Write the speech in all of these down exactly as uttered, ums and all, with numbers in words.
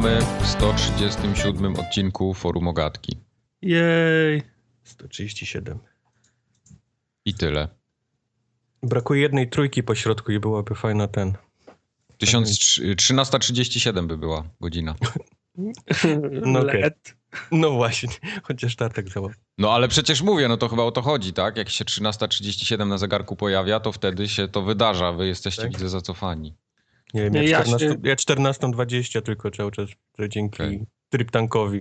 Witamy w sto trzydziestym siódmym odcinku Forum Ogatki. Jej. sto trzydzieści siedem. I tyle. Brakuje jednej trójki po środku i byłaby fajna ten. trzynasta trzydzieści siedem by była godzina. No, okay. No właśnie, chociaż tartek załapał. No ale przecież mówię, no to chyba o to chodzi, tak? Jak się trzynasta trzydzieści siedem na zegarku pojawia, to wtedy się to wydarza. Wy jesteście, tak? Widzę, zacofani. Nie wiem, ja, ja, czternaście, się... ja czternaście dwadzieścia tylko cały czas, że dzięki okay. tryptankowi.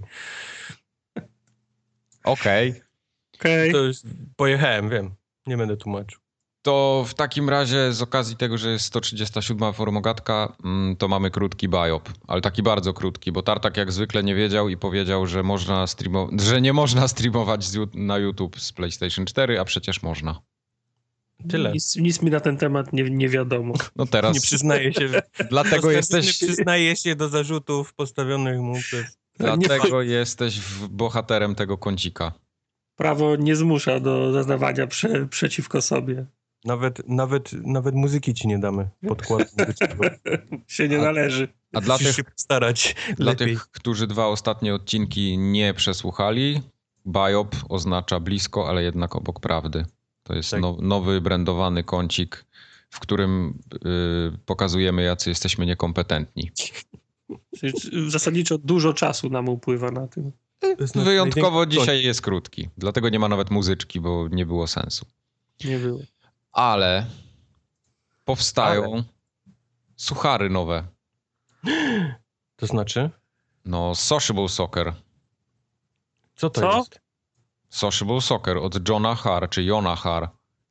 Okej. Okay. Okay. To już pojechałem, wiem. Nie będę tłumaczył. To w takim razie z okazji tego, że jest sto trzydziesta siódma Forum Ogatka, to mamy krótki biop, ale taki bardzo krótki, bo Tartak jak zwykle nie wiedział i powiedział, że można streamo- że nie można streamować na YouTube z PlayStation cztery, a przecież można. Tyle. Nic, nic mi na ten temat nie, nie wiadomo. No teraz... Nie przyznaje się. Dlatego jesteś... Przyznaje się do zarzutów postawionych mu przez... Dlatego nie... jesteś bohaterem tego kącika. Prawo nie zmusza do zaznawania prze, przeciwko sobie. Nawet, nawet, nawet muzyki ci nie damy. Podkładu muzycznego. się nie a, należy. A dla tych, się starać dla tych, którzy dwa ostatnie odcinki nie przesłuchali, biop oznacza blisko, ale jednak obok prawdy. To jest tak. now, nowy, brandowany kącik, w którym yy, pokazujemy, jacy jesteśmy niekompetentni. Czyli zasadniczo dużo czasu nam upływa na tym. Wyjątkowo dzisiaj jest krótki. Dlatego nie ma nawet muzyczki, bo nie było sensu. Nie było. Ale powstają Ale. suchary nowe. To znaczy? No, Sociable Soccer. Co to Co? jest? Sociable Soccer od Johna Har, czy Jona Har.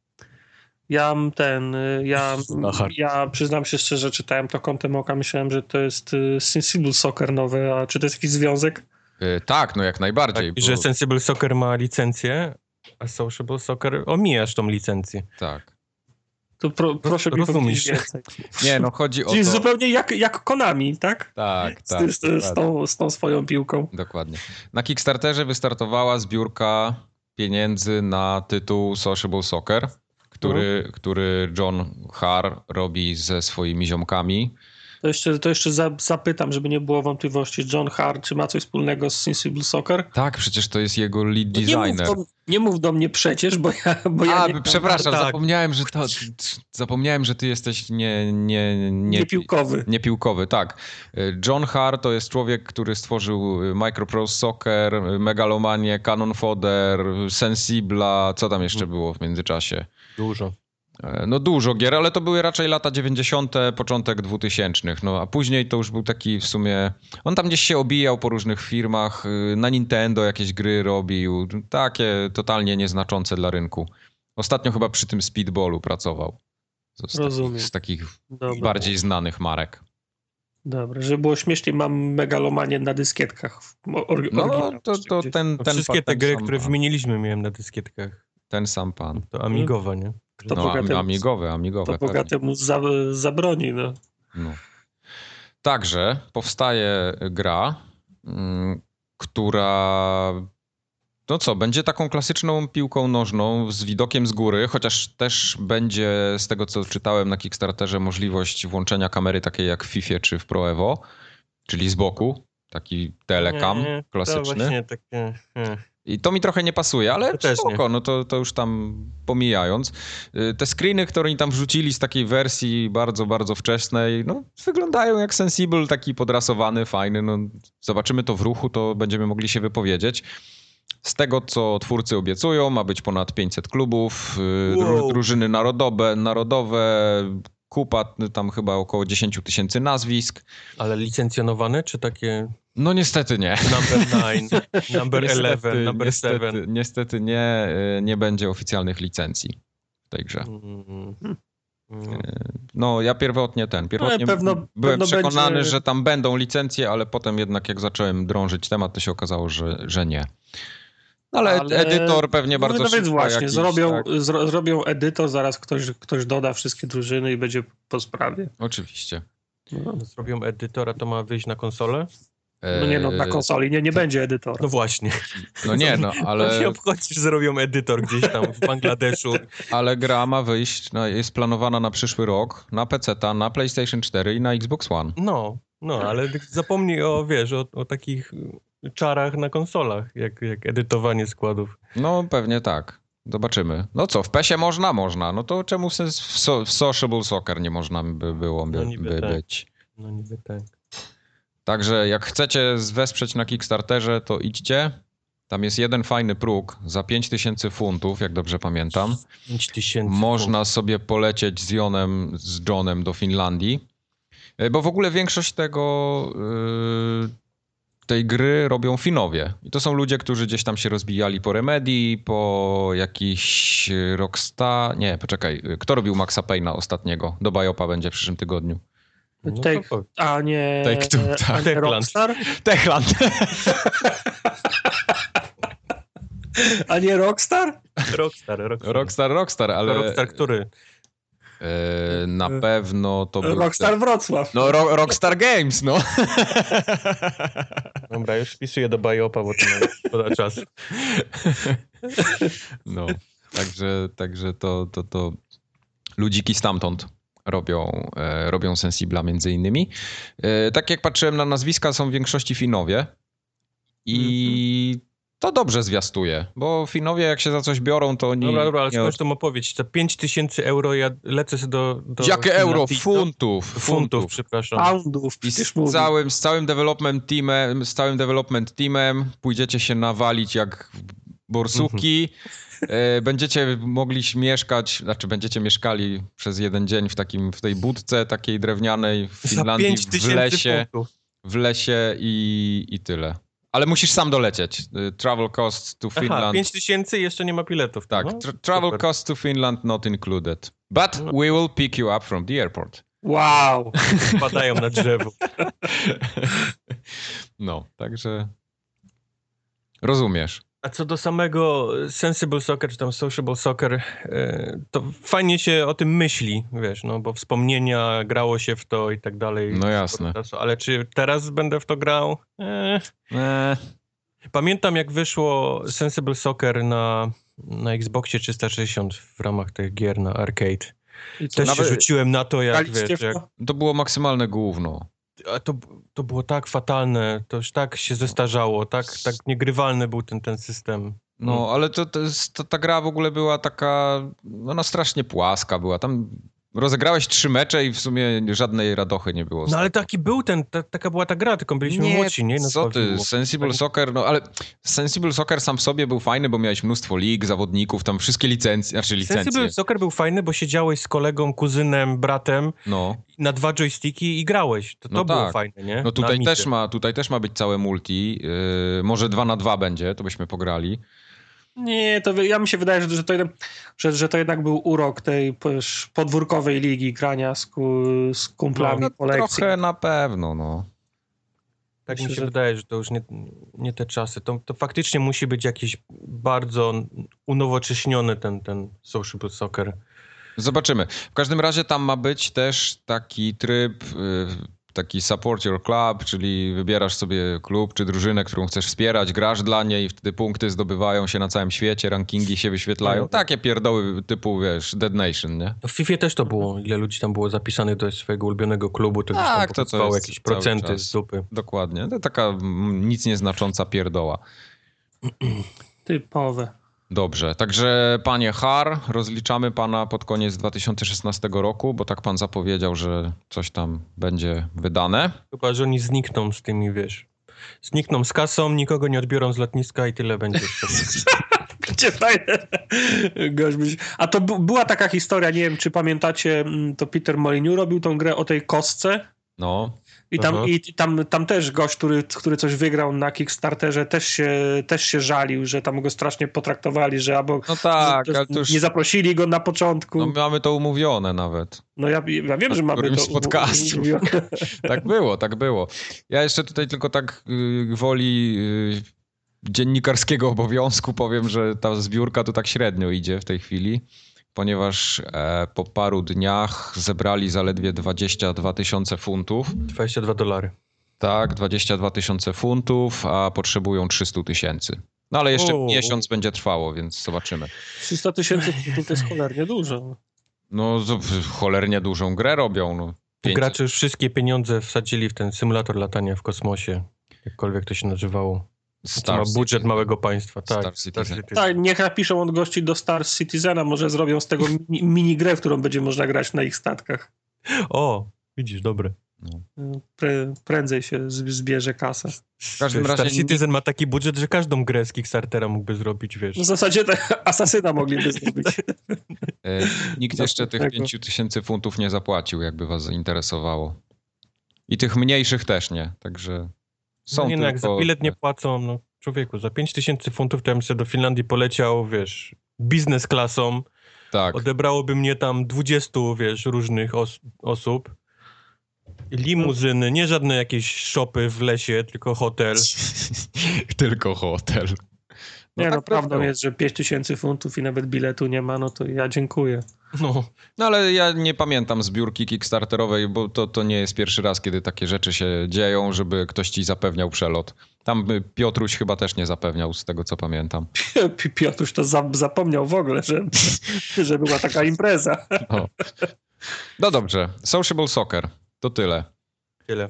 Ja ten, ja, ja przyznam się szczerze, czytałem to kątem oka, myślałem, że to jest Sensible Soccer nowe, a czy to jest jakiś związek? Yy, tak, no jak najbardziej. Tak, bo... że Sensible Soccer ma licencję, a Sociable Soccer omijasz tą licencję. Tak. To pro, proszę mi powiedzieć więcej. Nie, no chodzi o Czyli to... zupełnie jak, jak Konami, tak? Tak, tak. Z, z, z, tą, z tą swoją piłką. Dokładnie. Na Kickstarterze wystartowała zbiórka pieniędzy na tytuł Sociable Soccer, który, mhm. który John Har robi ze swoimi ziomkami. To jeszcze, to jeszcze za, zapytam, żeby nie było wątpliwości. John Har, czy ma coś wspólnego z Sensible Soccer? Tak, przecież to jest jego lead designer. Nie mów do, nie mów do mnie przecież, bo ja, bo ja A, nie... przepraszam, tak. zapomniałem, że to, zapomniałem, że ty jesteś nie, nie, nie, niepiłkowy. Niepiłkowy, tak. John Har to jest człowiek, który stworzył Microprose Soccer, Megalomanię, Cannon Fodder, Sensibla, co tam jeszcze było w międzyczasie? Dużo. No dużo gier, ale to były raczej lata dziewięćdziesiąte, początek dwutysięcznych. No a później to już był taki w sumie... On tam gdzieś się obijał po różnych firmach, na Nintendo jakieś gry robił, takie totalnie nieznaczące dla rynku. Ostatnio chyba przy tym Speedballu pracował. Z Rozumiem. takich, z takich Dobra. bardziej znanych marek. Dobra, żeby było śmieszniej, mam megalomanię na dyskietkach. Or, no to, to ten, ten Wszystkie te gry, które wymieniliśmy, miałem na dyskietkach. Ten sam pan. To amigowe, nie? To no, bogatemu, amigowe, amigowe. To bogatemu za, zabroni, no. no. Także powstaje gra, m, która... No co, będzie taką klasyczną piłką nożną z widokiem z góry, chociaż też będzie, z tego co czytałem na Kickstarterze, możliwość włączenia kamery takiej jak w Fifie czy w Pro Evo, czyli z boku, taki telecam nie, nie, klasyczny. To właśnie takie... Nie. I to mi trochę nie pasuje, ale to spoko, no to, to już tam pomijając. Te screeny, które oni tam wrzucili z takiej wersji bardzo, bardzo wczesnej, no wyglądają jak Sensible, taki podrasowany, fajny. No, zobaczymy to w ruchu, to będziemy mogli się wypowiedzieć. Z tego, co twórcy obiecują, ma być ponad pięćset klubów, wow. drużyny narodowe, narodowe, kupa, tam chyba około dziesięć tysięcy nazwisk. Ale licencjonowane, czy takie... No niestety nie. Number nine, number eleven, number niestety, seven. Niestety nie, nie będzie oficjalnych licencji w tej grze. Mm. No ja pierwotnie ten, pierwotnie no, pewno, byłem pewno przekonany, będzie... że tam będą licencje, ale potem jednak jak zacząłem drążyć temat, to się okazało, że, że nie. No ale, ale edytor pewnie no, bardzo no, szybko. Więc właśnie, jakiś, zrobią, tak. zro, zrobią edytor, zaraz ktoś, ktoś doda wszystkie drużyny i będzie po sprawie. Oczywiście. No. Zrobią edytora, to ma wyjść na konsolę? No nie no, na konsoli nie, nie będzie edytora. No właśnie. No nie no, ale... No nie obchodzi, że zrobią edytor gdzieś tam w Bangladeszu. Ale gra ma wyjść, no, jest planowana na przyszły rok, na peceta, na PlayStation cztery i na Xbox One. No. No, ale zapomnij o, wiesz, o, o takich czarach na konsolach, jak, jak edytowanie składów. No pewnie tak. Zobaczymy. No co, w pesie można? Można. No to czemu w, sens- w, so, w Sociable Soccer nie można by było by, No niby by tak. być? No niby tak. Także jak chcecie wesprzeć na Kickstarterze, to idźcie. Tam jest jeden fajny próg za pięć tysięcy funtów, jak dobrze pamiętam. pięć tysięcy Można funtów. sobie polecieć z Jonem, z Johnem do Finlandii. Bo w ogóle większość tego, yy, tej gry robią Finowie. I to są ludzie, którzy gdzieś tam się rozbijali po Remedy, po jakiś Rockstar... Nie, poczekaj. Kto robił Maxa Payne'a ostatniego? Do Biopa będzie w przyszłym tygodniu. No Take, to- a nie, Take Two, tak. a nie Techland. Rockstar? Techland. A nie Rockstar? Rockstar, Rockstar. Rockstar, Rockstar, ale Rockstar, który? e, na pewno to był... Rockstar Wrocław. No, Ro Rockstar Games, no. Dobra, już wpisuję do Biopa, bo to poda czas. No, także, także to, to, to ludziki stamtąd robią, e, robią Sensibla między innymi. E, tak jak patrzyłem na nazwiska, są w większości Finowie i mm-hmm. to dobrze zwiastuje, bo Finowie jak się za coś biorą, to oni... Dobra, dobra, ale nie... skończ tą opowieść. Za pięć tysięcy euro ja lecę sobie do... do Jakie euro? Finlandii. Funtów. Funtów, Funtów. przepraszam. Poundów, I przecież z mówię. całym, z całym development teamem, z całym development teamem pójdziecie się nawalić jak borsuki. E, będziecie mogli mieszkać, znaczy będziecie mieszkali przez jeden dzień w takim, w tej budce takiej drewnianej w Finlandii, Za pięć w tysięcy lesie, funtów. w lesie i, i tyle. Ale musisz sam dolecieć. E, Travel costs to Aha, Finland. pięć tysięcy i jeszcze nie ma biletów. Tak, No, tra- travel super. costs to Finland not included. But No. we will pick you up from the airport. Wow. Padają na drzewo. No, także rozumiesz. A co do samego Sensible Soccer, czy tam Sociable Soccer, to fajnie się o tym myśli, wiesz, no bo wspomnienia, grało się w to i tak dalej. No jasne. Ale czy teraz będę w to grał? Eee. Eee. Pamiętam, jak wyszło Sensible Soccer na, na Xboxie trzysta sześćdziesiąt w ramach tych gier na arcade. I co, Też nawet- się rzuciłem na to, jak graliście wiesz, w jak, to? To było maksymalne gówno. a to, to było tak fatalne, to już tak się zestarzało, tak, tak niegrywalny był ten, ten system. No, ale to, to, jest- to ta gra w ogóle była taka, ona strasznie płaska była. Tam rozegrałeś trzy mecze i w sumie żadnej radochy nie było. z No ale tego. taki był ten, ta, taka była ta gra, tylko byliśmy młodsi, nie? No, co to ty, było. Sensible Tak. Soccer, no ale Sensible Soccer sam w sobie był fajny, bo miałeś mnóstwo lig, zawodników, tam wszystkie licencje, znaczy licencje. Sensible Soccer był fajny, bo siedziałeś z kolegą, kuzynem, bratem No, na dwa joysticki i grałeś. To, to No było tak. fajne, nie? no tutaj Na też, Amicie. ma, tutaj też ma być całe multi, yy, może dwa na dwa będzie, to byśmy pograli. Nie, to wy- ja mi się wydaje, że, że, to, jednak, że, że to jednak był urok tej powiesz, podwórkowej ligi grania z, ku, z kumplami No, po lekcji. trochę na pewno, no. Tak Myślę, mi się że- wydaje, że to już nie, nie te czasy. To, to faktycznie musi być jakiś bardzo unowocześniony ten, ten Sociable Soccer. Zobaczymy. W każdym razie tam ma być też taki tryb, y, taki support your club, czyli wybierasz sobie klub czy drużynę, którą chcesz wspierać, grasz dla niej, wtedy punkty zdobywają się na całym świecie, rankingi się wyświetlają. Takie pierdoły typu, wiesz, Dead Nation, nie? No w FIFA też to było. Ile ludzi tam było zapisanych do swojego ulubionego klubu, to gdzieś Tak, tam to- to pokazywało jest jakieś cały procenty czas. z dupy. Dokładnie. To taka mm, nic nieznacząca pierdoła. Typowe. Dobrze, także panie Har, rozliczamy pana pod koniec dwa tysiące szesnastego roku, bo tak pan zapowiedział, że coś tam będzie wydane. Chyba, że oni znikną z tymi, wiesz. Znikną z kasą, nikogo nie odbiorą z lotniska i tyle będzie. Gdzie fajne. Gość byś- A to bu- była taka historia, nie wiem, czy pamiętacie, mm, to Peter Molyneux robił tą grę o tej kostce. No, I tam, Aha. i tam, tam też gość, który, który coś wygrał na Kickstarterze, też się, też się żalił, że tam go strasznie potraktowali, że albo no tak, że ale to już nie zaprosili go na początku. no, No, mamy to umówione nawet. ja, ja wiem, że mamy którymś to z podcastów. umówione. Tak było, tak było. Ja jeszcze tutaj tylko tak y, gwoli y, dziennikarskiego obowiązku powiem, że ta zbiórka to tak średnio idzie w tej chwili, ponieważ e, po paru dniach zebrali zaledwie dwadzieścia dwa tysiące funtów. dwadzieścia dwa dolary. Tak, dwadzieścia dwa tysiące funtów, a potrzebują trzysta tysięcy. No ale jeszcze O. miesiąc będzie trwało, więc zobaczymy. trzysta tysięcy to jest cholernie dużo. No, to cholernie dużą grę robią. No. Gracze już wszystkie pieniądze wsadzili w ten symulator latania w kosmosie, jakkolwiek to się nazywało. To ma budżet Citizen. Małego państwa. Tak, Star Citizen. Star Citizen. Tak, niech napiszą od gości do Star Citizena, może zrobią z tego mini, mini grę, w którą będzie można grać na ich statkach. O, widzisz, dobre. No. Pre, prędzej się zbierze kasę. W każdym razie Star Citizen ma taki budżet, że każdą grę z Kickstartera mógłby zrobić, wiesz. W zasadzie te Asasyna mogliby zrobić. E, nikt jeszcze tych pięciu tysięcy funtów nie zapłacił, jakby was zainteresowało. I tych mniejszych też nie, także są no nie, tylko... no jak za bilet nie płacą, no człowieku, za pięć tysięcy funtów to ja bym sobie do Finlandii poleciał, wiesz, biznes klasą. Tak. Odebrałoby mnie tam dwudziestu, wiesz, różnych os- osób. Limuzyny, nie żadne jakieś shopy w lesie, tylko hotel. Tylko hotel. No nie, tak no prawdą jest, że pięć tysięcy funtów i nawet biletu nie ma, no to ja dziękuję. No. no ale ja nie pamiętam zbiórki kickstarterowej, bo to, to nie jest pierwszy raz, kiedy takie rzeczy się dzieją, żeby ktoś ci zapewniał przelot. Tam Piotruś chyba też nie zapewniał, z tego co pamiętam. Piotruś to za- zapomniał w ogóle, że, że była taka impreza. No. no dobrze, Sociable Soccer, to tyle. Tyle.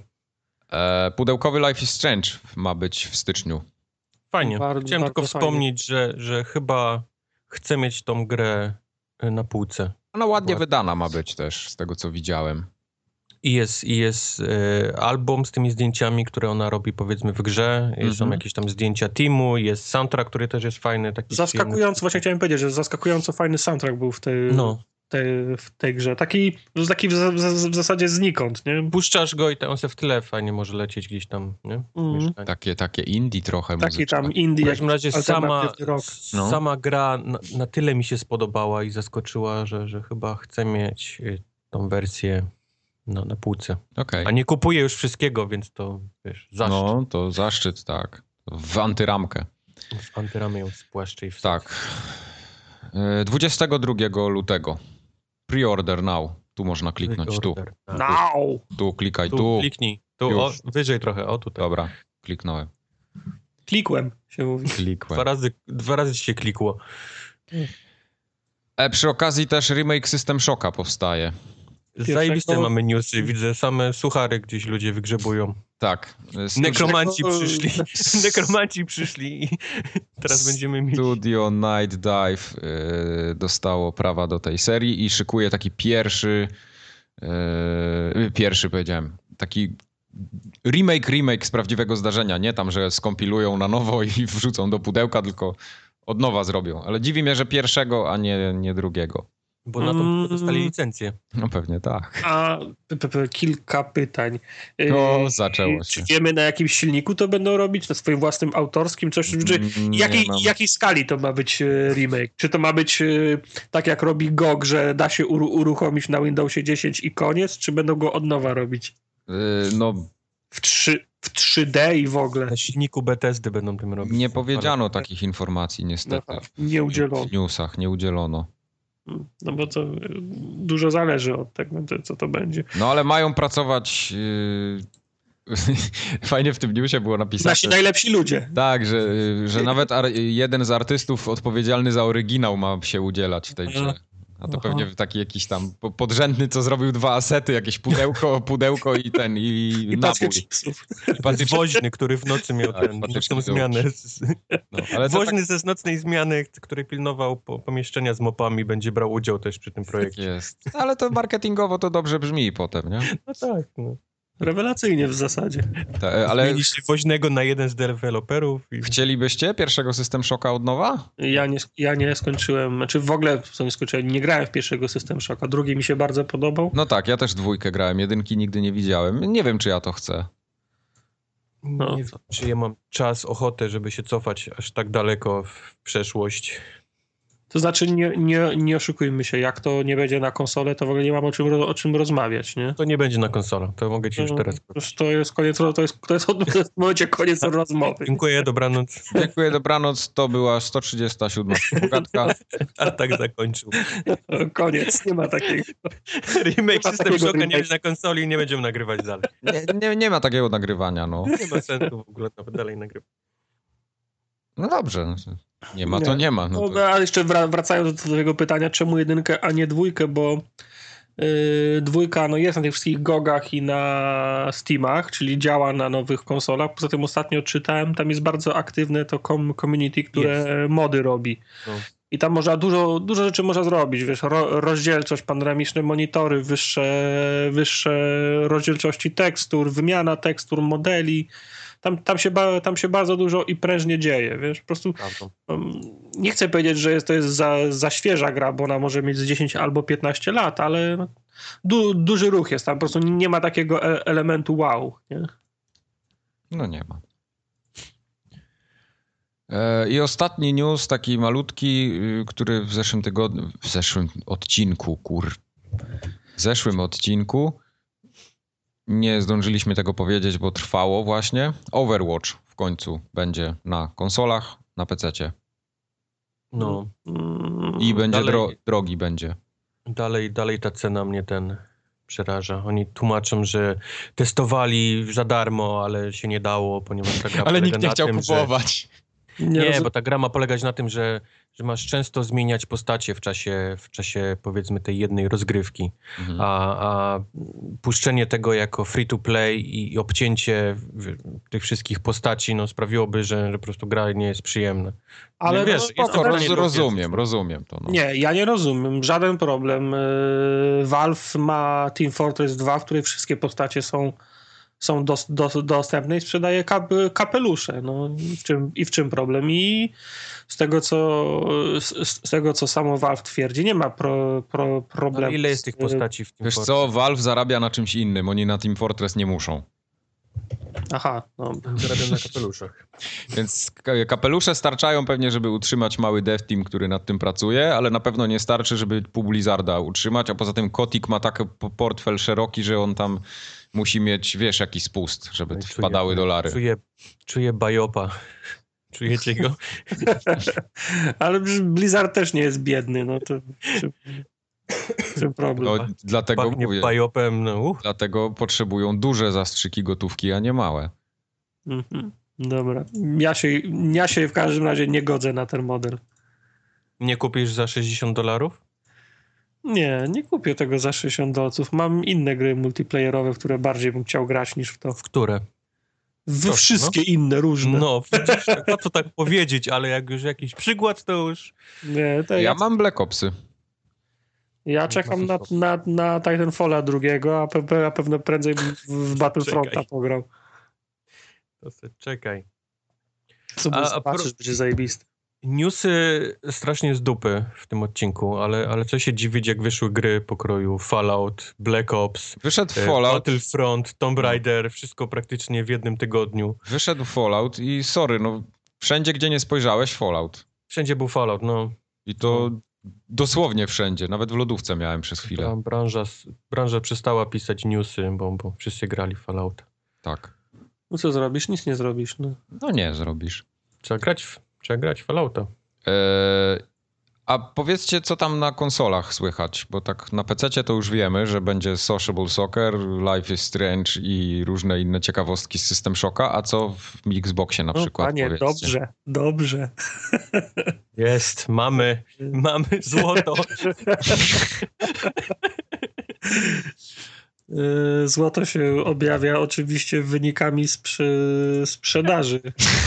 E, pudełkowy Life is Strange ma być w styczniu. Fajnie. Bardzo, Chciałem bardzo tylko wspomnieć, że, że chyba chcę mieć tą grę na półce. Ona ładnie Ładnie. wydana ma być też, z tego co widziałem. I jest, i jest e, album z tymi zdjęciami, które ona robi, powiedzmy, w grze. Mm-hmm. Są jakieś tam zdjęcia teamu, jest soundtrack, który też jest fajny. Taki zaskakująco, właśnie chciałem powiedzieć, że zaskakująco fajny soundtrack był w tej, no. tej, w tej grze. Taki, taki w, w, w zasadzie znikąd, nie? Puszczasz go i on se w tyle fajnie może lecieć gdzieś tam, nie? Mm. Takie, takie indie trochę. Taki muzyczne. tam indie. W każdym razie sama, No. sama gra na, na tyle mi się spodobała i zaskoczyła, że, że chyba chcę mieć tą wersję na, na półce. Okay. A nie kupuję już wszystkiego, więc to, wiesz, zaszczyt. No, to zaszczyt, tak. W antyramkę. W antyramy ją spłaszczę i wstać. Tak. dwudziestego drugiego lutego. Pre-order now. Tu można kliknąć, tu. Tak. Now! Tu, klikaj, Tu, tu. kliknij. Tu, o, wyżej trochę, o tutaj. Dobra, kliknąłem. Klikłem, się mówi. Klikłem. Dwa razy, dwa razy ci się klikło. E, przy okazji też remake System Shocka powstaje. Zajebiste mamy newsy. Widzę same suchary gdzieś ludzie wygrzebują. Tak. Studio... Nekromanci przyszli. Nekromanci przyszli i teraz będziemy mieć... Studio Night Dive y, dostało prawa do tej serii i szykuje taki pierwszy y, pierwszy powiedziałem, taki remake, remake z prawdziwego zdarzenia. Nie tam, że skompilują na nowo i wrzucą do pudełka, tylko od nowa zrobią. Ale dziwi mnie, że pierwszego, a nie, nie drugiego. Bo na to dostali licencję. No pewnie tak. A p- p- kilka pytań. No, zaczęło się. Czy wiemy, na jakim silniku to będą robić? Na swoim własnym autorskim? Coś, czy jakiej, jakiej skali to ma być remake? Czy to ma być tak jak robi G O G, że da się uru- uruchomić na Windowsie dziesięć i koniec? Czy będą go od nowa robić? Yy, no... W, trzy, w trzy D i w ogóle. Na silniku Bethesdy będą tym robić. Nie powiedziano takich informacji niestety. No, nie udzielono. W newsach nie udzielono. No bo to dużo zależy od tego, co to będzie. No ale mają pracować... Yy... Fajnie w tym newsie było napisane. Nasi najlepsi ludzie. Tak, że, że nawet ar- jeden z artystów odpowiedzialny za oryginał ma się udzielać w tej grze. A to Aha. pewnie taki jakiś tam podrzędny, co zrobił dwa asety, jakieś pudełko, pudełko i ten, i, I nabój. I patyczny woźny, który w nocy miał tak, ten, nocną zmianę. No, ale woźny tak... ze z nocnej zmiany, który pilnował po, pomieszczenia z mopami, będzie brał udział też przy tym projekcie. Jest. Ale to marketingowo to dobrze brzmi potem, nie? No tak, no. Rewelacyjnie w zasadzie. Ta, ale... Zmieniliście woźnego na jeden z deweloperów. I... Chcielibyście pierwszego System Shocka od nowa? Ja nie, ja nie skończyłem, znaczy w ogóle co nie skończyłem, nie grałem w pierwszego System Shocka, drugi mi się bardzo podobał. No tak, ja też dwójkę grałem, jedynki nigdy nie widziałem. Nie wiem, czy ja to chcę. No. Nie wiem, czy ja mam czas, ochotę, żeby się cofać aż tak daleko w przeszłość. To znaczy, nie, nie, nie oszukujmy się, jak to nie będzie na konsolę, to w ogóle nie mam o czym, o czym rozmawiać, nie? To nie będzie na konsolę, to mogę ci już teraz powiedzieć. To jest koniec, to jest, to jest w momencie koniec rozmowy. Dziękuję, dobranoc. Dziękuję, dobranoc, to była sto trzydziesta siódma pogadka. A tak zakończył. Koniec, nie ma takiego. Remake System Shocka nie będzie na konsoli i nie będziemy nagrywać dalej. Nie, nie, nie ma takiego nagrywania, no. Nie ma sensu w ogóle nawet dalej nagrywać. No dobrze, nie ma, to nie ma. No to... no, a jeszcze wracając do tego pytania, czemu jedynkę, a nie dwójkę, bo Yy, dwójka no jest na tych wszystkich gogach i na Steamach, czyli działa na nowych konsolach. Poza tym ostatnio czytałem, tam jest bardzo aktywne to com- community, które jest. mody robi. No. I tam można dużo, dużo rzeczy można zrobić, wiesz, ro, rozdzielczość, panoramiczne monitory, wyższe, wyższe rozdzielczości tekstur, wymiana tekstur, modeli. Tam, tam, się ba, tam się bardzo dużo i prężnie dzieje, wiesz, po prostu um, nie chcę powiedzieć, że jest, to jest za, za świeża gra, bo ona może mieć z dziesięć albo piętnaście lat, ale no, du, duży ruch jest tam, po prostu nie ma takiego e- elementu wow, nie? No nie ma. I ostatni news, taki malutki, który w zeszłym tygodniu, w zeszłym odcinku, kur... w zeszłym odcinku nie zdążyliśmy tego powiedzieć, bo trwało właśnie. Overwatch w końcu będzie na konsolach, na pececie. No. I będzie dalej, dro- drogi będzie. Dalej, dalej ta cena mnie ten przeraża. Oni tłumaczą, że testowali za darmo, ale się nie dało, ponieważ ta gra ale nikt nie na chciał tym, kupować. Że... Nie, nie bo ta gra ma polegać na tym, że, że masz często zmieniać postacie w czasie, w czasie powiedzmy tej jednej rozgrywki, mhm. a, a puszczenie tego jako free to play i, i obcięcie tych wszystkich postaci no, sprawiłoby, że, że po prostu gra nie jest przyjemna. Ale nie, wiesz, no, spoko, roz, rozumiem, rozumiem to. No. Nie, ja nie rozumiem, żaden problem. Valve ma Team Fortress dwa, w której wszystkie postacie są są dos, dos, dostępne i sprzedaje kap, kapelusze. No, w czym, I w czym problem? I z tego, co, z, z tego, co samo Valve twierdzi, nie ma pro, pro, problemu. Ale ile jest tych postaci w Team Wiesz Fortress? co, Valve zarabia na czymś innym. Oni na Team Fortress nie muszą. Aha. No. Zarabiam na kapeluszach. Więc kapelusze starczają pewnie, żeby utrzymać mały dev team, który nad tym pracuje, ale na pewno nie starczy, żeby pół Blizzarda utrzymać, a poza tym Kotick ma taki portfel szeroki, że on tam musi mieć, wiesz, jakiś spust, żeby no wpadały czuję, dolary. Czuję, czuję bajopa. Czujecie go? Ale Blizzard też nie jest biedny, no to... Czy, czy problem? No, dlatego Pachnie mówię, bajopem, no. Uh. Dlatego potrzebują duże zastrzyki gotówki, a nie małe. Mhm. Dobra. Ja się, ja się w każdym razie nie godzę na ten model. Nie kupisz za sześćdziesiąt dolarów? Nie, nie kupię tego za sześćdziesiąt dolców. Mam inne gry multiplayerowe, w które bardziej bym chciał grać niż w to. W które? W Proszę, wszystkie no. inne, różne. No, widzisz, po co tak powiedzieć, ale jak już jakiś przykład, to już... Nie, to ja, ja mam Black Opsy. Ja czekam na, na, na Titanfalla drugiego, a, pe, a pewno prędzej w Battlefronta pograł. To se czekaj. Co a, a patrzysz, pro... będzie zajebisty. Newsy strasznie z dupy w tym odcinku, ale, ale co się dziwić, jak wyszły gry pokroju Fallout, Black Ops, Wyszedł Fallout, Battlefront, Tomb Raider, wszystko praktycznie w jednym tygodniu. Wyszedł Fallout i sorry, no wszędzie, gdzie nie spojrzałeś, Fallout. Wszędzie był Fallout, no. I to no. dosłownie wszędzie, nawet w lodówce miałem przez chwilę. Ta branża, branża przestała pisać newsy, bo, bo wszyscy grali Fallout. Tak. No co zrobisz? Nic nie zrobisz. No, no nie zrobisz. Trzeba grać w, trzeba grać w Fallouta. Eee, a powiedzcie, co tam na konsolach słychać, bo tak na pececie to już wiemy, że będzie Sociable Soccer, Life is Strange i różne inne ciekawostki z System Shocka, a co w Xboxie na no, przykład? Panie, powiedzcie. dobrze, dobrze. Jest, mamy, mamy złoto. Złoto się objawia oczywiście wynikami sprze- sprzedaży.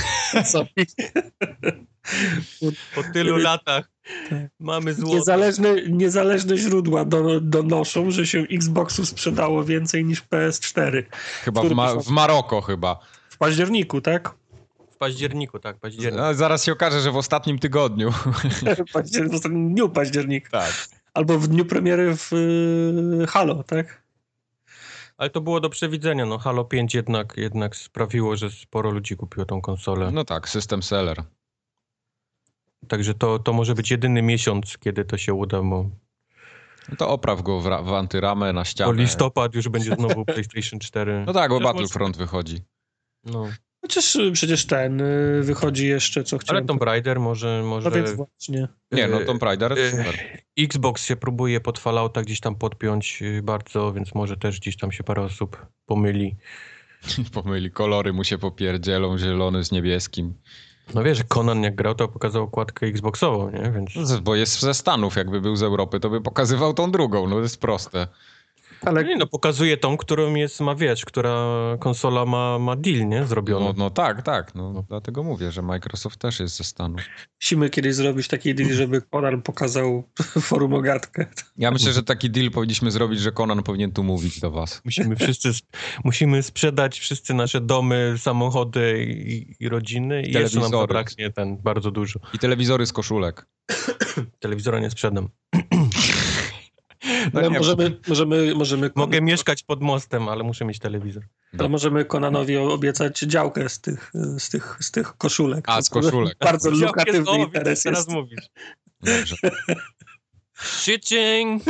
Po tylu latach mamy złoto. Niezależne, niezależne źródła do, donoszą, że się Xboxu sprzedało więcej niż P S cztery. Chyba w, Ma- w Maroko chyba. W październiku, tak? W październiku, tak, październik. No, zaraz się okaże, że w ostatnim tygodniu. w ostatnim dniu października. Tak. Albo w dniu premiery w y, Halo, tak? Ale to było do przewidzenia, no Halo pięć jednak, jednak sprawiło, że sporo ludzi kupiło tą konsolę. No tak, system seller. Także to, to może być jedyny miesiąc, kiedy to się uda, bo... No to opraw go w, ra- w antyramę na ścianę. Bo listopad już będzie znowu PlayStation cztery. No tak, bo Battlefront może... wychodzi. No. Chociaż przecież ten wychodzi jeszcze, co chciałem. Ale Tomb Raider może... może... No więc właśnie. Nie, no Tomb Raider super. Xbox się próbuje pod Fallouta gdzieś tam podpiąć bardzo, więc może też gdzieś tam się parę osób pomyli. Pomyli, kolory mu się popierdzielą, zielony z niebieskim. No wiesz, Conan jak grał, to pokazał okładkę Xboxową, nie? Więc... Bo jest ze Stanów, jakby był z Europy, to by pokazywał tą drugą, no to jest proste. Ale... Nie, no pokazuje tą, którą jest, ma wiesz, która konsola ma, ma deal, nie? Zrobiony. No, no tak, tak, no, no dlatego mówię, że Microsoft też jest ze Stanów. Musimy kiedyś zrobić taki deal, żeby Conan pokazał forum ogatkę. Ja myślę, że taki deal powinniśmy zrobić, że Conan powinien tu mówić do was. Musimy wszyscy, musimy sprzedać wszyscy nasze domy, samochody i, i rodziny i jeszcze nam zabraknie ten bardzo dużo. I telewizory z koszulek. Telewizora nie sprzedam. No, no nie, możemy, możemy, możemy... Mogę mieszkać pod mostem, ale muszę mieć telewizor. Ale możemy Conanowi obiecać działkę z tych, z tych, z tych koszulek. A, z koszulek. Bardzo lukratywny o, interes teraz jest. mówisz. Dobrze. Shitting!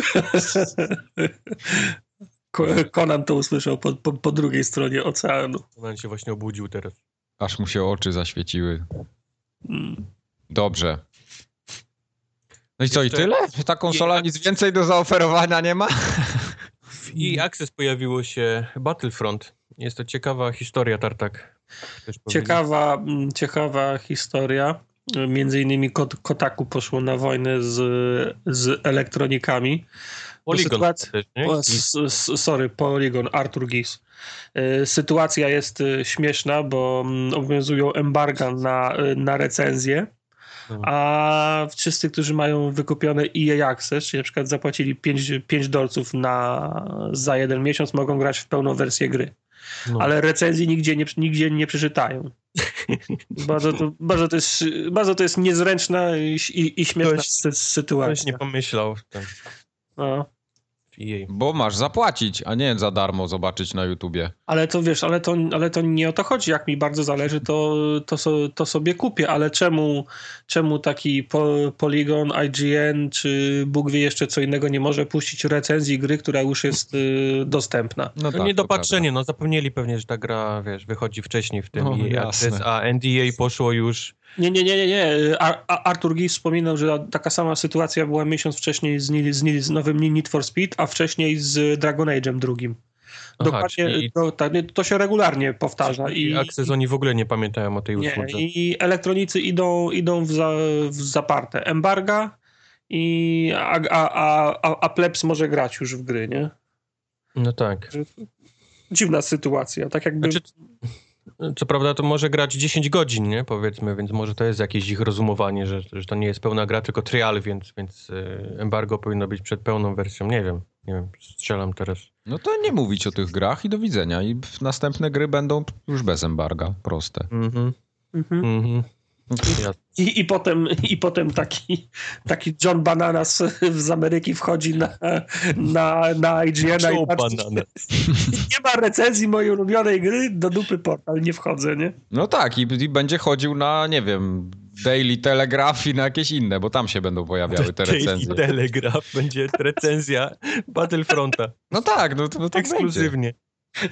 Conan to usłyszał po, po, po drugiej stronie oceanu. Conan się właśnie obudził teraz. Aż mu się oczy zaświeciły. Hmm. Dobrze. No i co, Jeszcze... i tyle? Ta konsola nic więcej do zaoferowania nie ma? W E A Access pojawiło się Battlefront. Jest to ciekawa historia, Tartak. Ciekawa, ciekawa historia. Między innymi Kot, Kotaku poszło na wojnę z, z elektronikami. Polygon Sytuacja... też, nie? O, s, s, sorry, Polygon, Artur Gies. Sytuacja jest śmieszna, bo obowiązują embarga na, na recenzję. A wszyscy, którzy mają wykupione E A Access, czyli na przykład zapłacili pięć dolców na, za jeden miesiąc, mogą grać w pełną wersję gry. No. Ale recenzji nigdzie nie, nigdzie nie przeczytają. bardzo, to, bardzo, to jest, bardzo to jest niezręczna i, i, i śmieszna ktoś, sytuacja. Ktoś nie pomyślał w tym. No. Bo masz zapłacić, a nie za darmo zobaczyć na YouTubie. Ale to wiesz, ale to, ale to nie o to chodzi. Jak mi bardzo zależy, to, to, so, to sobie kupię. Ale czemu, czemu taki po, Polygon, I G N czy Bóg wie jeszcze co innego nie może puścić recenzji gry, która już jest y, dostępna? No tak, niedopatrzenie. No zapomnieli pewnie, że ta gra, wiesz, wychodzi wcześniej w tym no, E A Access, a N D A poszło już... Nie, nie, nie, nie, nie. Ar- Artur Gies wspominał, że taka sama sytuacja była miesiąc wcześniej z, z, z nowym Need for Speed, a wcześniej z Dragon Age'em drugim. Aha, dokładnie, czyli... to, to, to się regularnie powtarza. I Access oni w ogóle nie pamiętają o tej nie, usłudze. I elektronicy idą, idą w, za, w zaparte. Embarga i a, a, a, a plebs może grać już w gry, nie? No tak. Dziwna sytuacja, tak jakby... Znaczy... Co prawda to może grać dziesięć godzin, nie? Powiedzmy, więc może to jest jakieś ich rozumowanie, że, że to nie jest pełna gra, tylko trial, więc, więc embargo powinno być przed pełną wersją. Nie wiem, nie wiem, strzelam teraz. No to nie mówić o tych grach i do widzenia. I następne gry będą już bez embarga, proste. Mhm. Mhm. Mhm. I, i, potem, I potem taki, taki John Bananas z Ameryki wchodzi na, na, na I G N i patrzy, nie ma recenzji mojej ulubionej gry, do dupy portal, nie wchodzę, nie? No tak, i, i będzie chodził na, nie wiem, Daily Telegraph i na jakieś inne, bo tam się będą pojawiały te recenzje. Daily Telegraph będzie recenzja Battlefronta. No tak, no to, no to ekskluzywnie. Będzie.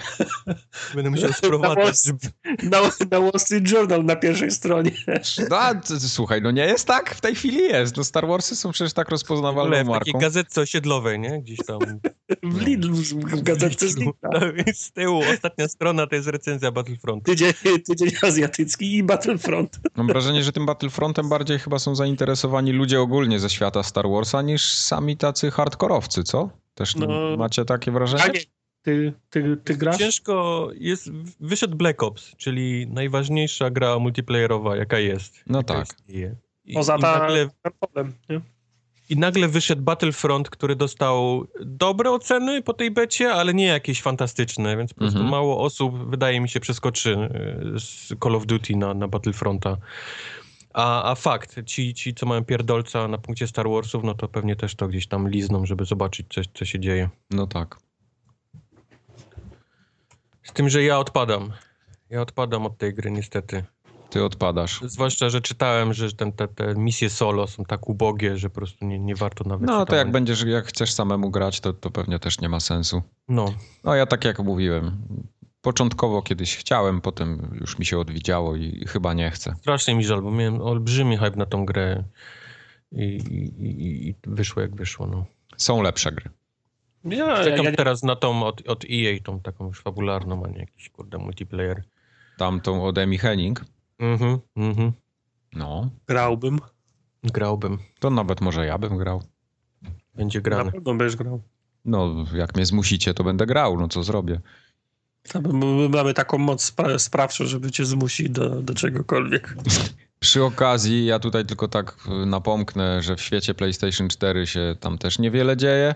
Będę musiał sprowadzać. Na, na Wall Street Journal na pierwszej stronie. No, słuchaj, no nie jest tak? W tej chwili jest. No Star Warsy są przecież tak rozpoznawalną Ale w marką. takiej gazetce osiedlowej, nie? Gdzieś tam. W Lidlu, w gazetce z Lidla. Z tyłu, ostatnia strona to jest recenzja Battlefrontu. Tydzień, tydzień azjatycki i Battlefront. Mam wrażenie, że tym Battlefrontem bardziej chyba są zainteresowani ludzie ogólnie ze świata Star Warsa niż sami tacy hardkorowcy, co? Też no, macie takie wrażenie? Nie. Ty, ty, ty grasz? Ciężko jest, wyszedł Black Ops, czyli najważniejsza gra multiplayerowa, jaka jest. No jaka tak. Istnieje. I, Poza i nagle, problem, nie? I nagle wyszedł Battlefront, który dostał dobre oceny po tej becie, ale nie jakieś fantastyczne, więc po prostu Mhm. mało osób, wydaje mi się, przeskoczy z Call of Duty na, na Battlefronta. A, a fakt, ci, ci, co mają pierdolca na punkcie Star Warsów, no to pewnie też to gdzieś tam lizną, żeby zobaczyć, co, co się dzieje. No tak. Z tym, że ja odpadam. Ja odpadam od tej gry, niestety. Ty odpadasz. Zwłaszcza, że czytałem, że ten, te, te misje solo są tak ubogie, że po prostu nie, nie warto nawet... No to czytać. jak będziesz, jak chcesz samemu grać, to, to pewnie też nie ma sensu. No. No ja tak jak mówiłem, początkowo kiedyś chciałem, potem już mi się odwidziało i chyba nie chcę. Strasznie mi żal, bo miałem olbrzymi hype na tą grę i, i, i, i wyszło jak wyszło, no. Są lepsze gry. Ja, Czekam ja, ja... teraz na tą od, od E A, tą taką już fabularną, a nie jakiś kurde multiplayer. Tamtą od Emi Hennig. Mhm, mhm. No. Grałbym. Grałbym. To nawet może ja bym grał. Będzie grane. Na pewno będziesz grał. No, jak mnie zmusicie, to będę grał, no co zrobię. My mamy taką moc spra- sprawczą, żeby cię zmusić do, do czegokolwiek. Przy okazji, ja tutaj tylko tak napomknę, że w świecie PlayStation cztery się tam też niewiele dzieje,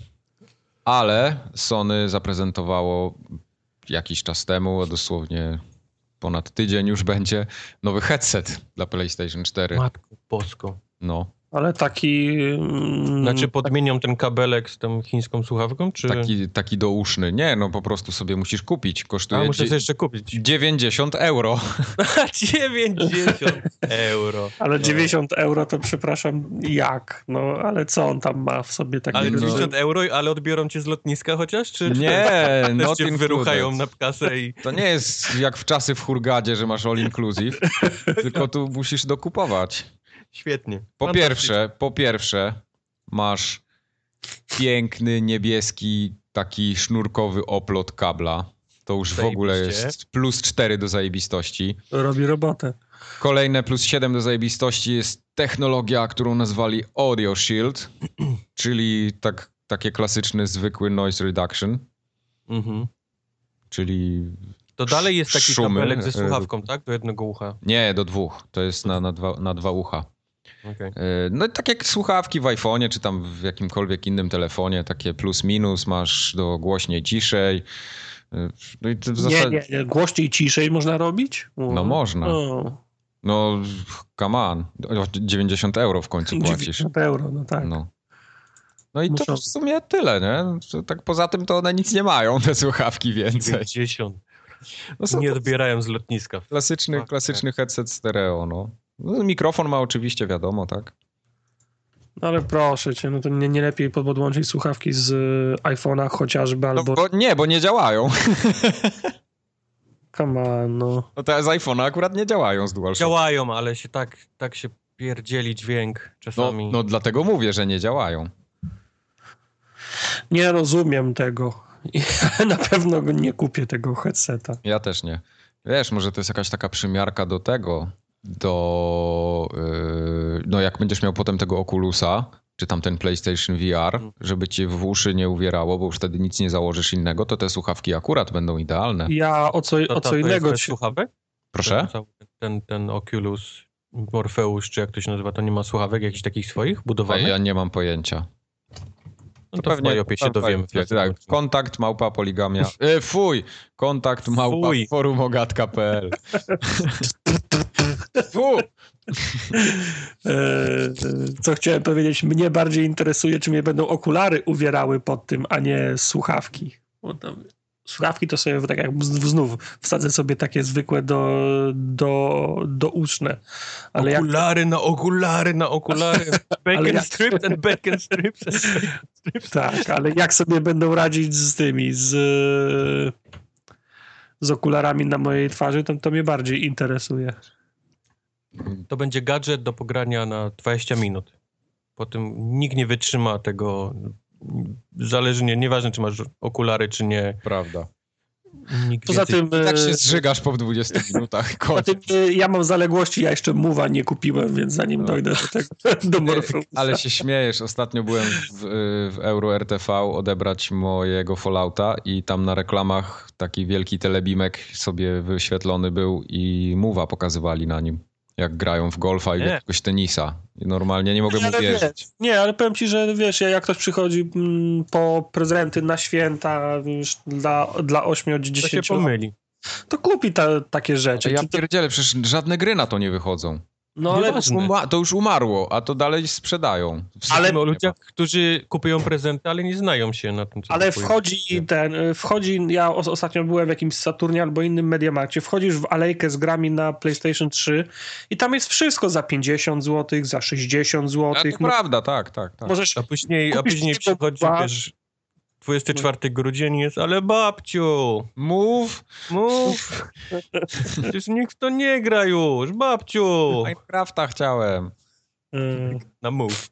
ale Sony zaprezentowało jakiś czas temu, a dosłownie ponad tydzień już będzie, nowy headset dla PlayStation cztery. Matko bosko. No. Ale taki... Mm, Znaczy podmienią ten kabelek z tą chińską słuchawką, czy... Taki, taki douszny. Nie, no po prostu sobie musisz kupić. Kosztuje A, muszę dzie- sobie jeszcze kupić. dziewięćdziesiąt euro. dziewięćdziesiąt euro. Ale No. dziewięćdziesiąt euro to przepraszam, jak? No, ale co on tam ma w sobie takiego? Ale No. dziewięćdziesiąt euro, ale odbiorą cię z lotniska chociaż? Czy Nie, też not cię included. wyruchają na kasę i... To nie jest jak w czasy w Hurgadzie, że masz all inclusive, tylko tu musisz dokupować. Świetnie. Po pierwsze, po pierwsze masz piękny, niebieski, taki sznurkowy oplot kabla. To już w ogóle Zajebiście. jest plus cztery do zajebistości. Robi robotę. Kolejne plus siedem do zajebistości jest technologia, którą nazwali Audio Shield, czyli tak, takie klasyczny, zwykły noise reduction, Mhm. czyli To dalej jest taki Szumy, kabelek ze e, słuchawką, tak? Do jednego ucha. nie, do dwóch. To jest na, na, dwa, na dwa ucha. Okay. E, No i tak jak słuchawki w iPhone'ie, czy tam w jakimkolwiek innym telefonie, takie plus minus, masz do głośniej, ciszej. E, No i to w Nie, zasadzie... nie, nie, głośniej, ciszej można robić? O. No można. O, No, come on. dziewięćdziesiąt euro w końcu płacisz. dziewięćdziesiąt euro, no tak. No. No i Muszą- to w sumie tyle, nie? Że tak poza tym to one nic nie mają, te słuchawki więcej. dziewięćdziesiąt. No są Nie to odbierają z lotniska. klasyczny, Tak, klasyczny headset stereo, no. No. Mikrofon ma oczywiście, wiadomo, tak? No ale proszę cię, no to nie, nie lepiej podłączyć słuchawki z y, iPhone'a chociażby, No, albo... bo, nie, bo nie działają. Come on, no. No te z iPhone'a akurat nie działają z DualShock. Działają, ale się tak, tak się pierdzieli dźwięk No, czasami. no dlatego mówię, że nie działają. Nie rozumiem tego. Ja na pewno go nie kupię tego headseta. Ja też nie. Wiesz, może to jest jakaś taka przymiarka do tego, do... Yy, no jak będziesz miał potem tego Oculusa, czy tam ten PlayStation V R, żeby ci w uszy nie uwierało, bo już wtedy nic nie założysz innego, to te słuchawki akurat będą idealne. Ja o co, to, o to, co to innego... jest bez Ci... słuchawek? Proszę? Ten, ten, ten Oculus Morpheus, czy jak to się nazywa, to nie ma słuchawek jakichś takich swoich budowanych? Ja nie mam pojęcia. No to w Majopie się dowiemy. Tak, kontakt małpa poligamia. E, fuj! Kontakt małpa Fuj. forumogatka kropka p l. Fu! E, co chciałem powiedzieć, mnie bardziej interesuje, czy mnie będą okulary uwierały pod tym, a nie słuchawki. Bo tam, słuchawki to sobie tak jak znów wsadzę sobie takie zwykłe do, do, douszne. Ale jak, Okulary na okulary na okulary. Ale Bacon jak- strips and bacon strips and bacon strips. tak, ale jak sobie będą radzić z tymi, z, z okularami na mojej twarzy, to, to mnie bardziej interesuje. To będzie gadżet do pogrania na dwadzieścia minut. Potem nikt nie wytrzyma tego. Zależnie, nieważne czy masz okulary, czy nie. Prawda. Nikt Poza więcej... tym, I tak się e, zżygasz po dwudziestu minutach. poza tym e, ja mam zaległości, ja jeszcze Mowa nie kupiłem, więc zanim No. dojdę do tego, do Morpheusa. Ale się śmiejesz. Ostatnio byłem w, w Euro R T V odebrać mojego Fallouta i tam na reklamach taki wielki telebimek sobie wyświetlony był i Mowa pokazywali na nim, jak grają w golfa i w Nie. jakiegoś tenisa. I normalnie nie mogę mu Ale wierzyć. wiesz, nie, ale powiem ci, że wiesz, jak ktoś przychodzi mm, po prezenty na święta wiesz, dla, dla ośmiu, To się dziesięciu, pomyli. to kupi ta, takie rzeczy. Ja Czy to, pierdzielę, przecież żadne gry na to nie wychodzą. no ale, To już, uma- to już umarło, a to dalej sprzedają. Ale- Mówimy o ludziach, którzy kupują prezenty, ale nie znają się na tym, co ale kupują. wchodzi ten, wchodzi, ja os- ostatnio byłem w jakimś Saturnie albo innym Mediamarkcie, wchodzisz w alejkę z grami na PlayStation trzy i tam jest wszystko za pięćdziesiąt złotych, za sześćdziesiąt A złotych. to prawda, tak, tak, tak. Możesz A później, a Kupisz później tylko przychodzi, dwa- wiesz, dwudziestego czwartego grudzień jest, ale babciu, Move, mów, przecież nikt w to nie gra już, babciu, Minecrafta chciałem. y, na mów.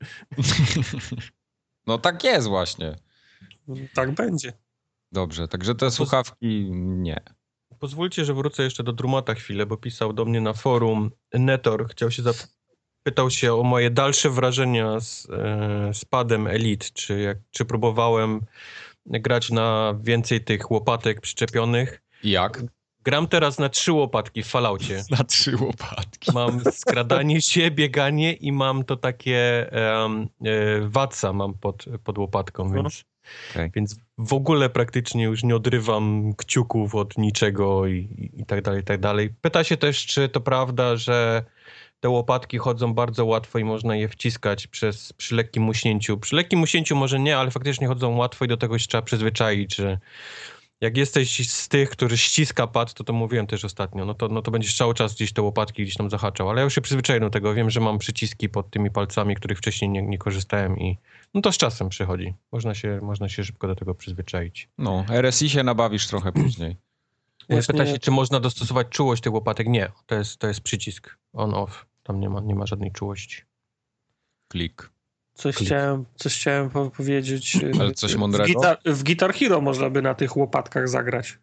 No tak jest właśnie. tak będzie. Dobrze, także te słuchawki nie. pozwólcie, że wrócę jeszcze do Drumata chwilę, bo pisał do mnie na forum Netor. Chciał się zapytał się o moje dalsze wrażenia z, e, z padem Elite. Czy, jak, czy próbowałem grać na więcej tych łopatek przyczepionych. I jak? Gram teraz na trzy łopatki w Falloutie. Na trzy łopatki. Mam skradanie się, bieganie i mam to takie um, e, waca mam pod, pod łopatką, więc, okay. więc w ogóle praktycznie już nie odrywam kciuków od niczego i, i, i tak dalej, i tak dalej. Pyta się też, czy to prawda, że te łopatki chodzą bardzo łatwo i można je wciskać przez, przy lekkim muśnięciu. Przy lekkim muśnięciu może nie, ale faktycznie chodzą łatwo i do tego się trzeba przyzwyczaić, że jak jesteś z tych, który ściska pad, to to mówiłem też ostatnio, no to, no to będziesz cały czas gdzieś te łopatki gdzieś tam zahaczał, ale ja już się przyzwyczaiłem do tego, wiem, że mam przyciski pod tymi palcami, których wcześniej nie, nie korzystałem i no to z czasem przychodzi. Można się, można się szybko do tego przyzwyczaić. No, R S I się nabawisz trochę później. Właśnie... Pyta się, czy można dostosować czułość tych łopatek? Nie, to jest, to jest przycisk on-off, tam nie ma, nie ma żadnej czułości. Klik. Coś Klik. chciałem, coś chciałem powiedzieć. Ale coś w mądrego? Guitar, w Guitar Hero można by na tych łopatkach zagrać.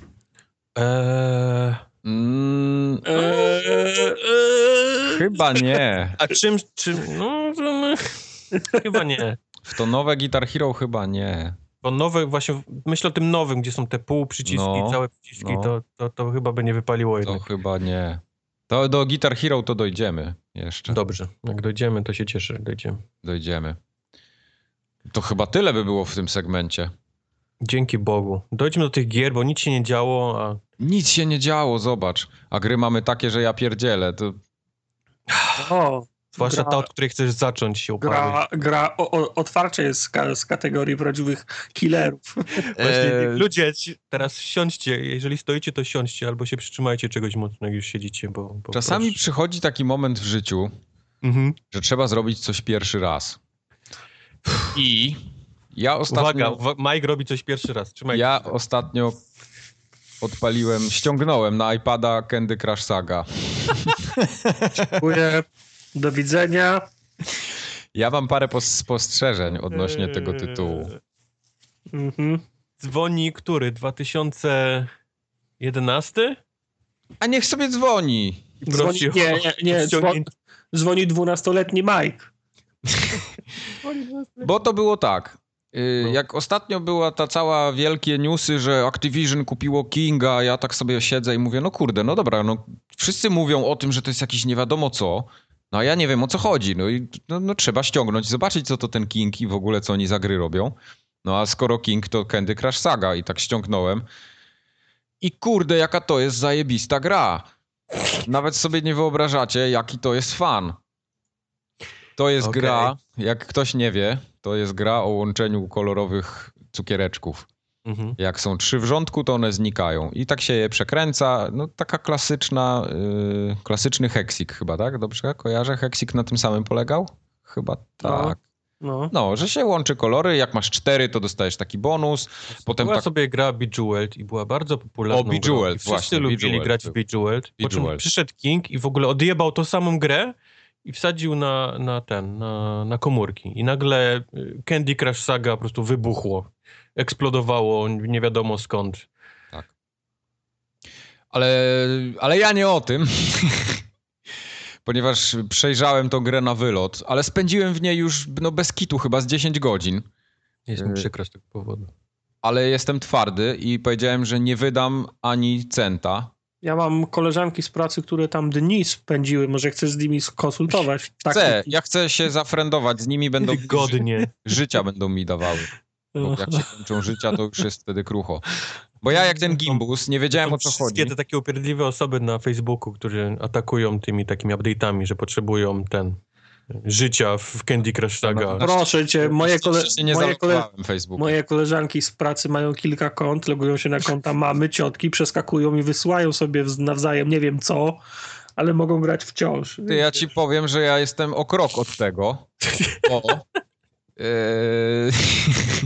Eee... Mm, Eee, eee. chyba nie. A czym, czym, no, no chyba nie. W to nowe Guitar Hero chyba nie. Bo nowe, właśnie myślę o tym nowym, gdzie są te półprzyciski, No, całe przyciski, no. to, to, to chyba by nie wypaliło jednak. To chyba nie. To do Guitar Hero to dojdziemy jeszcze. Dobrze, jak dojdziemy, to się cieszę, dojdziemy. Dojdziemy. To chyba tyle by było w tym segmencie. Dzięki Bogu. Dojdźmy do tych gier, bo nic się nie działo, a... Nic się nie działo, zobacz. A gry mamy takie, że ja pierdzielę. To... O, Zwłaszcza gra, ta, od której chcesz zacząć się gra, oparć. gra o, o, otwarcie jest z, ka, z kategorii prawdziwych killerów. Właśnie, Eee, ludzie, ci- teraz siądźcie, jeżeli stoicie, to siądźcie, albo się przytrzymajcie czegoś mocno, jak już siedzicie, bo... bo Czasami proszę. przychodzi taki moment w życiu, Mhm. że trzeba zrobić coś pierwszy raz. I ja ostatnio... Uwaga, uwa- Mike robi coś pierwszy raz, trzymajcie Ja się. ostatnio odpaliłem, ściągnąłem na iPada Candy Crush Saga. Dziękuję. Do widzenia. Ja mam parę pos- spostrzeżeń odnośnie tego tytułu. Mhm. Dzwoni który? dwa tysiące jedenasty? A niech sobie dzwoni. Dzwoni, Prosi o nie, nie, nie dzwoni, ściągnięcie. dzwoni dwunastoletni Mike. Bo to było tak. y, No. Jak ostatnio była ta cała wielkie newsy, że Activision kupiło Kinga, ja tak sobie siedzę i mówię, no kurde, no dobra, no wszyscy mówią o tym, że to jest jakiś nie wiadomo co, no a ja nie wiem o co chodzi, no i no, no trzeba ściągnąć, zobaczyć co to ten King i w ogóle co oni za gry robią. No a skoro King to Candy Crush Saga i tak ściągnąłem i kurde jaka to jest zajebista gra. Nawet sobie nie wyobrażacie jaki to jest fan. To jest Okej. gra, jak ktoś nie wie, to jest gra o łączeniu kolorowych cukiereczków. Mhm. Jak są trzy w rządku, to one znikają. I tak się je przekręca. No taka klasyczna, yy, klasyczny heksik chyba, tak? Dobrze kojarzę? Heksik na tym samym polegał? Chyba tak. No. No, że się łączy kolory. Jak masz cztery, to dostajesz taki bonus. Potem Była tak... sobie gra Bejeweled i była bardzo popularną O, Bejeweled, grą. I wszyscy właśnie, lubili Bejeweled grać w był. Bejeweled. Po czym Bejeweled. przyszedł King i w ogóle odjebał tą samą grę i wsadził na, na ten, na, na komórki. I nagle y, Candy Crush Saga po prostu wybuchło. Eksplodowało, nie wiadomo skąd. Tak. Ale, ale ja nie o tym. Ponieważ przejrzałem tą grę na wylot, ale spędziłem w niej już no, bez kitu chyba z dziesięć godzin. Jest mi Y- przykro z tego powodu. Ale jestem twardy i powiedziałem, że nie wydam ani centa. Ja mam koleżanki z pracy, które tam dni spędziły. Może chcesz z nimi skonsultować? Chcę, ja chcę się zafrendować z nimi, będą Godnie. życia będą mi dawały. Bo jak się kończą życia, to już jest wtedy krucho. Bo ja jak ten gimbus, nie wiedziałem o co chodzi. Wszystkie te takie upierdliwe osoby na Facebooku, którzy atakują tymi takimi update'ami, że potrzebują ten życia w Candy Crush Saga. No, Proszę cię, moje, kole... Jeszcze nie moje, kole... zalogowałem Facebooka. moje koleżanki z pracy mają kilka kont, logują się na konta mamy, ciotki, przeskakują i wysyłają sobie wz- nawzajem nie wiem co, ale mogą grać wciąż. Ty, ja ci powiem, że ja jestem o krok od tego. O. Yy...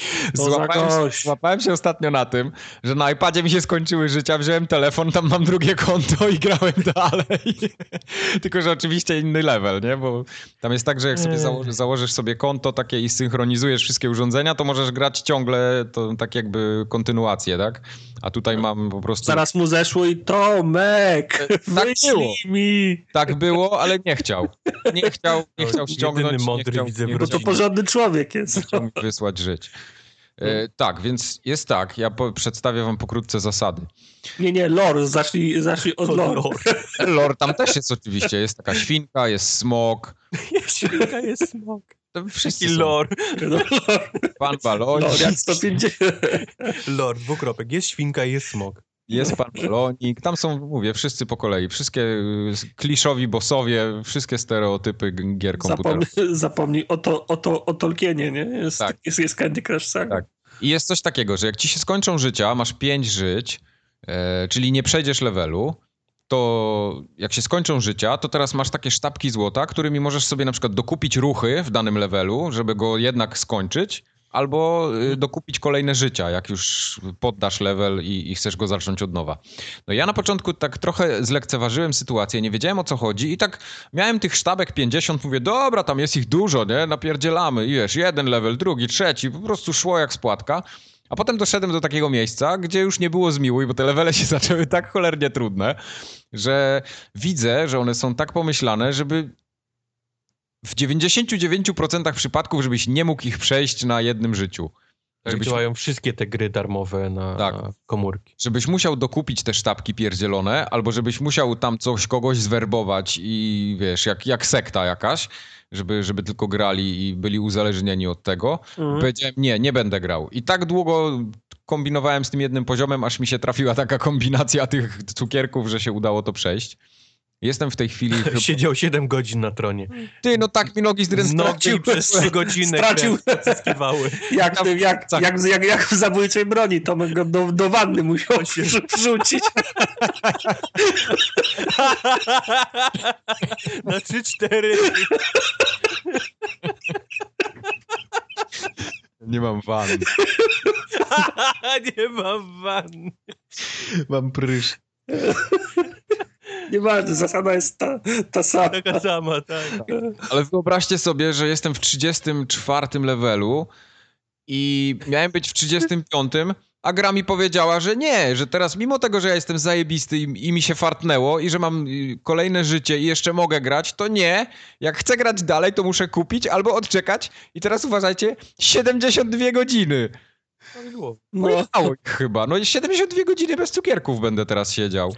Złapałem się, złapałem się ostatnio na tym, że na iPadzie mi się skończyły życia, wziąłem telefon, tam mam drugie konto i grałem dalej. Tylko, że oczywiście inny level, nie? Bo tam jest tak, że jak sobie założysz, założysz sobie konto takie i synchronizujesz wszystkie urządzenia, to możesz grać ciągle to tak jakby kontynuację, tak? A tutaj mam po prostu... Zaraz mu zeszło i Tomek, tak wyślij było. mi. Tak było, ale nie chciał. Nie chciał, nie chciał ściągnąć. Jedyny mądry nie chciał, widzę w nie Bo to rodzinie. porządny człowiek jest. Nie chciał mi wysłać żyć. E, tak, więc jest tak. Ja po, przedstawię wam pokrótce zasady. Nie, nie, lore, zacznij, zacznij od lore. Lore tam też jest oczywiście. Jest taka świnka, jest smok. Świnka jest smok. To wszyscy Taki są. lore. No, lore. Pan balonik. Lore jak sto pięćdziesiąt. Lore, dwukropek. Jest świnka, jest smok. Jest pan balonik. Tam są, mówię, wszyscy po kolei. Wszystkie y, kliszowi bossowie, wszystkie stereotypy g- gier komputerowych. Zapomnij, zapomnij o, to, o, to, o Tolkienie, nie? Jest, Tak. jest, jest Candy Crush Saga. Tak. I jest coś takiego, że jak ci się skończą życia, masz pięć żyć, e, czyli nie przejdziesz levelu, to jak się skończą życia, to teraz masz takie sztabki złota, którymi możesz sobie na przykład dokupić ruchy w danym levelu, żeby go jednak skończyć, albo y, dokupić kolejne życia, jak już poddasz level i, i chcesz go zacząć od nowa. No ja na początku tak trochę zlekceważyłem sytuację, nie wiedziałem o co chodzi i tak miałem tych sztabek pięćdziesiąt, mówię, dobra, tam jest ich dużo, nie, napierdzielamy, i wiesz, jeden level, drugi, trzeci, po prostu szło jak z płatka. A potem doszedłem do takiego miejsca, gdzie już nie było zmiłuj, bo te levele się zaczęły tak cholernie trudne, że widzę, że one są tak pomyślane, żeby w dziewięćdziesiąt dziewięć procent przypadków, żebyś nie mógł ich przejść na jednym życiu. Tak Żebyś, działają wszystkie te gry darmowe na Tak. komórki. żebyś musiał dokupić te sztabki pierdzielone, albo żebyś musiał tam coś, kogoś zwerbować i wiesz, jak, jak sekta jakaś, żeby, żeby tylko grali i byli uzależnieni od tego. Mhm. Powiedziałem, nie, nie będę grał. I tak długo kombinowałem z tym jednym poziomem, aż mi się trafiła taka kombinacja tych cukierków, że się udało to przejść. Jestem w tej chwili... chyba- Siedział siedem godzin na tronie. Ty, no tak mi nogi Z nogi zdrętwiły. przez trzy godziny Stracił. odzyskiwały. Jak, Tam- jak, tak. jak, jak, jak w zabójczej broni, Tomek go do, do wanny musiał wrzu- wrzucić. Na trzy cztery. Nie mam van. Nie mam wanny. Mam prysz. Nieważne, zasada jest ta, ta sama. Taka sama, tak. Ale wyobraźcie sobie, że jestem w trzydziestym czwartym levelu i miałem być w trzydziestym piątym, a gra mi powiedziała, że nie, że teraz mimo tego, że ja jestem zajebisty i, i mi się fartnęło i że mam y, kolejne życie i jeszcze mogę grać, to nie. Jak chcę grać dalej, to muszę kupić albo odczekać i teraz uważajcie, siedemdziesiąt dwie godziny. Prawidłowo. No i No. mało ich chyba. No i siedemdziesiąt dwie godziny bez cukierków będę teraz siedział.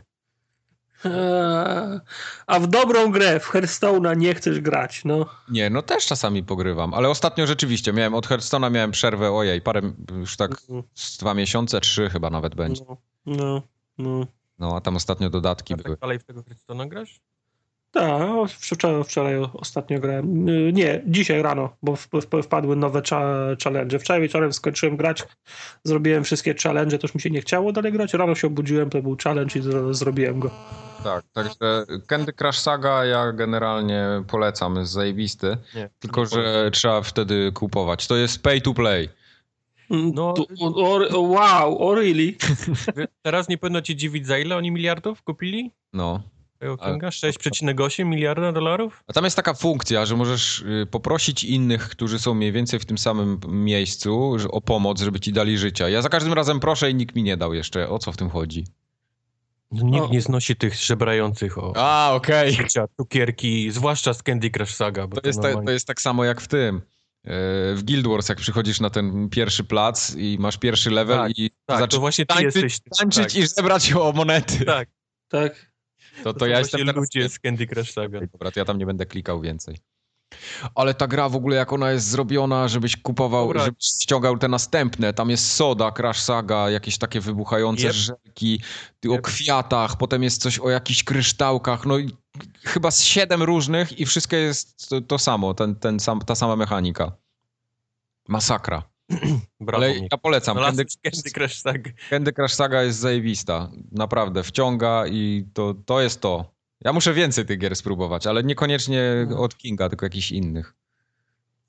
Eee, A w dobrą grę, w Hearthstone'a nie chcesz grać, no. Nie, no też czasami pogrywam, ale ostatnio rzeczywiście miałem, od Hearthstone'a miałem przerwę, ojej, parę, już tak z dwa miesiące, trzy chyba nawet będzie. No, no, no. No, a tam ostatnio dodatki A były. tak dalej w tego Hearthstone'a grasz? Tak, wczoraj, wczoraj ostatnio grałem. Yy, Nie, dzisiaj rano, bo w- w- wpadły nowe cza- challenge. Wczoraj wieczorem skończyłem grać, zrobiłem wszystkie challenge, to już mi się nie chciało dalej grać. Rano się obudziłem, to był challenge i zro- zrobiłem go. Tak, także Candy Crush Saga ja generalnie polecam, jest zajebisty, Nie. tylko nie że trzeba wtedy kupować. To jest pay to play. Mm, No. tu- o, o, wow, o really? Wie- Teraz nie powinno cię dziwić, za ile oni miliardów kupili? No. Tego księga? sześć przecinek osiem miliarda dolarów? A tam jest taka funkcja, że możesz y, poprosić innych, którzy są mniej więcej w tym samym miejscu, że- o pomoc, żeby ci dali życia. Ja za każdym razem proszę i nikt mi nie dał jeszcze. O co w tym chodzi? No, nikt O. nie znosi tych żebrających o A, okej. życia, cukierki, zwłaszcza z Candy Crush Saga. Bo To jest, ta, normalnie- to jest tak samo jak w tym. e, W Guild Wars, jak przychodzisz na ten pierwszy plac i masz pierwszy level Tak, i tak, to zaczynasz właśnie ty tańczyć, jesteś. tańczyć tak, i żebrać o monety. tak. Tak. To, To, to są ja właśnie jestem teraz... ludzie z Candy Crush Saga. Dobra, to ja tam nie będę klikał więcej. Ale ta gra w ogóle, jak ona jest zrobiona, żebyś kupował, Dobra. żebyś ściągał te następne. Tam jest soda, Crash Saga, jakieś takie wybuchające Yep. żelki, ty o Yep. kwiatach, potem jest coś o jakichś kryształkach, no i chyba z siedem różnych i wszystko jest to, to samo, ten, ten sam, ta sama mechanika. Masakra. Brawo, Ale Mick. ja polecam. Candy, Znalazłeś Candy Crush Saga. Candy Crush Saga jest zajebista. Naprawdę, wciąga i to, to jest to. Ja muszę więcej tych gier spróbować, ale niekoniecznie No. od Kinga, tylko jakichś innych.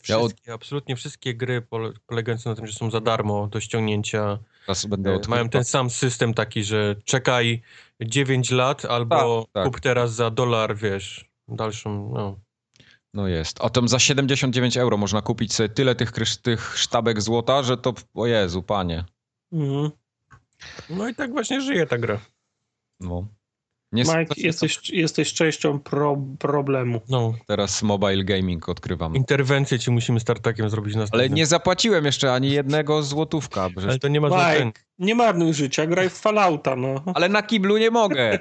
Wszystkie, ja od... absolutnie wszystkie gry pole, polegające na tym, że są za darmo do ściągnięcia, Teraz będę e, mają ten sam system taki, że czekaj dziewięć lat albo tak, tak. kup teraz za dolar, wiesz, dalszą, no. No jest. A tam za siedemdziesiąt dziewięć euro można kupić sobie tyle tych, tych sztabek złota, że to, o Jezu, panie. Mhm. No i tak właśnie żyje ta gra. No. Mike, jesteś, to... jesteś częścią pro, problemu. No. Teraz mobile gaming odkrywam. Interwencję ci musimy startakiem zrobić następnym. Ale nie zapłaciłem jeszcze ani jednego złotówka. Przecież... Ale to nie ma znaczenia. Mike, nie marnuj życia, graj w Fallouta, no. Ale na kiblu nie mogę.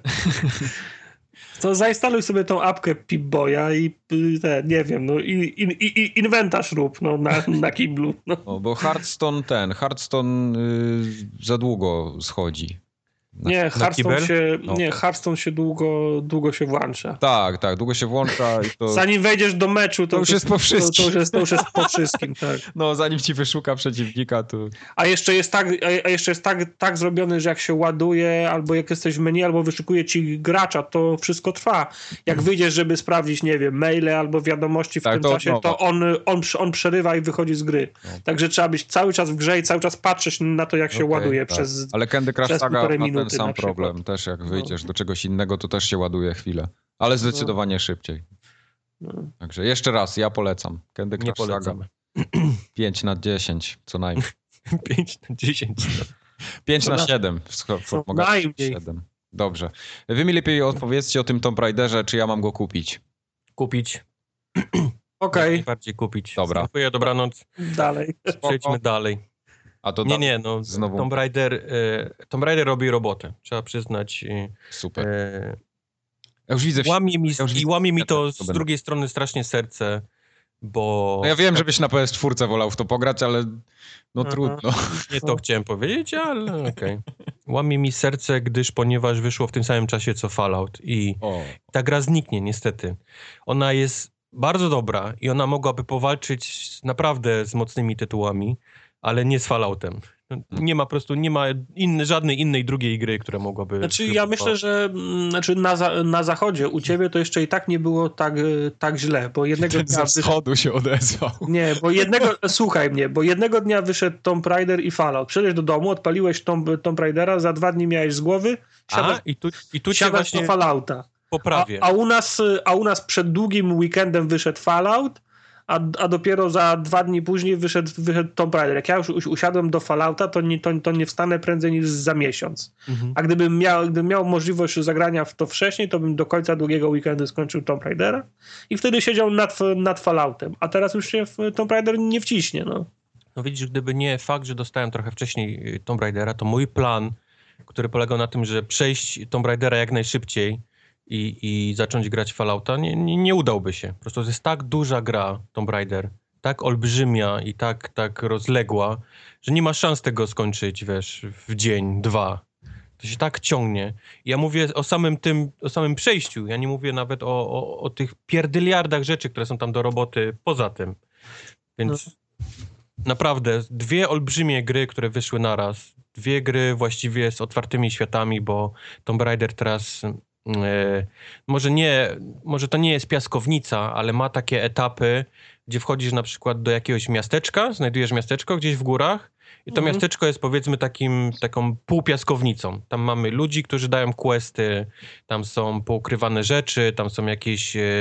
To zainstaluj sobie tą apkę Pip-Boya i te, nie wiem, no i, i, i inwentarz rób no, na, na kiblu. No. O, bo Hearthstone ten, Hearthstone y, za długo schodzi. Na, nie, Hearthstone się, no. nie, Hearthstone się długo, długo się włącza. Tak, tak, długo się włącza. I to... Zanim wejdziesz do meczu, to, to już jest po wszystkim. To, to, już jest, to już jest po wszystkim, tak. No, zanim ci wyszuka przeciwnika, to... A jeszcze jest tak, a jeszcze jest tak, tak zrobiony, że jak się ładuje, albo jak jesteś w menu, albo wyszukuje ci gracza, to wszystko trwa. Jak wyjdziesz, żeby sprawdzić, nie wiem, maile albo wiadomości w tak, tym to czasie, to on, on, on przerywa i wychodzi z gry. No. Także trzeba być cały czas w grze i cały czas patrzeć na to, jak się okay, ładuje tak. przez Ale Candy Crush Saga ma ten sam problem. Też jak wyjdziesz no. do czegoś innego, to też się ładuje chwilę. Ale zdecydowanie no. szybciej. No. Także jeszcze raz, ja polecam. Candy Crush Nie polecam. Saga. pięć na dziesięć, co najmniej. pięć na dziesięć. pięć na siedem. Co najmniej. Dobrze. Wy mi lepiej odpowiedzcie o tym Tomb Raiderze, czy ja mam go kupić. Kupić. Okej. Okay. Bardziej kupić. Dobra. Dziękuję, dobranoc. Dalej. Przejdźmy dalej. A to nie, nie, no znowu... Tomb Raider, e, Tomb Raider robi robotę, trzeba przyznać. E, Super. E, ja już widzę... Łamie mi, ja już I łamie mi to z to drugiej strony strasznie serce, bo... No ja wiem, żebyś na P S cztery wolał w to pograć, ale no Aha. trudno. Nie to chciałem powiedzieć, ale okej. Okay. Łamie mi serce, gdyż ponieważ wyszło w tym samym czasie co Fallout i o. ta gra zniknie niestety. Ona jest bardzo dobra i ona mogłaby powalczyć naprawdę z mocnymi tytułami, ale nie z Falloutem. Nie ma po prostu, nie ma inny, żadnej innej drugiej gry, która mogłaby... Znaczy ja myślę, że znaczy na, za, na zachodzie u ciebie to jeszcze i tak nie było tak, tak źle, bo jednego Ten dnia... ze wschodu się odezwał. Nie, bo jednego... Słuchaj mnie, bo jednego dnia wyszedł Tomb Raider i Fallout. Przyszedłeś do domu, odpaliłeś Tomb, Tomb Raidera, za dwa dni miałeś z głowy, siadasz, A, i tu, i tu cię właśnie do Fallouta. Poprawię. A, a, u nas, a u nas przed długim weekendem wyszedł Fallout, A, a dopiero za dwa dni później wyszedł, wyszedł Tomb Raider. Jak ja już usiadłem do Fallouta, to nie, to, to nie wstanę prędzej niż za miesiąc. Mhm. A gdybym miał, gdybym miał możliwość zagrania w to wcześniej, to bym do końca długiego weekendu skończył Tomb Raidera i wtedy siedział nad, nad Falloutem. A teraz już się w Tomb Raider nie wciśnie. No. no widzisz, gdyby nie fakt, że dostałem trochę wcześniej Tomb Raidera, to mój plan, który polegał na tym, że przejść Tomb Raidera jak najszybciej I, i zacząć grać Fallouta, nie, nie, nie udałby się. Po prostu to jest tak duża gra Tomb Raider, tak olbrzymia i tak, tak rozległa, że nie ma szans tego skończyć, wiesz, w dzień, dwa. To się tak ciągnie. Ja mówię o samym tym, o samym przejściu. Ja nie mówię nawet o, o, o tych pierdyliardach rzeczy, które są tam do roboty poza tym. Więc no. naprawdę dwie olbrzymie gry, które wyszły naraz. Dwie gry właściwie z otwartymi światami, bo Tomb Raider teraz... Yy, może nie, może to nie jest piaskownica, ale ma takie etapy, gdzie wchodzisz na przykład do jakiegoś miasteczka, znajdujesz miasteczko gdzieś w górach i to mhm. miasteczko jest powiedzmy takim, taką półpiaskownicą. Tam mamy ludzi, którzy dają questy, tam są poukrywane rzeczy, tam są jakieś e,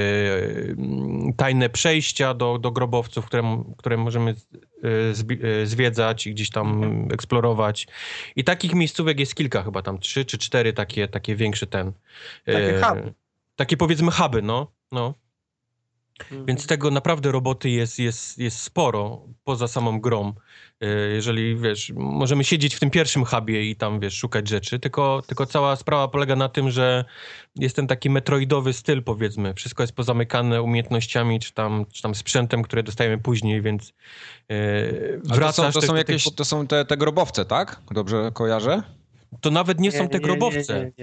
tajne przejścia do, do grobowców, które, które możemy e, zbi- e, zwiedzać i gdzieś tam mhm. eksplorować. I takich miejscówek jest kilka, chyba tam trzy czy cztery takie, takie większe ten. Takie e, huby. Takie powiedzmy huby, no. no. Mhm. Więc tego naprawdę roboty jest, jest, jest sporo, poza samą grą. Jeżeli, wiesz, możemy siedzieć w tym pierwszym hubie i tam, wiesz, szukać rzeczy, tylko, tylko cała sprawa polega na tym, że jest ten taki metroidowy styl, powiedzmy. Wszystko jest pozamykane umiejętnościami, czy tam, czy tam sprzętem, które dostajemy później, więc yy, wracasz... To są, to są, te, jakieś, te... to są te, te grobowce, tak? Dobrze kojarzę? To nawet nie, nie są te grobowce. Nie, nie, nie.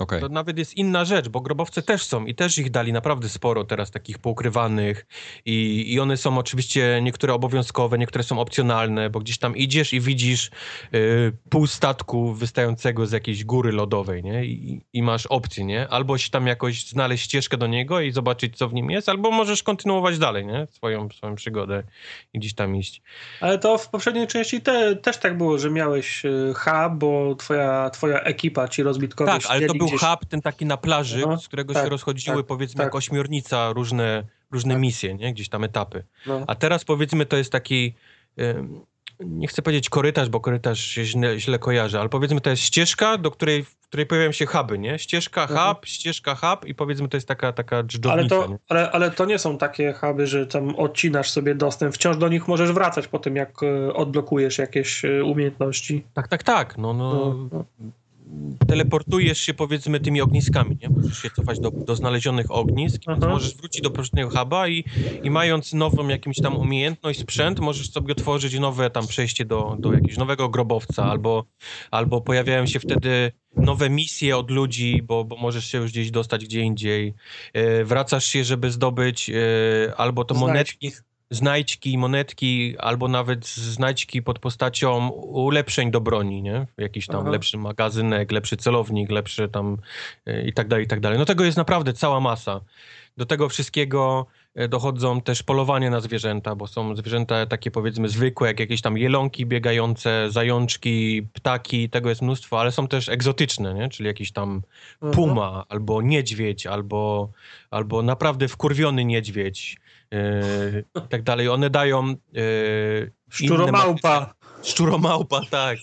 Okay. To nawet jest inna rzecz, bo grobowce też są i też ich dali naprawdę sporo teraz takich poukrywanych i, i one są oczywiście niektóre obowiązkowe, niektóre są opcjonalne, bo gdzieś tam idziesz i widzisz y, pół statku wystającego z jakiejś góry lodowej, nie? I, i masz opcję, nie? Albo się tam jakoś znaleźć ścieżkę do niego i zobaczyć, co w nim jest, albo możesz kontynuować dalej, nie? Swoją, swoją przygodę i gdzieś tam iść. Ale to w poprzedniej części te, też tak było, że miałeś hub, bo twoja, twoja ekipa ci rozbitkowie Tak, ale to był gdzieś... hub ten taki na plaży, no, z którego tak, się rozchodziły tak, powiedzmy tak. jak ośmiornica różne, różne Tak. misje, nie? Gdzieś tam etapy. No. A teraz powiedzmy to jest taki, y, nie chcę powiedzieć korytarz, bo korytarz się źle, źle kojarzy, ale powiedzmy to jest ścieżka, do której, w której pojawiają się huby, nie? Ścieżka, hub, Mhm. ścieżka, hub i powiedzmy to jest taka, taka dżdżownica, Ale to, nie? ale, ale to nie są takie huby, że tam odcinasz sobie dostęp. Wciąż do nich możesz wracać po tym, jak e, odblokujesz jakieś e, umiejętności. Tak, tak, tak, no, no, No, no. teleportujesz się powiedzmy tymi ogniskami, nie? Możesz się cofać do, do znalezionych ognisk, więc Aha. możesz wrócić do poprzedniego huba i, i mając nową jakąś tam umiejętność, sprzęt, możesz sobie otworzyć nowe tam przejście do, do jakiegoś nowego grobowca, albo, albo pojawiają się wtedy nowe misje od ludzi, bo, bo możesz się już gdzieś dostać gdzie indziej. E, wracasz się, żeby zdobyć e, albo to monetki, Znajdźki. znajdźki, monetki, albo nawet znajdźki pod postacią ulepszeń do broni, nie? Jakiś tam Aha. lepszy magazynek, lepszy celownik, lepszy tam y, i tak dalej, i tak dalej. No tego jest naprawdę cała masa. Do tego wszystkiego y, dochodzą też polowanie na zwierzęta, bo są zwierzęta takie powiedzmy zwykłe, jak jakieś tam jelonki biegające, zajączki, ptaki, tego jest mnóstwo, ale są też egzotyczne, nie? Czyli jakiś tam Aha. puma, albo niedźwiedź, albo, albo naprawdę wkurwiony niedźwiedź. Yy, i tak dalej. One dają yy, Szczuromałpa. inne- Szczuromałpa, tak.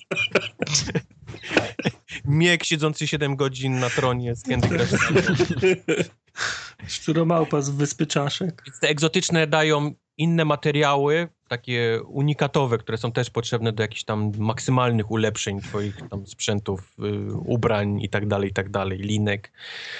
Miek siedzący siedem godzin na tronie z Candy Crush. Szczuromałpa z Wyspy Czaszek. Więc te egzotyczne dają inne materiały, takie unikatowe, które są też potrzebne do jakichś tam maksymalnych ulepszeń twoich tam sprzętów, yy, ubrań i tak dalej, i tak dalej, linek.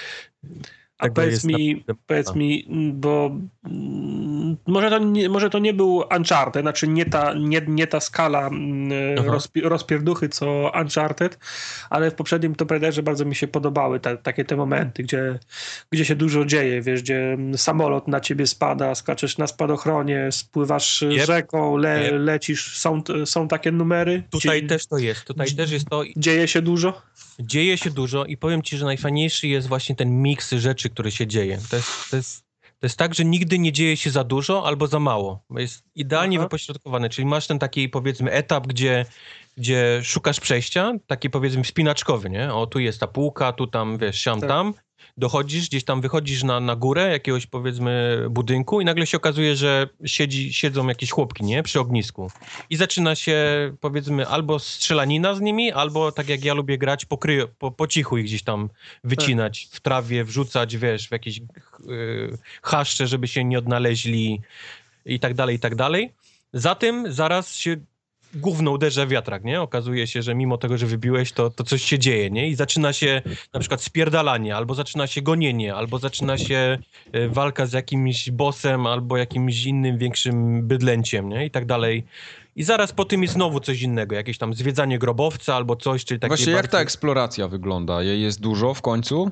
A Tego powiedz jest mi, naprawdę powiedz masa. mi, bo mm, może to, nie, może to nie był Uncharted, znaczy nie ta, nie, nie ta skala mm, Aha. rozpi, rozpierduchy co Uncharted, ale w poprzednim Tomb Raiderze bardzo mi się podobały te, takie te momenty, gdzie, gdzie się dużo dzieje, wiesz, gdzie samolot na ciebie spada, skaczesz na spadochronie, spływasz Yep. rzeką, le, Yep. lecisz, są, są takie numery? Tutaj Dzie- też to jest, tutaj też jest to. Dzieje się dużo? Dzieje się dużo i powiem ci, że najfajniejszy jest właśnie ten miks rzeczy, które się dzieje. To jest, to jest, to jest tak, że nigdy nie dzieje się za dużo albo za mało. Bo jest idealnie Aha. wypośrodkowane, czyli masz ten taki powiedzmy etap, gdzie, gdzie szukasz przejścia, taki powiedzmy wspinaczkowy, nie? O, tu jest ta półka, tu tam, wiesz, siam Tak. tam. Dochodzisz, gdzieś tam wychodzisz na, na górę jakiegoś powiedzmy budynku i nagle się okazuje, że siedzi, siedzą jakieś chłopki, nie? Przy ognisku. I zaczyna się powiedzmy albo strzelanina z nimi, albo tak jak ja lubię grać, pokry, po, po cichu ich gdzieś tam wycinać w trawie, wrzucać, wiesz, w jakieś yy, chaszcze, żeby się nie odnaleźli i tak dalej, i tak dalej. Za tym zaraz się gówno uderza w wiatrak, nie? Okazuje się, że mimo tego, że wybiłeś, to, to coś się dzieje, nie? I zaczyna się na przykład spierdalanie, albo zaczyna się gonienie, albo zaczyna się e, walka z jakimś bossem, albo jakimś innym większym bydlęciem, nie? I tak dalej. I zaraz po tym jest znowu coś innego, jakieś tam zwiedzanie grobowca albo coś, czyli takie Właśnie jak ta bardziej- eksploracja wygląda? Jej jest dużo w końcu?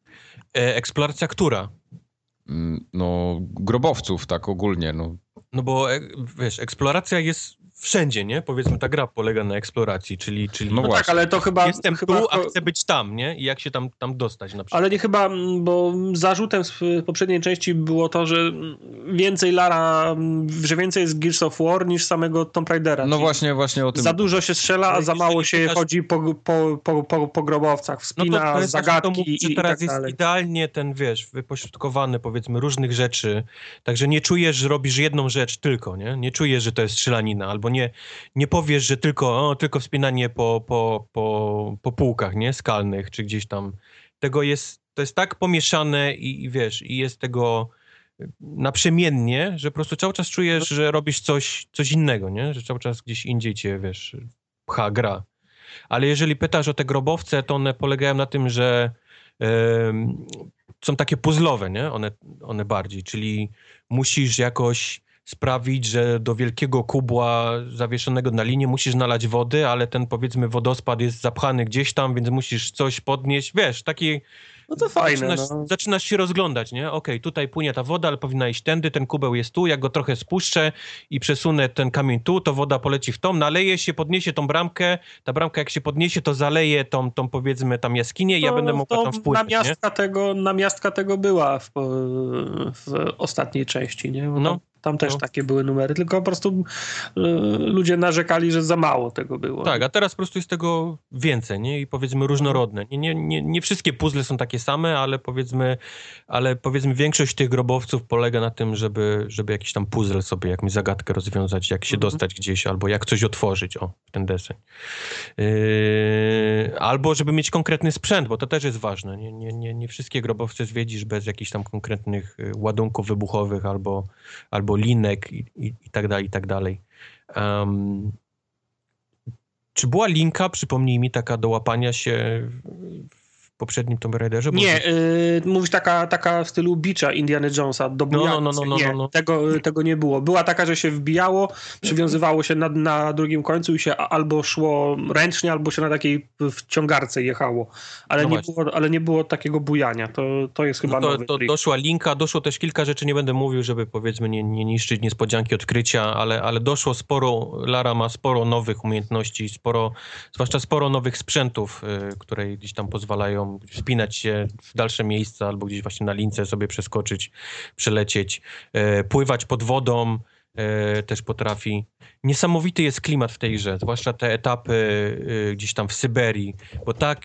e, eksploracja która? Mm, No, grobowców tak ogólnie, no. No bo, e, wiesz, eksploracja jest wszędzie, nie? Powiedzmy, ta gra polega na eksploracji, czyli... czyli No No właśnie. tak, ale to chyba... Jestem chyba tu, a chcę być tam, nie? I jak się tam, tam dostać na przykład. Ale nie chyba, mm, bo zarzutem z poprzedniej części było to, że więcej Lara, że więcej jest Gears of War niż samego Tomb Raidera. No Czyli właśnie, właśnie o tym. za dużo się strzela, a Ale za jeżeli mało się pytasz- chodzi po, po, po, po, po grobowcach, No wspina, to, to jest właśnie to zagadki mówię, że i, i teraz tak jest dalej. idealnie ten, wiesz, wypośrodkowany, powiedzmy, różnych rzeczy, także nie czujesz, że robisz jedną rzecz tylko, nie? Nie czujesz, że to jest strzelanina, albo nie, nie powiesz, że tylko, o, tylko wspinanie po, po, po, po półkach, nie? Skalnych, czy gdzieś tam. Tego jest, to jest tak pomieszane i, i wiesz, i jest tego naprzemiennie, że po prostu cały czas czujesz, że robisz coś, coś innego, nie? Że cały czas gdzieś indziej cię, wiesz, pcha gra. Ale jeżeli pytasz o te grobowce, to one polegają na tym, że em, są takie puzzlowe, nie? One, one bardziej, czyli musisz jakoś sprawić, że do wielkiego kubła zawieszonego na linie musisz nalać wody, ale ten, powiedzmy, wodospad jest zapchany gdzieś tam, więc musisz coś podnieść. Wiesz, taki... No to fajne, zaczynasz, no. zaczynasz się rozglądać, nie? Okej, okay, tutaj płynie ta woda, ale powinna iść tędy, ten kubeł jest tu, jak go trochę spuszczę i przesunę ten kamień tu, to woda poleci w tą, naleje się, podniesie tą bramkę, ta bramka jak się podniesie, to zaleje tą, tą powiedzmy tam jaskinię i ja to, będę mogła tam wpłynąć, namiastka tego, namiastka tego była w, w ostatniej części, nie? Bo no. tam, tam też no. takie były numery, tylko po prostu y, ludzie narzekali, że za mało tego było. Tak, a teraz po prostu jest tego więcej, nie? I powiedzmy różnorodne. Nie, nie, nie, nie wszystkie puzzle są takie same, ale powiedzmy, ale powiedzmy większość tych grobowców polega na tym, żeby, żeby jakiś tam puzzle sobie, jakąś zagadkę rozwiązać, jak się mhm. dostać gdzieś, albo jak coś otworzyć, o, ten deseń. Yy, albo żeby mieć konkretny sprzęt, bo to też jest ważne. Nie, nie, nie, nie wszystkie grobowce zwiedzisz bez jakichś tam konkretnych ładunków wybuchowych, albo, albo linek i, i, i tak dalej, i tak dalej. Um, Czy była linka, przypomnij mi, taka do łapania się w poprzednim Tomb Raiderze? Bo nie, yy, mówisz taka, taka w stylu bicza Indiana Jonesa, do bujania. No, no, no, no, nie, no, no. Tego, tego nie było. Była taka, że się wbijało, przywiązywało się na, na drugim końcu i się albo szło ręcznie, albo się na takiej wciągarce jechało. Ale, no nie, było, ale nie było takiego bujania. To, to jest chyba no to, nowy to trik. doszła linka, doszło też kilka rzeczy, nie będę mówił, żeby powiedzmy nie, nie niszczyć niespodzianki odkrycia, ale, ale doszło sporo, Lara ma sporo nowych umiejętności, sporo, zwłaszcza sporo nowych sprzętów, y, które gdzieś tam pozwalają wspinać się w dalsze miejsca, albo gdzieś właśnie na lince sobie przeskoczyć, przelecieć, y, pływać pod wodą, y, też potrafi. Niesamowity jest klimat w tej grze, zwłaszcza te etapy y, gdzieś tam w Syberii, bo tak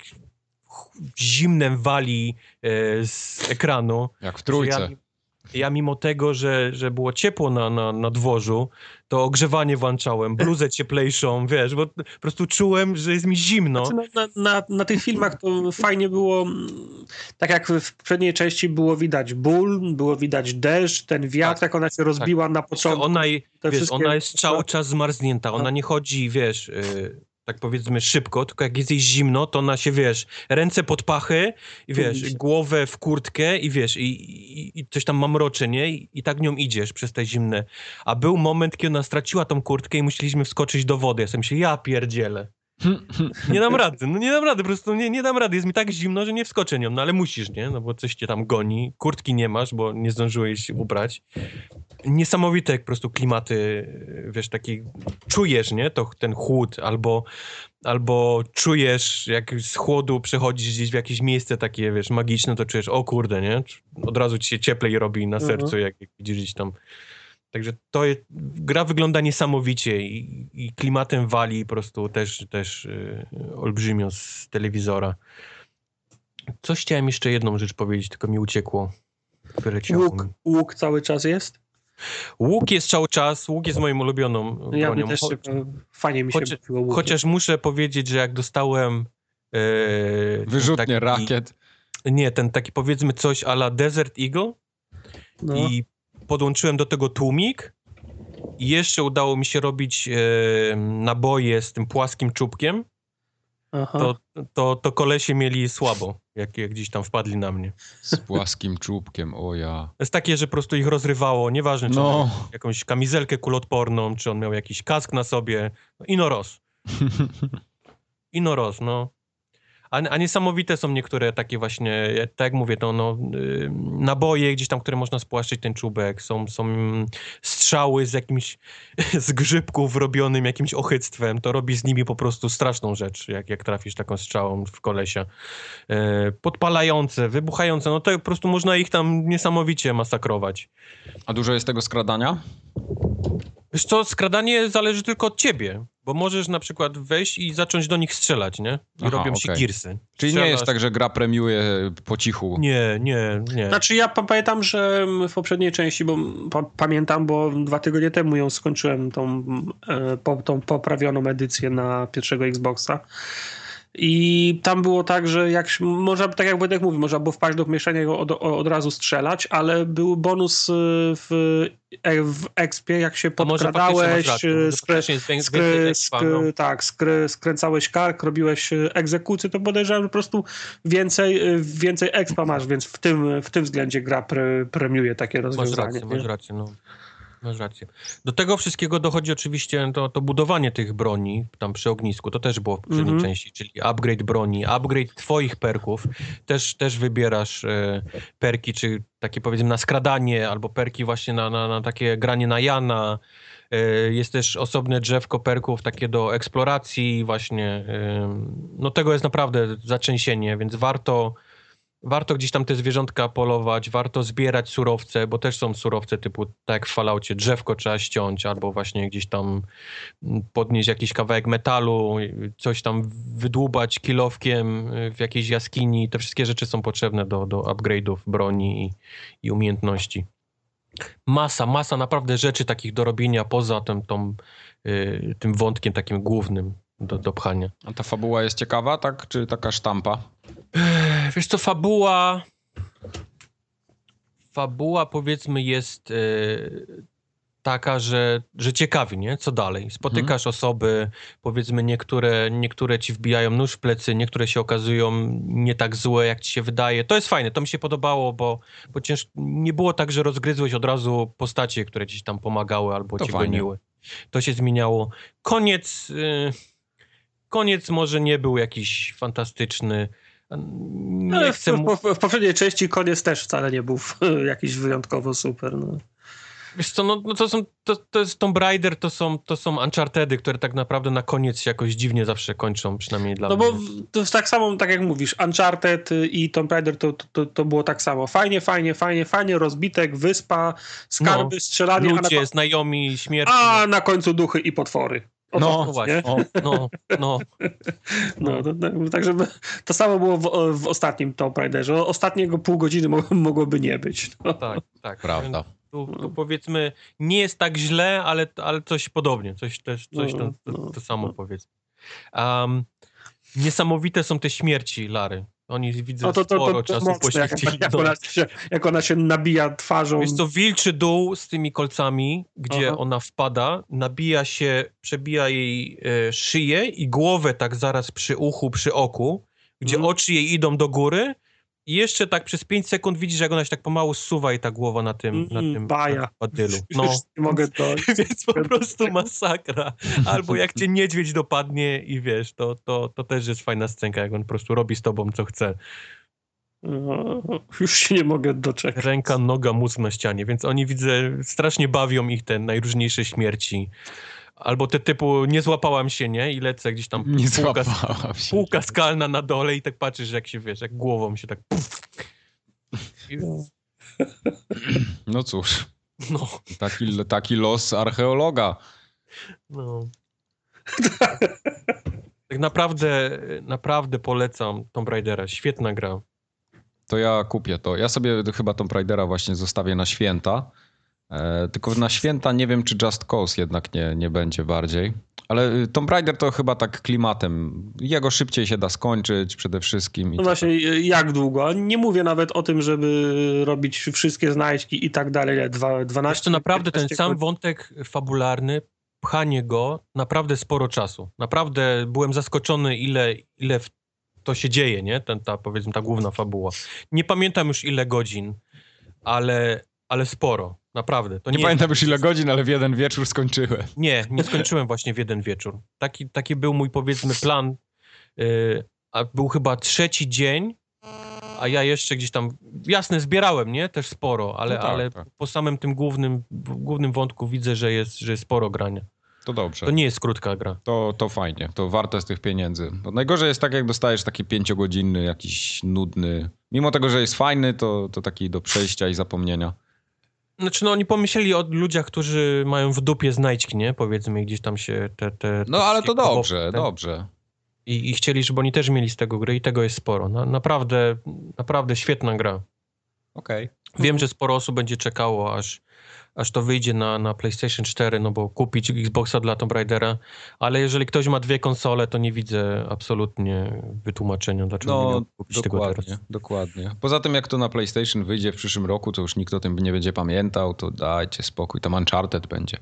zimnem wali e, z ekranu. Jak w trójce. Ja, ja mimo tego, że, że było ciepło na, na, na dworzu, to ogrzewanie włączałem, bluzę cieplejszą, wiesz, bo po prostu czułem, że jest mi zimno. Znaczy na, na, na tych filmach to fajnie było, tak jak w poprzedniej części było widać ból, było widać deszcz, ten wiatr, tak, jak ona się rozbiła tak. na początku. Ona, te wiesz, wszystkie... ona jest cały czas zmarznięta, ona nie chodzi, wiesz... Yy, tak powiedzmy szybko, tylko jak jest jej zimno, to ona się, wiesz, ręce pod pachy i wiesz, głowę w kurtkę i wiesz, i, i, i coś tam mamrocze, nie? I, I tak nią idziesz przez te zimne. A był moment, kiedy ona straciła tą kurtkę i musieliśmy wskoczyć do wody. Ja sobie myślę, ja pierdzielę. Nie dam rady, no nie dam rady, po prostu nie, nie dam rady. Jest mi tak zimno, że nie wskoczę nią, no ale musisz, nie? No bo coś cię tam goni. Kurtki nie masz, bo nie zdążyłeś się ubrać. Niesamowite po prostu klimaty, wiesz, taki czujesz, nie? To ten chłód, albo, albo czujesz, jak z chłodu przechodzisz gdzieś w jakieś miejsce takie, wiesz, magiczne, to czujesz, o kurde, nie? Od razu ci się cieplej robi na sercu, mhm. jak, jak widzisz gdzieś tam. Także to jest, gra wygląda niesamowicie i, i klimatem wali po prostu też, też yy, olbrzymio z telewizora. Coś chciałem jeszcze jedną rzecz powiedzieć, tylko mi uciekło. Łuk, łuk cały czas jest? Łuk jest cały czas, łuk jest moją ulubioną bronią. Ja by też Cho- fajnie mi się chociaż, bawiło łukiem. Chociaż muszę powiedzieć, że jak dostałem yy, wyrzutnie taki, rakiet. Nie, ten taki powiedzmy coś a la Desert Eagle no. i podłączyłem do tego tłumik i jeszcze udało mi się robić e, naboje z tym płaskim czubkiem, to, to, to kolesie mieli słabo, jak, jak gdzieś tam wpadli na mnie. Z płaskim czubkiem, o ja. To jest takie, że po prostu ich rozrywało, nieważne czy no. on miał jakąś kamizelkę kulotporną, czy on miał jakiś kask na sobie, ino roz. Ino roz, no. A, a niesamowite są niektóre takie właśnie, tak jak mówię, to no, yy, naboje gdzieś tam, które można spłaszczyć ten czubek, są, są strzały z jakimś, z grzybków robionym jakimś ochyctwem, to robi z nimi po prostu straszną rzecz, jak, jak trafisz taką strzałą w kolesia. Yy, podpalające, wybuchające, no to po prostu można ich tam niesamowicie masakrować. A dużo jest tego skradania? Wiesz co, skradanie zależy tylko od ciebie, bo możesz na przykład wejść i zacząć do nich strzelać, nie? I Aha, robią okay. się girsy. Czyli Strzelasz... nie jest tak, że gra premiuje po cichu? Nie, nie, nie. Znaczy ja pamiętam, że w poprzedniej części, bo pa- pamiętam, bo dwa tygodnie temu ją skończyłem, tą, e, po, tą poprawioną edycję na pierwszego Xboxa. I tam było tak, że jak można, tak jak Wojtek mówi, można było wpaść do pomieszczenia i od, od razu strzelać, ale był bonus w, w expie, jak się podkradałeś, skrę, skrę, skrę, tak, skrę, skręcałeś kark, robiłeś egzekucję, to podejrzewam, że po prostu więcej, więcej expa masz, więc w tym, w tym względzie gra pre, premiuje takie rozwiązanie. Masz rację, masz rację, no. Masz rację. Do tego wszystkiego dochodzi oczywiście to, to budowanie tych broni tam przy ognisku. To też było w poprzedniej mm-hmm. części, czyli upgrade broni, upgrade twoich perków. Też, też wybierasz e, perki, czy takie powiedzmy na skradanie, albo perki właśnie na, na, na takie granie na Jana. E, jest też osobne drzewko perków takie do eksploracji właśnie. E, no tego jest naprawdę zatrzęsienie, więc warto... Warto gdzieś tam te zwierzątka polować, warto zbierać surowce, bo też są surowce typu, tak jak w Falloutie, drzewko trzeba ściąć, albo właśnie gdzieś tam podnieść jakiś kawałek metalu, coś tam wydłubać kilowkiem w jakiejś jaskini. Te wszystkie rzeczy są potrzebne do, do upgrade'ów broni i, i umiejętności. Masa, masa naprawdę rzeczy takich do robienia poza tym, tą, y, tym wątkiem takim głównym do, do pchania. A ta fabuła jest ciekawa, tak? Czy taka sztampa? Wiesz co, fabuła fabuła powiedzmy jest y, taka, że, że ciekawi, nie? Co dalej? Spotykasz hmm. osoby, powiedzmy niektóre, niektóre ci wbijają nóż w plecy, niektóre się okazują nie tak złe, jak ci się wydaje. To jest fajne, to mi się podobało, bo, bo cięż... nie było tak, że rozgryzłeś od razu postacie, które ci tam pomagały albo to ci fajnie. goniły. To się zmieniało. Koniec... Y, koniec może nie był jakiś fantastyczny. Nie chcę w, w, w poprzedniej części koniec też wcale nie był jakiś wyjątkowo super. No. Wiesz co, no, no to, są, to, to jest Tomb Raider, to są, to są Unchartedy, które tak naprawdę na koniec się jakoś dziwnie zawsze kończą, przynajmniej dla no mnie. No bo to jest tak samo, tak jak mówisz, Uncharted i Tomb Raider to, to, to było tak samo. Fajnie, fajnie, fajnie, fajnie, rozbitek, wyspa, skarby, no, strzelanie. Ludzie, a na... znajomi, śmierć. A na końcu duchy i potwory. O no, to, no właśnie, o, no, no. No, to, to, także to samo było w, w ostatnim Tomb Raiderze. Ostatniego pół godziny mo, mogłoby nie być. No. Tak, tak. Prawda. Tu, tu powiedzmy, nie jest tak źle, ale, ale coś podobnie, coś, też, coś to, to, to samo no. powiedzmy. Um, niesamowite są te śmierci Lary. Oni widzę no to, to, sporo to, to czasu mocne, poświęcili. Jak, jak, ona się, jak ona się nabija twarzą. Jest to wilczy dół z tymi kolcami, gdzie Aha. ona wpada, nabija się, przebija jej e, szyję i głowę tak zaraz przy uchu, przy oku, gdzie mm. oczy jej idą do góry i jeszcze tak przez pięć sekund widzisz, jak ona się tak pomału zsuwa i ta głowa na tym, mm, na tym baja. badylu. No. Nie mogę to... Więc po prostu masakra. Albo jak cię niedźwiedź dopadnie i wiesz, to, to, to też jest fajna scenka, jak on po prostu robi z tobą, co chce. No, już się nie mogę doczekać. Ręka, noga, mózg na ścianie, więc oni widzę, strasznie bawią ich te najróżniejsze śmierci. Albo te typu, nie złapałam się, nie? I lecę gdzieś tam nie półka, się. półka skalna na dole i tak patrzysz, jak się, wiesz, jak głową się tak... I... No cóż. No. Taki, taki los archeologa. No. Tak naprawdę, naprawdę polecam Tomb Raidera. Świetna gra. To ja kupię to. Ja sobie chyba Tomb Raidera właśnie zostawię na święta. E, tylko na święta nie wiem, czy Just Cause jednak nie, nie będzie bardziej. Ale Tomb Raider to chyba tak klimatem. Jego szybciej się da skończyć przede wszystkim. I no właśnie, tak. Jak długo? Nie mówię nawet o tym, żeby robić wszystkie znajdźki i tak dalej. dwanaście Wiesz, to naprawdę ten sam wątek fabularny, pchanie go, naprawdę sporo czasu. Naprawdę byłem zaskoczony, ile, ile w to się dzieje, nie? Ten, ta, powiedzmy, ta główna fabuła. Nie pamiętam już ile godzin, ale, ale sporo. Naprawdę. To nie, nie pamiętam już ile godzin, ale w jeden wieczór skończyłem. Nie, nie skończyłem właśnie w jeden wieczór. Taki, taki był mój, powiedzmy, plan. Yy, a był chyba trzeci dzień, a ja jeszcze gdzieś tam, jasne, zbierałem, nie? Też sporo, ale, no tak, ale tak. po samym tym głównym, głównym wątku widzę, że jest, że jest sporo grania. To dobrze. To nie jest krótka gra. To, to fajnie, to warte z tych pieniędzy. Bo najgorzej jest tak, jak dostajesz taki pięciogodzinny, jakiś nudny. Mimo tego, że jest fajny, to, to taki do przejścia i zapomnienia. Znaczy, no oni pomyśleli o ludziach, którzy mają w dupie znajdźki, nie? Powiedzmy, gdzieś tam się te... te, te no ale to dobrze, te... dobrze. I, I chcieli, żeby oni też mieli z tego gry i tego jest sporo. Na, naprawdę, naprawdę świetna gra. Okej. Okay. Wiem, że sporo osób będzie czekało, aż, aż to wyjdzie na, na PlayStation cztery, no bo kupić Xboxa dla Tomb Raidera, ale jeżeli ktoś ma dwie konsole, to nie widzę absolutnie wytłumaczenia, dlaczego no, nie miał kupić dokładnie, tego teraz. Dokładnie. Poza tym, jak to na PlayStation wyjdzie w przyszłym roku, to już nikt o tym nie będzie pamiętał, to dajcie spokój, tam Uncharted będzie.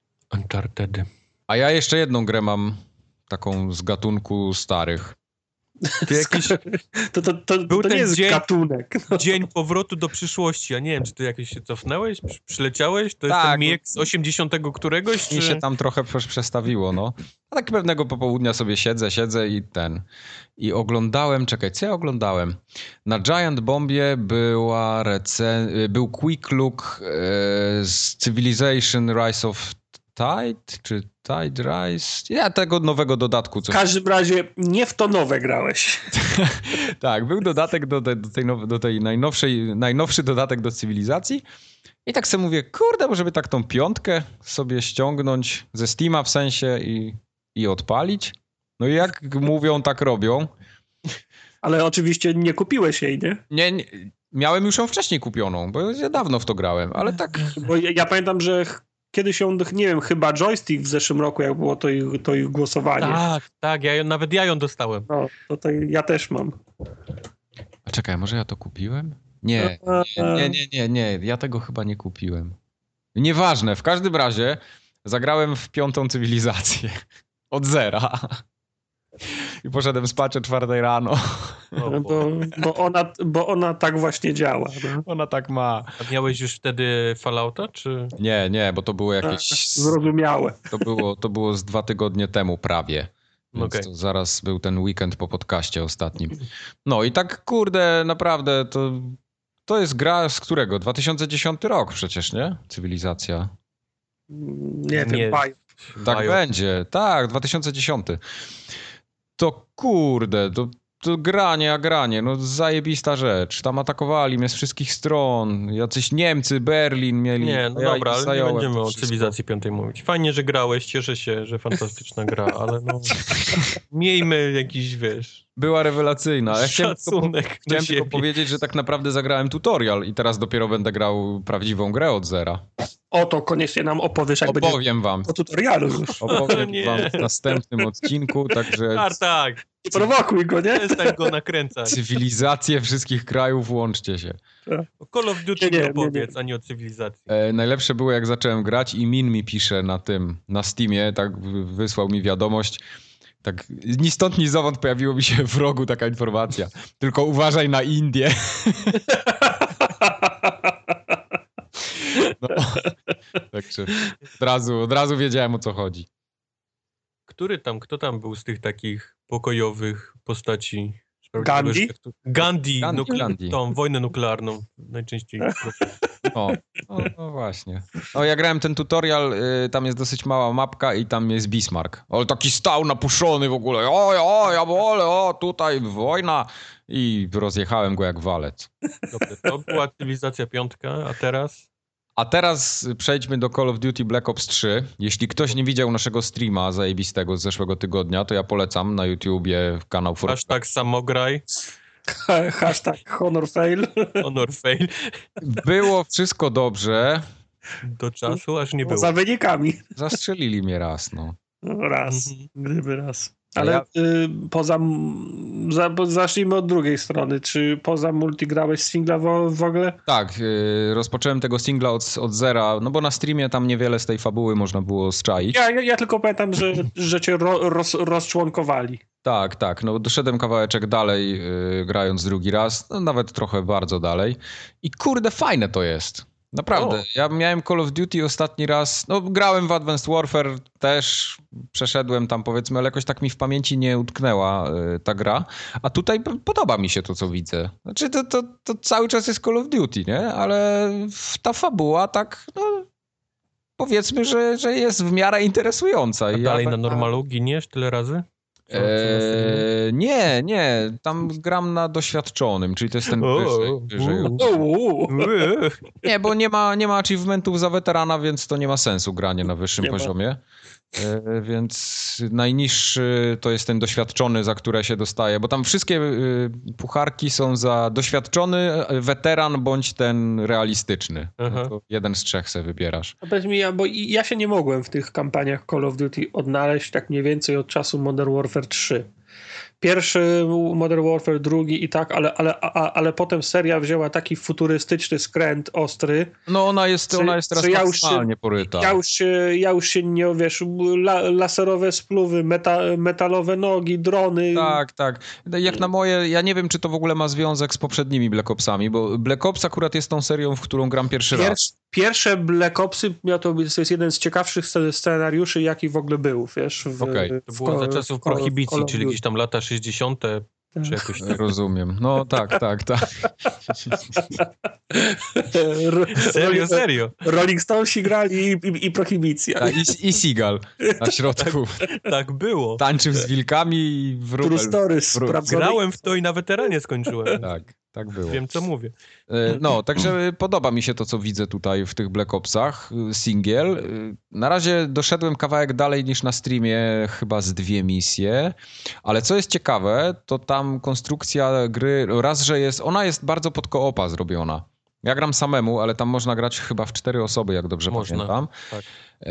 Uncharted. A ja jeszcze jedną grę mam, taką z gatunku starych. To, jakiś... to, to, to, Był to nie ten jest dzień, gatunek. No. Dzień powrotu do przyszłości. Ja nie wiem, czy ty jakoś się cofnęłeś, przy- przyleciałeś? To Tak. jest ten mijek z osiemdziesiątego któregoś? Mi Czy... się tam trochę przesz- przestawiło, no. A tak pewnego popołudnia sobie siedzę, siedzę i ten... I oglądałem, czekaj, co ja oglądałem? Na Giant Bombie była recen... był quick look e, z Civilization Rise of Tide, czy Tide Rise? Ja tego nowego dodatku. W Coś... każdym razie nie w to nowe grałeś. Tak, był dodatek do, do, tej, now, do tej najnowszej, najnowszy dodatek do Cywilizacji i tak sobie mówię, kurde, może by tak tą piątkę sobie ściągnąć ze Steama w sensie i, i odpalić. No i jak mówią, tak robią. Ale oczywiście nie kupiłeś jej, nie? Nie, nie miałem już ją wcześniej kupioną, bo ja dawno w to grałem, ale tak... Bo ja, ja pamiętam, że kiedyś ją, nie wiem, chyba joystick w zeszłym roku, jak było to ich, to ich głosowanie. Tak, tak, ja ją, nawet ja ją dostałem. No, to, to ja też mam. A czekaj, może ja to kupiłem? Nie, nie, nie, nie, nie, ja tego chyba nie kupiłem. Nieważne, w każdym razie zagrałem w piątą Cywilizację. Od zera. I poszedłem spać o czwartej rano. O, bo, bo, ona, bo ona tak właśnie działa. No. Ona tak ma. A miałeś już wtedy Fallouta, czy... Nie, nie, bo to było jakieś... Zrozumiałe. To było, to było z dwa tygodnie temu prawie. Więc Okay. to zaraz był ten weekend po podcaście ostatnim. No i tak, kurde, naprawdę, to, to jest gra z którego? dwa tysiące dziesiąty rok przecież, nie? Cywilizacja. Nie wiem, Nie. baj. Tak Mają. będzie, tak, dwa tysiące dziesiąty. To kurde, to, to granie, a granie, no zajebista rzecz. Tam atakowali mnie z wszystkich stron, jacyś Niemcy, Berlin mieli. Nie, no ja dobra, ich ale nie zająłem będziemy to o wszystko. Cywilizacji Piątej mówić. Fajnie, że grałeś, cieszę się, że fantastyczna gra, ale no... Miejmy jakiś, wiesz... Była rewelacyjna. Ja chciałem tylko, po, Szacunek do chciałem tylko siebie. powiedzieć, że tak naprawdę zagrałem tutorial i teraz dopiero będę grał prawdziwą grę od zera. O, to koniecznie nam opowiesz, jak będzie Opowiem wam. po tutorialu już. Opowiem Nie. wam w następnym odcinku, także Tartak! Nie prowokuj go, nie? Przestań go nakręcać. cywilizacje wszystkich krajów, łączcie się. O Call of Duty Nie, nie, nie, nie, opowiedz, nie. a nie o cywilizacji. E, najlepsze było, jak zacząłem grać i Min mi pisze na tym, na Steamie, tak w- wysłał mi wiadomość. Tak, ni stąd, ni zowąd pojawiło mi się w rogu taka informacja. Tylko uważaj na Indię. No, także od razu, od razu wiedziałem, o co chodzi. Który tam, kto tam był z tych takich pokojowych postaci? Gandhi? Gandhi, Gandhi, nukle- Gandhi. tą wojnę nuklearną najczęściej. O, no, no właśnie. No ja grałem ten tutorial, y, tam jest dosyć mała mapka i tam jest Bismarck. Ale taki stał napuszczony w ogóle. O, o, ja wolę, o, tutaj wojna. I rozjechałem go jak walec. Dobrze, to była Cywilizacja Piątka, a teraz? A teraz przejdźmy do Call of Duty Black Ops trzy. Jeśli ktoś nie widział naszego streama zajebistego z zeszłego tygodnia, to ja polecam na YouTubie kanał For... Hashtag samograj, Hashtag honor fail. honor fail, Było wszystko dobrze. do czasu, aż nie było. Za wynikami. Zastrzelili mnie raz, no. No, raz. Mhm. Gdyby raz. A Ale ja- y, poza... m- Za, bo zacznijmy od drugiej strony. Czy poza multi grałeś singla w, w ogóle? Tak, yy, rozpocząłem tego singla od, od zera, no bo na streamie tam niewiele z tej fabuły można było zczaić. Ja, ja, ja tylko pamiętam, że, że cię ro, roz, rozczłonkowali. Tak, tak, no doszedłem kawałeczek dalej, yy, grając drugi raz, no nawet trochę bardzo dalej. I kurde, fajne to jest. Naprawdę. O. Ja miałem Call of Duty ostatni raz, no grałem w Advanced Warfare też, przeszedłem tam powiedzmy, ale jakoś tak mi w pamięci nie utknęła yy, ta gra. A tutaj p- podoba mi się to, co widzę. Znaczy to, to, to cały czas jest Call of Duty, nie? Ale w- ta fabuła tak, no powiedzmy, że, że jest w miarę interesująca. A I dalej ja- na normalu giniesz tyle razy? Co- co na Eee, nie, nie, tam gram na doświadczonym, czyli to jest ten O, wyżej. wyżej. u. Uuu. Eee. Nie, bo nie ma, nie ma achievementów za weterana, więc to nie ma sensu granie na wyższym Nie ma. poziomie. Eee, więc najniższy to jest ten doświadczony, za które się dostaje, bo tam wszystkie y, pucharki są za doświadczony, y, weteran bądź ten realistyczny. Aha. No to jeden z trzech se wybierasz. A powiedz mi, ja, bo ja się nie mogłem w tych kampaniach Call of Duty odnaleźć tak mniej więcej od czasu Modern Warfare trzy. pierwszy Modern Warfare, drugi i tak, ale, ale, a, ale potem seria wzięła taki futurystyczny skręt ostry. No ona jest, co, ona jest teraz ja maksymalnie poryta. Ja już, się, ja już się nie, wiesz, la, laserowe spluwy, meta, metalowe nogi, drony. Tak, tak. Jak na moje, ja nie wiem, czy to w ogóle ma związek z poprzednimi Black Opsami, bo Black Ops akurat jest tą serią, w którą gram pierwszy Pier, raz. Pierwsze Black Opsy, ja to, to jest jeden z ciekawszych scenariuszy, jaki w ogóle był, wiesz. W, okay. To było za czasów prohibicji, czyli gdzieś tam lata sześćdziesiąte Tak. Czy jakoś tak. Rozumiem. No tak, tak, tak. Serio, serio. Rolling Stonesi grali i, i, i prohibicja. Tak, i, i Seagal na środku. Tak, tak było. Tańczył z wilkami i wróbel. True stories. Grałem w to i na weteranie skończyłem. Tak, tak było. Wiem, co mówię. No, także podoba mi się to, co widzę tutaj w tych Black Opsach, singiel. Na razie doszedłem kawałek dalej niż na streamie, chyba z dwie misje, ale co jest ciekawe, to tam konstrukcja gry, raz, że jest, ona jest bardzo pod koopa zrobiona. Ja gram samemu, ale tam można grać chyba w cztery osoby, jak dobrze można, pamiętam. Tak.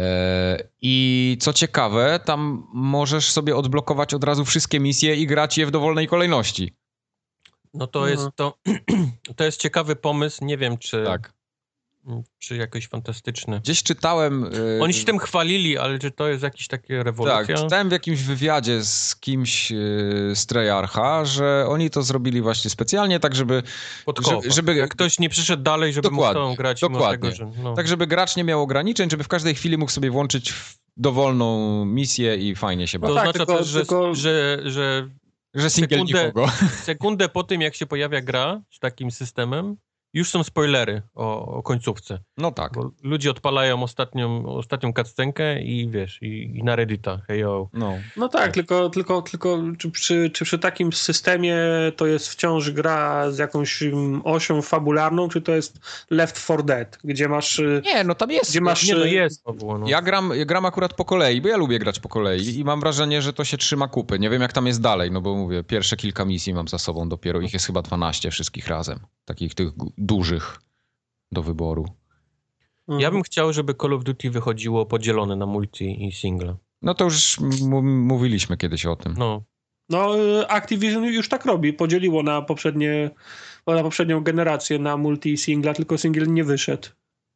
I co ciekawe, tam możesz sobie odblokować od razu wszystkie misje i grać je w dowolnej kolejności. No to jest to, to jest ciekawy pomysł, nie wiem czy, tak. czy jakoś fantastyczny. Gdzieś czytałem... Yy... Oni się tym chwalili, ale czy to jest jakiś taki rewolucja? Tak, czytałem w jakimś wywiadzie z kimś yy, z Treyarcha, że oni to zrobili właśnie specjalnie tak, żeby... Pod żeby, żeby Jak ktoś nie przyszedł dalej, żeby mógł tą grać. Dokładnie. Tego, że, no. Tak, żeby gracz nie miał ograniczeń, żeby w każdej chwili mógł sobie włączyć dowolną misję i fajnie się bawić. To no oznacza tak, tylko, też, że, tylko... że, że Że singiel sekundę, nikogo. Sekundę po tym, jak się pojawia gra z takim systemem, już są spoilery o, o końcówce. No tak. Bo ludzie odpalają ostatnią, ostatnią cutscenkę i wiesz, i, i na Reddita, hejo. No, no tak, tak, tylko, tylko, tylko czy, przy, czy przy takim systemie to jest wciąż gra z jakąś osią fabularną, czy to jest Left four Dead, gdzie masz... Nie, no tam jest. Gdzie masz, nie, no jest. Było, no. Ja, gram, ja gram akurat po kolei, bo ja lubię grać po kolei i mam wrażenie, że to się trzyma kupy. Nie wiem, jak tam jest dalej, no bo mówię, pierwsze kilka misji mam za sobą dopiero, ich jest chyba dwanaście wszystkich razem. Takich tych dużych do wyboru. Ja bym chciał, żeby Call of Duty wychodziło podzielone na multi i single. No to już m- mówiliśmy kiedyś o tym. No. No, Activision już tak robi. Podzieliło na poprzednie, na poprzednią generację na multi i singla, tylko single nie wyszedł.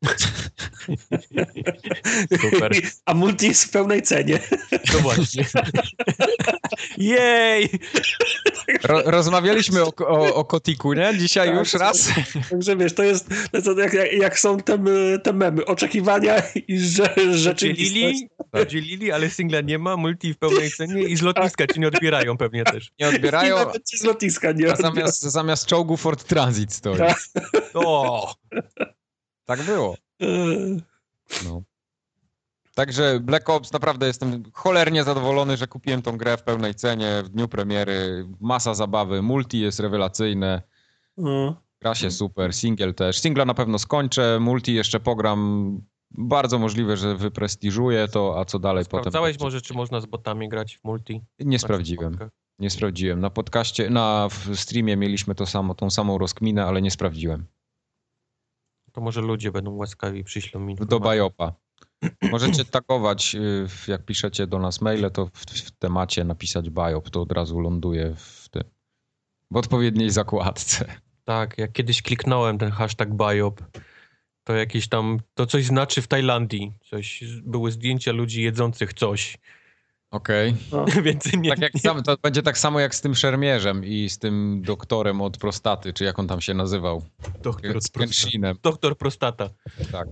Super. A multi jest w pełnej cenie. To właśnie. Jej! Ro- rozmawialiśmy o, o, o Kotiku, nie? Dzisiaj tak, już raz. Także wiesz, to jest, to jest jak, jak, jak są te, te memy. Oczekiwania i że, rzeczywistość. Podzielili, ale singla nie ma, multi w pełnej cenie i z lotniska ci nie odbierają pewnie też. Nie odbierają. I nawet ci z lotniska nie a zamiast, zamiast czołgu Ford Transit stoi. O! Tak było. No. Także Black Ops, naprawdę jestem cholernie zadowolony, że kupiłem tą grę w pełnej cenie, w dniu premiery. Masa zabawy, multi jest rewelacyjne. No. Gra się super, single też. Singla na pewno skończę, multi jeszcze pogram. Bardzo możliwe, że wyprestiżuję to, a co dalej potem... Sprawdzałeś może, czy można z botami grać w multi? Nie sprawdziłem. Nie sprawdziłem. Na podcaście, na w streamie mieliśmy to samo, tą samą rozkminę, ale nie sprawdziłem. To może ludzie będą łaskawi, przyślą mi Do Bajopa. Możecie tagować, jak piszecie do nas maile, to w, w temacie napisać Bajop, to od razu ląduje w tym, w odpowiedniej zakładce. Tak, jak kiedyś kliknąłem ten hashtag Bajop, to jakieś tam, to coś znaczy w Tajlandii. Coś, były zdjęcia ludzi jedzących coś. Okej. Okay. No. Więc nie, tak jak nie... sam, to będzie tak samo jak z tym szermierzem i z tym doktorem od prostaty, czy jak on tam się nazywał? Doktor z Kenshinem. Doktor prostata. Tak.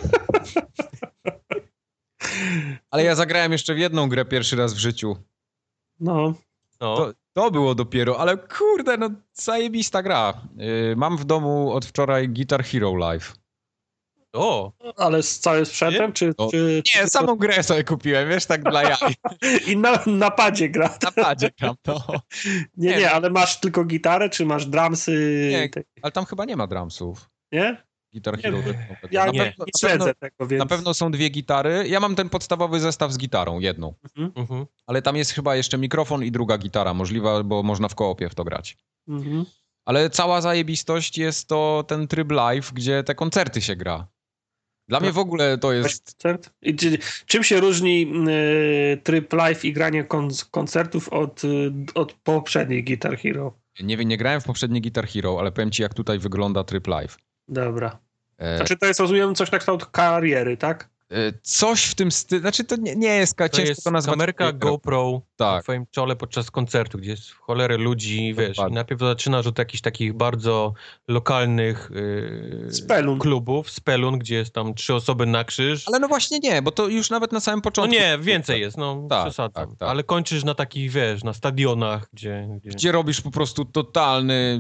Ale ja zagrałem jeszcze w jedną grę pierwszy raz w życiu. No. no. To, to było dopiero, ale kurde, no zajebista gra. Yy, mam w domu od wczoraj Guitar Hero Live. O! Ale z całym sprzętem, czy, no, czy... Nie, czy samą grę sobie kupiłem, wiesz, tak dla jaj. I na, na padzie gra. Na padzie gram, to. Nie, nie, nie, ale masz tylko gitarę, czy masz drumsy? Nie, ale tam chyba nie ma drumsów. Nie? Guitar Hero. Nie, tak, ja na nie, pewno, nie na, pewno, tego, więc... na pewno są dwie gitary. Ja mam ten podstawowy zestaw z gitarą, jedną. Mhm. Ale tam jest chyba jeszcze mikrofon i druga gitara możliwa, bo można w koopie w to grać. Mhm. Ale cała zajebistość jest to ten tryb live, gdzie te koncerty się gra. Dla mnie w ogóle to jest... Koncert? I czy, czym się różni y, tryb live i granie kon koncertów od, y, od poprzednich Guitar Hero? Nie wiem, nie grałem w poprzednie Guitar Hero, ale powiem ci, jak tutaj wygląda tryb live. Dobra. E... Znaczy to jest, rozumiem, coś na kształt kariery, tak? Coś w tym stylu, znaczy to nie, nie jest, to ciężko jest to nazwać. kamerka GoPro tak. na twoim czole podczas koncertu, gdzie jest w cholerę ludzi, wiesz, Dokładnie. i najpierw zaczynasz od jakichś takich bardzo lokalnych yy, Spelun. klubów, Spelun, gdzie jest tam trzy osoby na krzyż. Ale no właśnie nie, bo to już nawet na samym No początku. nie, więcej jest, no tak, przesadzam. tak, tak. Ale kończysz na takich, wiesz, na stadionach, gdzie... Gdzie, gdzie robisz po prostu totalny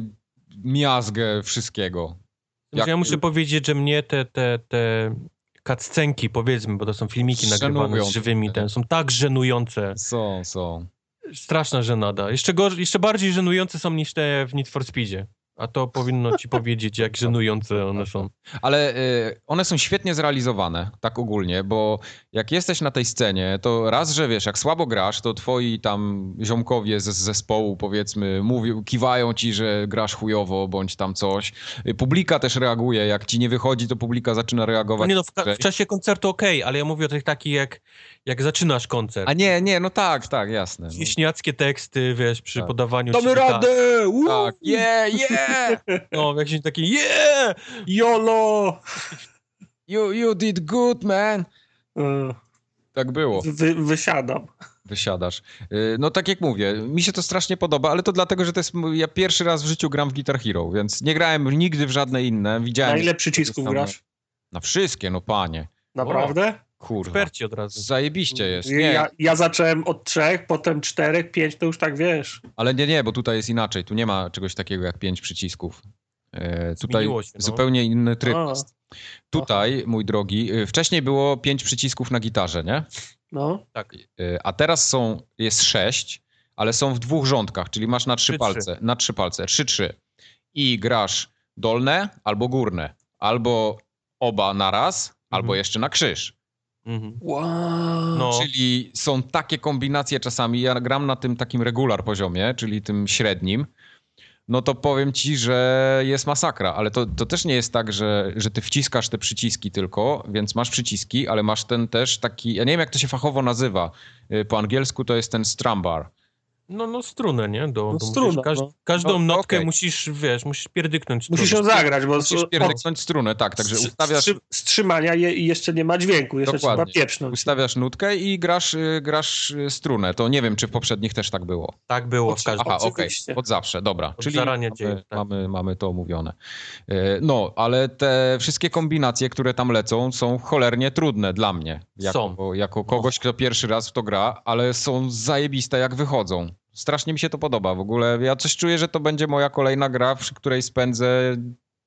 miazgę wszystkiego. Jak... Ja muszę powiedzieć, że mnie te, te, te cutscenki, powiedzmy, bo to są filmiki nagrywane z żywymi, ten, są tak żenujące. Są, są. Straszna żenada. Jeszcze, gor- jeszcze bardziej żenujące są niż te w Need for Speedzie. A to powinno ci powiedzieć, jak żenujące one są. Ale y, one są świetnie zrealizowane, tak ogólnie, bo jak jesteś na tej scenie, to raz, że wiesz, jak słabo grasz, to twoi tam ziomkowie z, z zespołu, powiedzmy, mówią, kiwają ci, że grasz chujowo, bądź tam coś. Publika też reaguje, jak ci nie wychodzi, to publika zaczyna reagować. No nie no, w, ka- w czasie koncertu okej, okay, ale ja mówię o tych takich, jak, jak zaczynasz koncert. A nie, nie, no tak, tak, jasne. Wieśniackie teksty, wiesz, przy tak. podawaniu... Damy radę! Woo! Tak, yeah, yeah! No, jakiś taki yeah! YOLO! You, you did good, man! Uh, tak było. Wy, wysiadam. Wysiadasz. No tak jak mówię, mi się to strasznie podoba, ale to dlatego, że to jest... Ja pierwszy raz w życiu gram w Guitar Hero, więc nie grałem nigdy w żadne inne. Widziałem... Na ile przycisków grasz? Na wszystkie, no panie. Naprawdę? Kurwa. Eksperci od razu. Zajebiście jest. Nie. Ja, ja zacząłem od trzech, potem czterech, pięć, to już tak wiesz. Ale nie, nie, bo tutaj jest inaczej. Tu nie ma czegoś takiego jak pięć przycisków. E, tutaj się, no. zupełnie inny tryb A. jest. Tutaj, mój drogi, wcześniej było pięć przycisków na gitarze, nie? No. Tak. E, a teraz są, jest sześć, ale są w dwóch rządkach, czyli masz na trzy, trzy palce. trzy. Na trzy palce. Trzy, trzy. I grasz dolne albo górne. Albo oba naraz, mhm. albo jeszcze na krzyż. Mhm. Wow. No. Czyli są takie kombinacje czasami, ja gram na tym takim regular poziomie, czyli tym średnim, no to powiem ci, że jest masakra, ale to, to też nie jest tak, że, że ty wciskasz te przyciski tylko, więc masz przyciski, ale masz ten też taki, ja nie wiem jak to się fachowo nazywa, po angielsku to jest ten strumbar. No, no strunę, nie? Do, no do struna, każ no. każdą no, notkę okay. musisz, wiesz, musisz pierdyknąć strunę. Musisz ją zagrać, bo... Musisz pierdyknąć strunę, tak, także Strzy- ustawiasz... Strzy- wstrzymania je, i jeszcze nie ma dźwięku, jeszcze Dokładnie. trzeba pieprznąć. Ustawiasz nutkę i grasz, grasz strunę. To nie wiem, czy w poprzednich też tak było. Tak było w każdym. Aha, okej, Oczywiście. od zawsze, dobra. Od Czyli zarania mamy, dziejów, tak. mamy, mamy to omówione. No, ale te wszystkie kombinacje, które tam lecą, są cholernie trudne dla mnie. Jako, są. jako kogoś, kto pierwszy raz w to gra, ale są zajebiste jak wychodzą. Strasznie mi się to podoba w ogóle. Ja coś czuję, że to będzie moja kolejna gra, przy której spędzę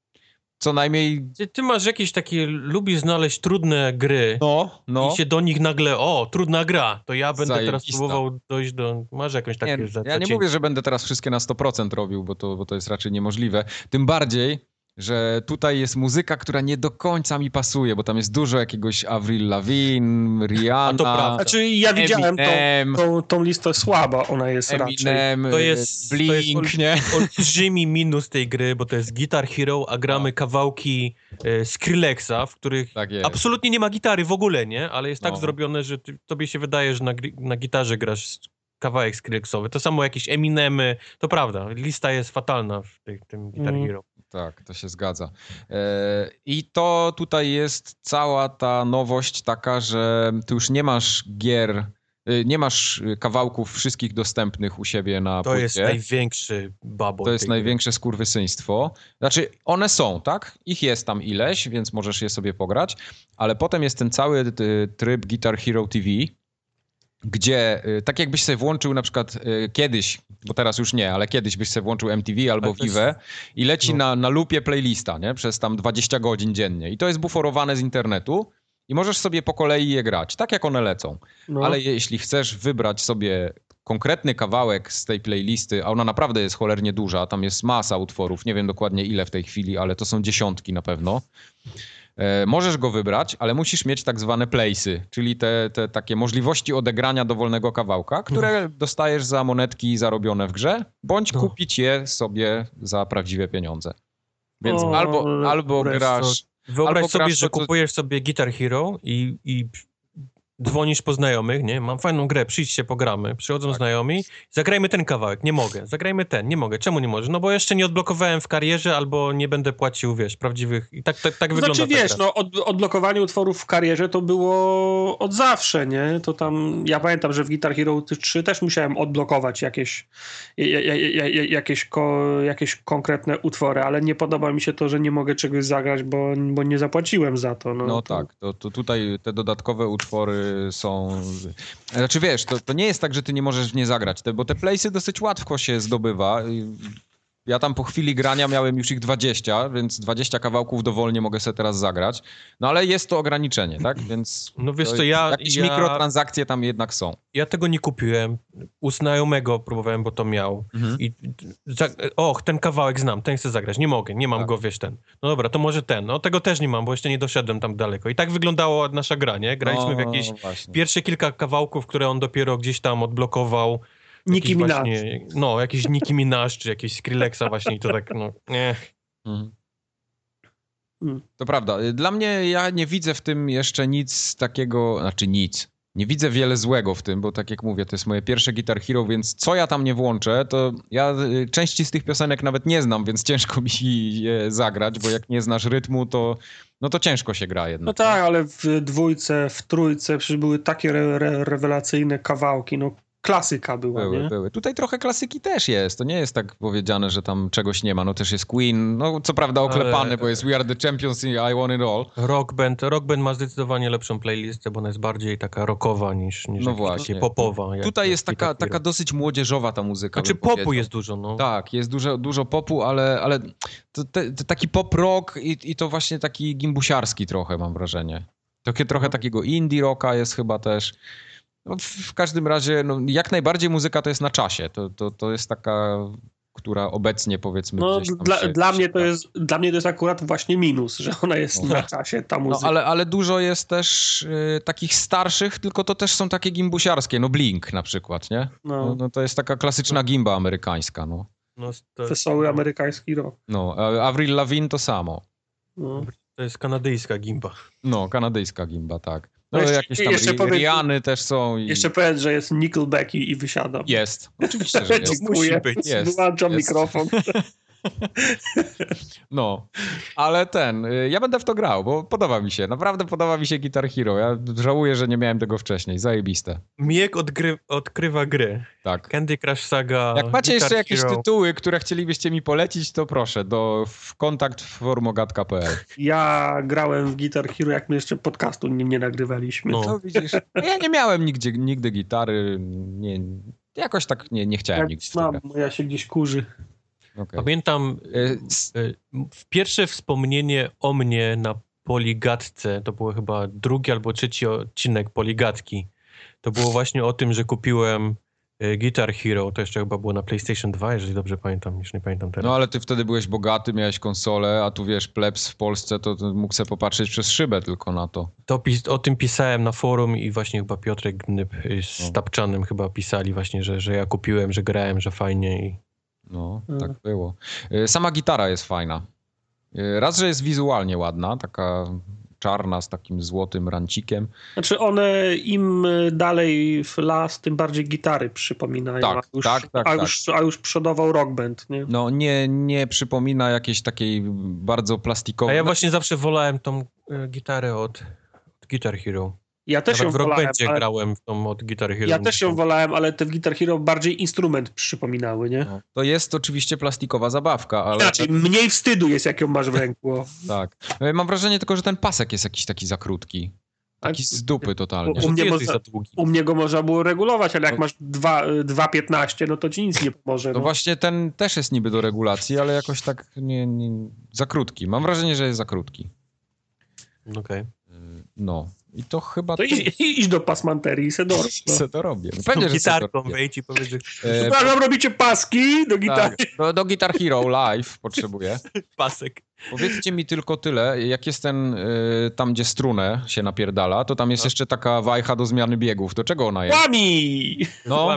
co najmniej... Ty, ty masz jakieś takie, lubisz znaleźć trudne gry no, no. i się do nich nagle, o, trudna gra, to ja będę Zajebista. teraz próbował dojść do... Masz jakąś takie... Nie, za, ja nie mówię, że będę teraz wszystkie na sto procent robił, bo to, bo to jest raczej niemożliwe. Tym bardziej, że tutaj jest muzyka, która nie do końca mi pasuje, bo tam jest dużo jakiegoś Avril Lavigne, Rihanna, A to prawda. Znaczy ja widziałem Eminem, tą, tą, tą listę słaba, ona jest raczej. Eminem, To jest, Blink, to jest ol, nie? olbrzymi minus tej gry, bo to jest Guitar Hero, a gramy no. kawałki e, Skrillexa, w których tak jest. absolutnie nie ma gitary w ogóle, nie? Ale jest tak no. zrobione, że ty, tobie się wydaje, że na, na gitarze grasz kawałek Skrillexowy. To samo jakieś Eminemy, to prawda, lista jest fatalna w tej, tym Guitar Mm. Hero. Tak, to się zgadza. E, I to tutaj jest cała ta nowość taka, że ty już nie masz gier, nie masz kawałków wszystkich dostępnych u siebie na To płycie. jest największy babol. To jest największe skurwysyństwo. Znaczy, one są, tak? Ich jest tam ileś, więc możesz je sobie pograć, ale potem jest ten cały tryb Guitar Hero T V, gdzie tak jakbyś sobie włączył na przykład kiedyś, bo teraz już nie, ale kiedyś byś sobie włączył M T V albo Vivę i leci no. na, na loopie playlista, nie? Przez tam dwadzieścia godzin dziennie. I to jest buforowane z internetu i możesz sobie po kolei je grać, tak jak one lecą. No. Ale jeśli chcesz wybrać sobie konkretny kawałek z tej playlisty, a ona naprawdę jest cholernie duża, tam jest masa utworów, nie wiem dokładnie ile w tej chwili, ale to są dziesiątki na pewno. Możesz go wybrać, ale musisz mieć tak zwane playsy, czyli te, te takie możliwości odegrania dowolnego kawałka, które no. dostajesz za monetki zarobione w grze, bądź no. kupić je sobie za prawdziwe pieniądze. Więc o, albo, albo grasz Wyobraź Albo sobie, grasz że to, co- kupujesz sobie Guitar Hero i, i dzwonisz po znajomych, nie? Mam fajną grę, przyjdźcie, pogramy. Przychodzą Tak. znajomi, zagrajmy ten kawałek, nie mogę. Zagrajmy ten, nie mogę. Czemu nie możesz? No bo jeszcze nie odblokowałem w karierze albo nie będę płacił, wiesz, prawdziwych... I tak, tak, tak wygląda Znaczy ta wiesz, gra. no od, odblokowanie utworów w karierze to było od zawsze, nie? To tam, ja pamiętam, że w Guitar Hero trzy też musiałem odblokować jakieś, ja, ja, ja, ja, jakieś, ko, jakieś konkretne utwory, ale nie podoba mi się to, że nie mogę czegoś zagrać, bo, bo nie zapłaciłem za to. No, No to... tak, to, to tutaj te dodatkowe utwory są... Znaczy wiesz, to, to nie jest tak, że ty nie możesz w nie zagrać, te, bo te playsy dosyć łatwo się zdobywa. Ja tam po chwili grania miałem już ich dwadzieścia, więc dwadzieścia kawałków dowolnie mogę sobie teraz zagrać. No ale jest to ograniczenie, tak? Więc No wiesz to co, ja- jakieś ja- mikrotransakcje tam jednak są. Ja tego nie kupiłem. U znajomego próbowałem, bo to miał. Mhm. I za, och, ten kawałek znam, ten chcę zagrać. Nie mogę, nie mam Tak. go, wiesz, ten. No dobra, to może ten. No tego też nie mam, bo jeszcze nie doszedłem tam daleko. I tak wyglądała nasza gra, nie? Graliśmy w jakieś No, właśnie. pierwsze kilka kawałków, które on dopiero gdzieś tam odblokował. Nicki Jakiś Minaj. właśnie- No, jakiś Nicki Minaj, czy jakiś Skrillexa właśnie i to tak, no, nie. Mhm. Mm. To prawda. Dla mnie ja nie widzę w tym jeszcze nic takiego, znaczy nic. Nie widzę wiele złego w tym, bo tak jak mówię, to jest moje pierwsze Guitar Hero, więc co ja tam nie włączę, to ja y, części z tych piosenek nawet nie znam, więc ciężko mi je zagrać, bo jak nie znasz rytmu, to no to ciężko się gra jednak. No tak, ale w dwójce, w trójce przecież były takie re, re, rewelacyjne kawałki, no klasyka była, Były, nie? były. Tutaj trochę klasyki też jest. To nie jest tak powiedziane, że tam czegoś nie ma. No też jest Queen, no co prawda oklepany, Ale- bo jest We Are The Champions i I Want It All. Rock Band, Rock Band ma zdecydowanie lepszą playlistę, bo ona jest bardziej taka rockowa niż, niż No jakaś właśnie. takie popowa. jak- Tutaj jak jest taka, Guitar Hero. taka dosyć młodzieżowa ta muzyka. Znaczy bym popu powiedział. jest dużo, no. Tak, jest dużo, dużo popu, ale, ale to, te, to taki pop rock i, i to właśnie taki gimbusiarski trochę, mam wrażenie. Takie, trochę takiego indie rocka jest chyba też. No, w, w każdym razie, no, jak najbardziej muzyka to jest na czasie. To, to, to jest taka, która obecnie powiedzmy No, gdzieś tam dla, się, dla, się mnie to gra. jest, dla mnie to jest akurat właśnie minus, że ona jest No. na czasie, ta No, muzyka. ale, ale dużo jest też y, takich starszych, tylko to też są takie gimbusiarskie. No Blink na przykład, nie? No. No, no to jest taka klasyczna gimba amerykańska, no. no to, Wesoły amerykański rok. No, a Avril Lavigne to samo. No. to jest kanadyjska gimba. No, kanadyjska gimba, tak. No, No jeszcze- jakieś tam jeszcze Ri- powiedz- Riany też są i... Jeszcze powiedz, że jest Nickelback i, i wysiadam. Jest, oczywiście, że jest. Dziękuję. Musi być. Jest, Wyłączam jest. mikrofon. No, ale ten, y, ja będę w to grał, bo podoba mi się, naprawdę podoba mi się Guitar Hero. Ja żałuję, że nie miałem tego wcześniej, zajebiste. Miek odgry, odkrywa gry. Tak. Candy Crush Saga, Jak macie Guitar jeszcze jakieś Hero. tytuły, które chcielibyście mi polecić, to proszę, do w kontakt formogat kropka p l. Ja grałem w Guitar Hero, jak my jeszcze podcastu nie, nie nagrywaliśmy. No. To widzisz, no ja nie miałem nigdzie, nigdy gitary, nie, jakoś tak nie, nie chciałem Jak nigdy w to znam, grać. moja się gdzieś kurzy. Okej. Pamiętam Y, s- y, w pierwsze wspomnienie o mnie na Poligatce, to było chyba drugi albo trzeci odcinek Poligatki. To było właśnie o tym, że kupiłem y, Guitar Hero, to jeszcze chyba było na PlayStation dwa, jeżeli dobrze pamiętam, już nie pamiętam teraz. No ale ty wtedy byłeś bogaty, miałeś konsolę, a tu wiesz, plebs w Polsce, to, to mógł sobie popatrzeć przez szybę tylko na to. To pis- o tym pisałem na forum i właśnie chyba Piotrek Gnyb y, z No. Tapczanem chyba pisali właśnie, że, że ja kupiłem, że grałem, że fajnie i No, Mm. tak było. Y, Sama gitara jest fajna. Y, Raz, że jest wizualnie ładna, taka czarna z takim złotym rancikiem. Znaczy one im dalej w las, tym bardziej gitary przypominają. Tak, a już, tak, tak, a tak. już, a już przodował Rock Band, nie? No nie, nie przypomina jakiejś takiej bardzo A plastikowej... ja właśnie zawsze wolałem tą y, gitarę od, od Guitar Hero. Ja też Nawet ją w Rock wolałem, Bandzie ale, grałem w tą od Guitar Hero. ja niż też ją tą- wolałem, ale te w Guitar Hero bardziej instrument przypominały, nie? No, to jest oczywiście plastikowa zabawka, ale... Inaczej, mniej wstydu jest, jak ją masz w ręku. o. Tak. Y, Mam wrażenie tylko, że ten pasek jest jakiś taki za krótki. Taki z dupy totalnie. Że U ty mnie jesteś można- za długi. U mnie go można było regulować, ale jak No. masz dwa piętnaście, no to ci nic nie pomoże. No No. właśnie ten też jest niby do regulacji, ale jakoś tak nie, nie, za krótki. Mam wrażenie, że jest za krótki. Okej. Y, No. I to chyba... To idź, idź do pasmanterii i se dorób. No. Se to robię. No Z tą pewnie, że se to gitarką robię. wejdź i powiedz, że E, Przepraszam, robicie paski do gitary. tak, do, do Guitar Hero Live potrzebuję. pasek. Powiedzcie mi tylko tyle, jak jest ten, y, tam gdzie strunę się napierdala, to tam jest No. jeszcze taka wajcha do zmiany biegów. Do czego ona jest? Łami! No, Łami.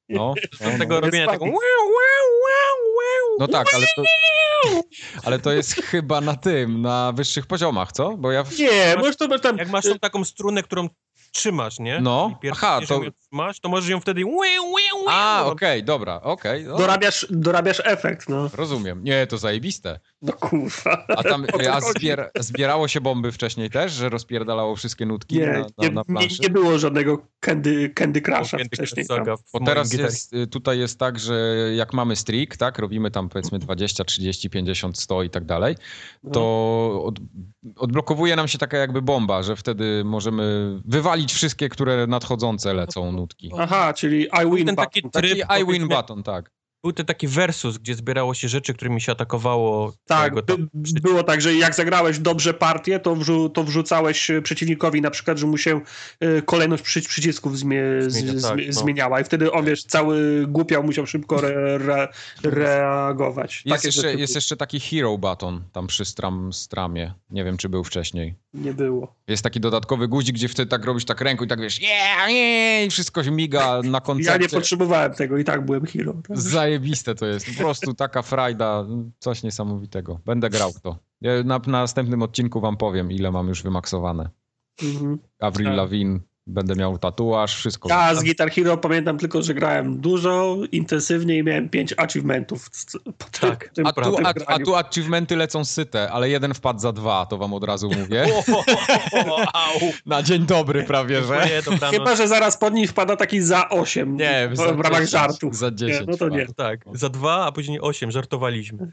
No, no, Do tego no. robienia tego... No tak, ale to, ale to jest chyba na tym, na wyższych poziomach, co? Bo ja... W... Nie, możesz to masz tam... Jak masz tą taką strunę, którą trzymasz, nie? No, I aha, to... ją trzymasz, to możesz ją wtedy... A, okej, okay, dobra, okej. Okay, no. dorabiasz, dorabiasz efekt, no. Rozumiem. Nie, to zajebiste. No kurwa. A tam a zbier, zbierało się bomby wcześniej też, że rozpierdalało wszystkie nutki nie, na, na, nie, na planszy? Nie, nie było żadnego Candy, candy Crusha Candy wcześniej. Saga Bo teraz jest, tutaj jest tak, że jak mamy streak, tak, robimy tam powiedzmy dwadzieścia, trzydzieści, pięćdziesiąt, sto i tak dalej, to od, odblokowuje nam się taka jakby bomba, że wtedy możemy wywalić wszystkie, które nadchodzące lecą nutki. Aha, czyli I win ten taki button. tryb, Taki I win button, tak. Był ten taki versus, gdzie zbierało się rzeczy, którymi się atakowało. Tak, by, tam... było tak, że jak zagrałeś dobrze partię, to, wrzu, to wrzucałeś przeciwnikowi na przykład, że mu się y, kolejność przy, przycisków zmie, Zmienia, z, tak, z, no. zmieniała i wtedy on, wiesz, cały głupiał musiał szybko re, re, reagować. Jest Takie jeszcze, rzeczy jest jeszcze taki hero button tam przy stram, stramie. Nie wiem, czy był wcześniej. nie było. Jest taki dodatkowy guzik, gdzie wtedy tak robisz tak ręką i tak wiesz yeah, yeah, i wszystko się miga na koncercie. Ja nie potrzebowałem tego i tak byłem hero. Tak? Zajebiste to jest. Po prostu taka frajda, coś niesamowitego. Będę grał w to. Ja na, na następnym odcinku wam powiem, ile mam już wymaksowane. Mhm. Avril Tak. Lavigne, będę miał tatuaż, wszystko. Ja z Guitar Hero pamiętam tylko, że grałem dużo, intensywnie i miałem pięć achievementów. Po tym, Tak. tym, A tu, po tym a, a graniu. tu achievementy lecą syte, ale jeden wpadł za dwa, to wam od razu mówię. Au. Na dzień dobry prawie, że. Nie, dobranoc. Chyba, że zaraz pod nim wpada taki za osiem Nie, w, za w ramach dziesięć, żartów. za dziesięć Nie, no to nie. wpadł. Tak, za dwa, a później osiem, żartowaliśmy.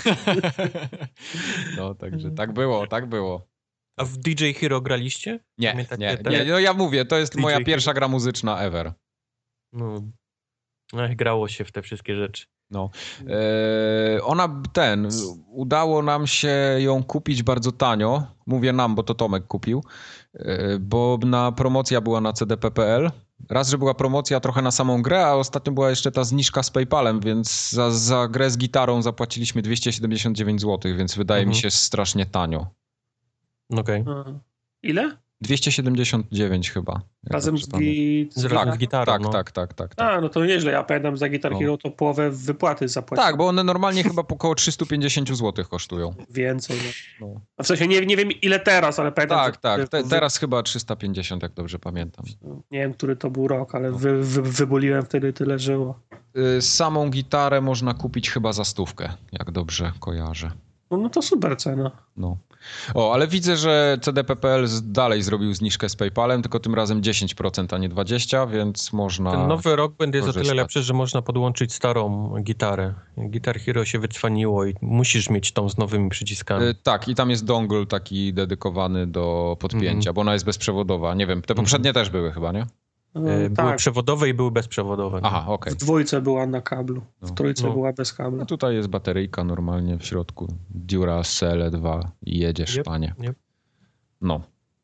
No, także tak było, tak było. A w D J Hero graliście? Nie, Pamiętacie nie, te- nie, no ja mówię, to jest D J moja Hero? pierwsza gra muzyczna ever. No, Ech, grało się w te wszystkie rzeczy. No. E, ona, ten, udało nam się ją kupić bardzo tanio. Mówię nam, bo to Tomek kupił, e, bo na promocja była na C D P kropka P L. Raz, że była promocja trochę na samą grę, a ostatnio była jeszcze ta zniżka z PayPalem, więc za, za grę z gitarą zapłaciliśmy dwieście siedemdziesiąt dziewięć złotych, więc wydaje Mhm. mi się strasznie tanio. Okej. A. Ile? dwieście siedemdziesiąt dziewięć chyba. jak Razem dobrze z, pamiętam. gi... Z, Tak, z gitarą, Tak, no. tak, tak, tak, tak. A, no to nieźle. Ja pamiętam za Guitar No. Hero to połowę wypłaty zapłaciłem. Tak, bo one normalnie chyba po około trzysta pięćdziesiąt złotych kosztują. Więcej. No. No. A w sensie nie, nie wiem ile teraz, ale pamiętam. Tak, że- tak. Te, wy- teraz chyba trzysta pięćdziesiąt, jak dobrze pamiętam. Nie wiem, który to był rok, ale wy, wy, wybuliłem wtedy tyle żyło. Y, Samą gitarę można kupić chyba za stówkę, jak dobrze kojarzę. No, no to super cena. No. O, ale widzę, że C D P kropka P L z- dalej zrobił zniżkę z PayPalem, tylko tym razem dziesięć procent, a nie dwadzieścia procent, więc można... Ten nowy rok będzie o tyle korzystać. lepszy, że można podłączyć starą gitarę. Guitar Hero się wycwaniło i musisz mieć tą z nowymi przyciskami. Y, Tak, i tam jest dongle taki dedykowany do podpięcia, Mhm. bo ona jest bezprzewodowa. Nie wiem, te poprzednie też były chyba, nie? No, E, Były tak, przewodowe i były bezprzewodowe. Aha, okej. w dwójce była na kablu, w No. trójce No. była bez kabla. No tutaj jest bateryjka normalnie w środku. Duracell dwa i jedziesz, Yep, panie. yep. No.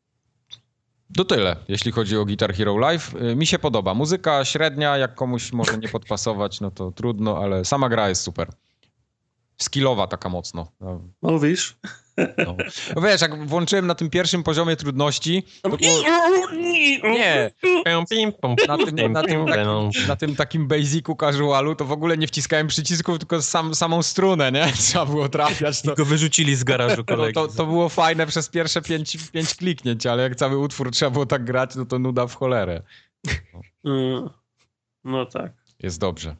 To tyle, jeśli chodzi o Guitar Hero Live. Y, Mi się podoba. Muzyka średnia, jak komuś może nie podpasować, no to trudno, ale sama gra jest super. Skillowa taka mocno. No, Mówisz? no. No wiesz, jak włączyłem na tym pierwszym poziomie trudności, to było... Nie, na tym, na, tym takim, na tym takim basicu casualu to w ogóle nie wciskałem przycisków, tylko sam, samą strunę, nie? Trzeba było trafiać. To, I go wyrzucili z garażu no, kolegi. to, to było fajne przez pierwsze pięć, pięć kliknięć, ale jak cały utwór trzeba było tak grać, no to nuda w cholerę. Mm. No tak. Jest dobrze.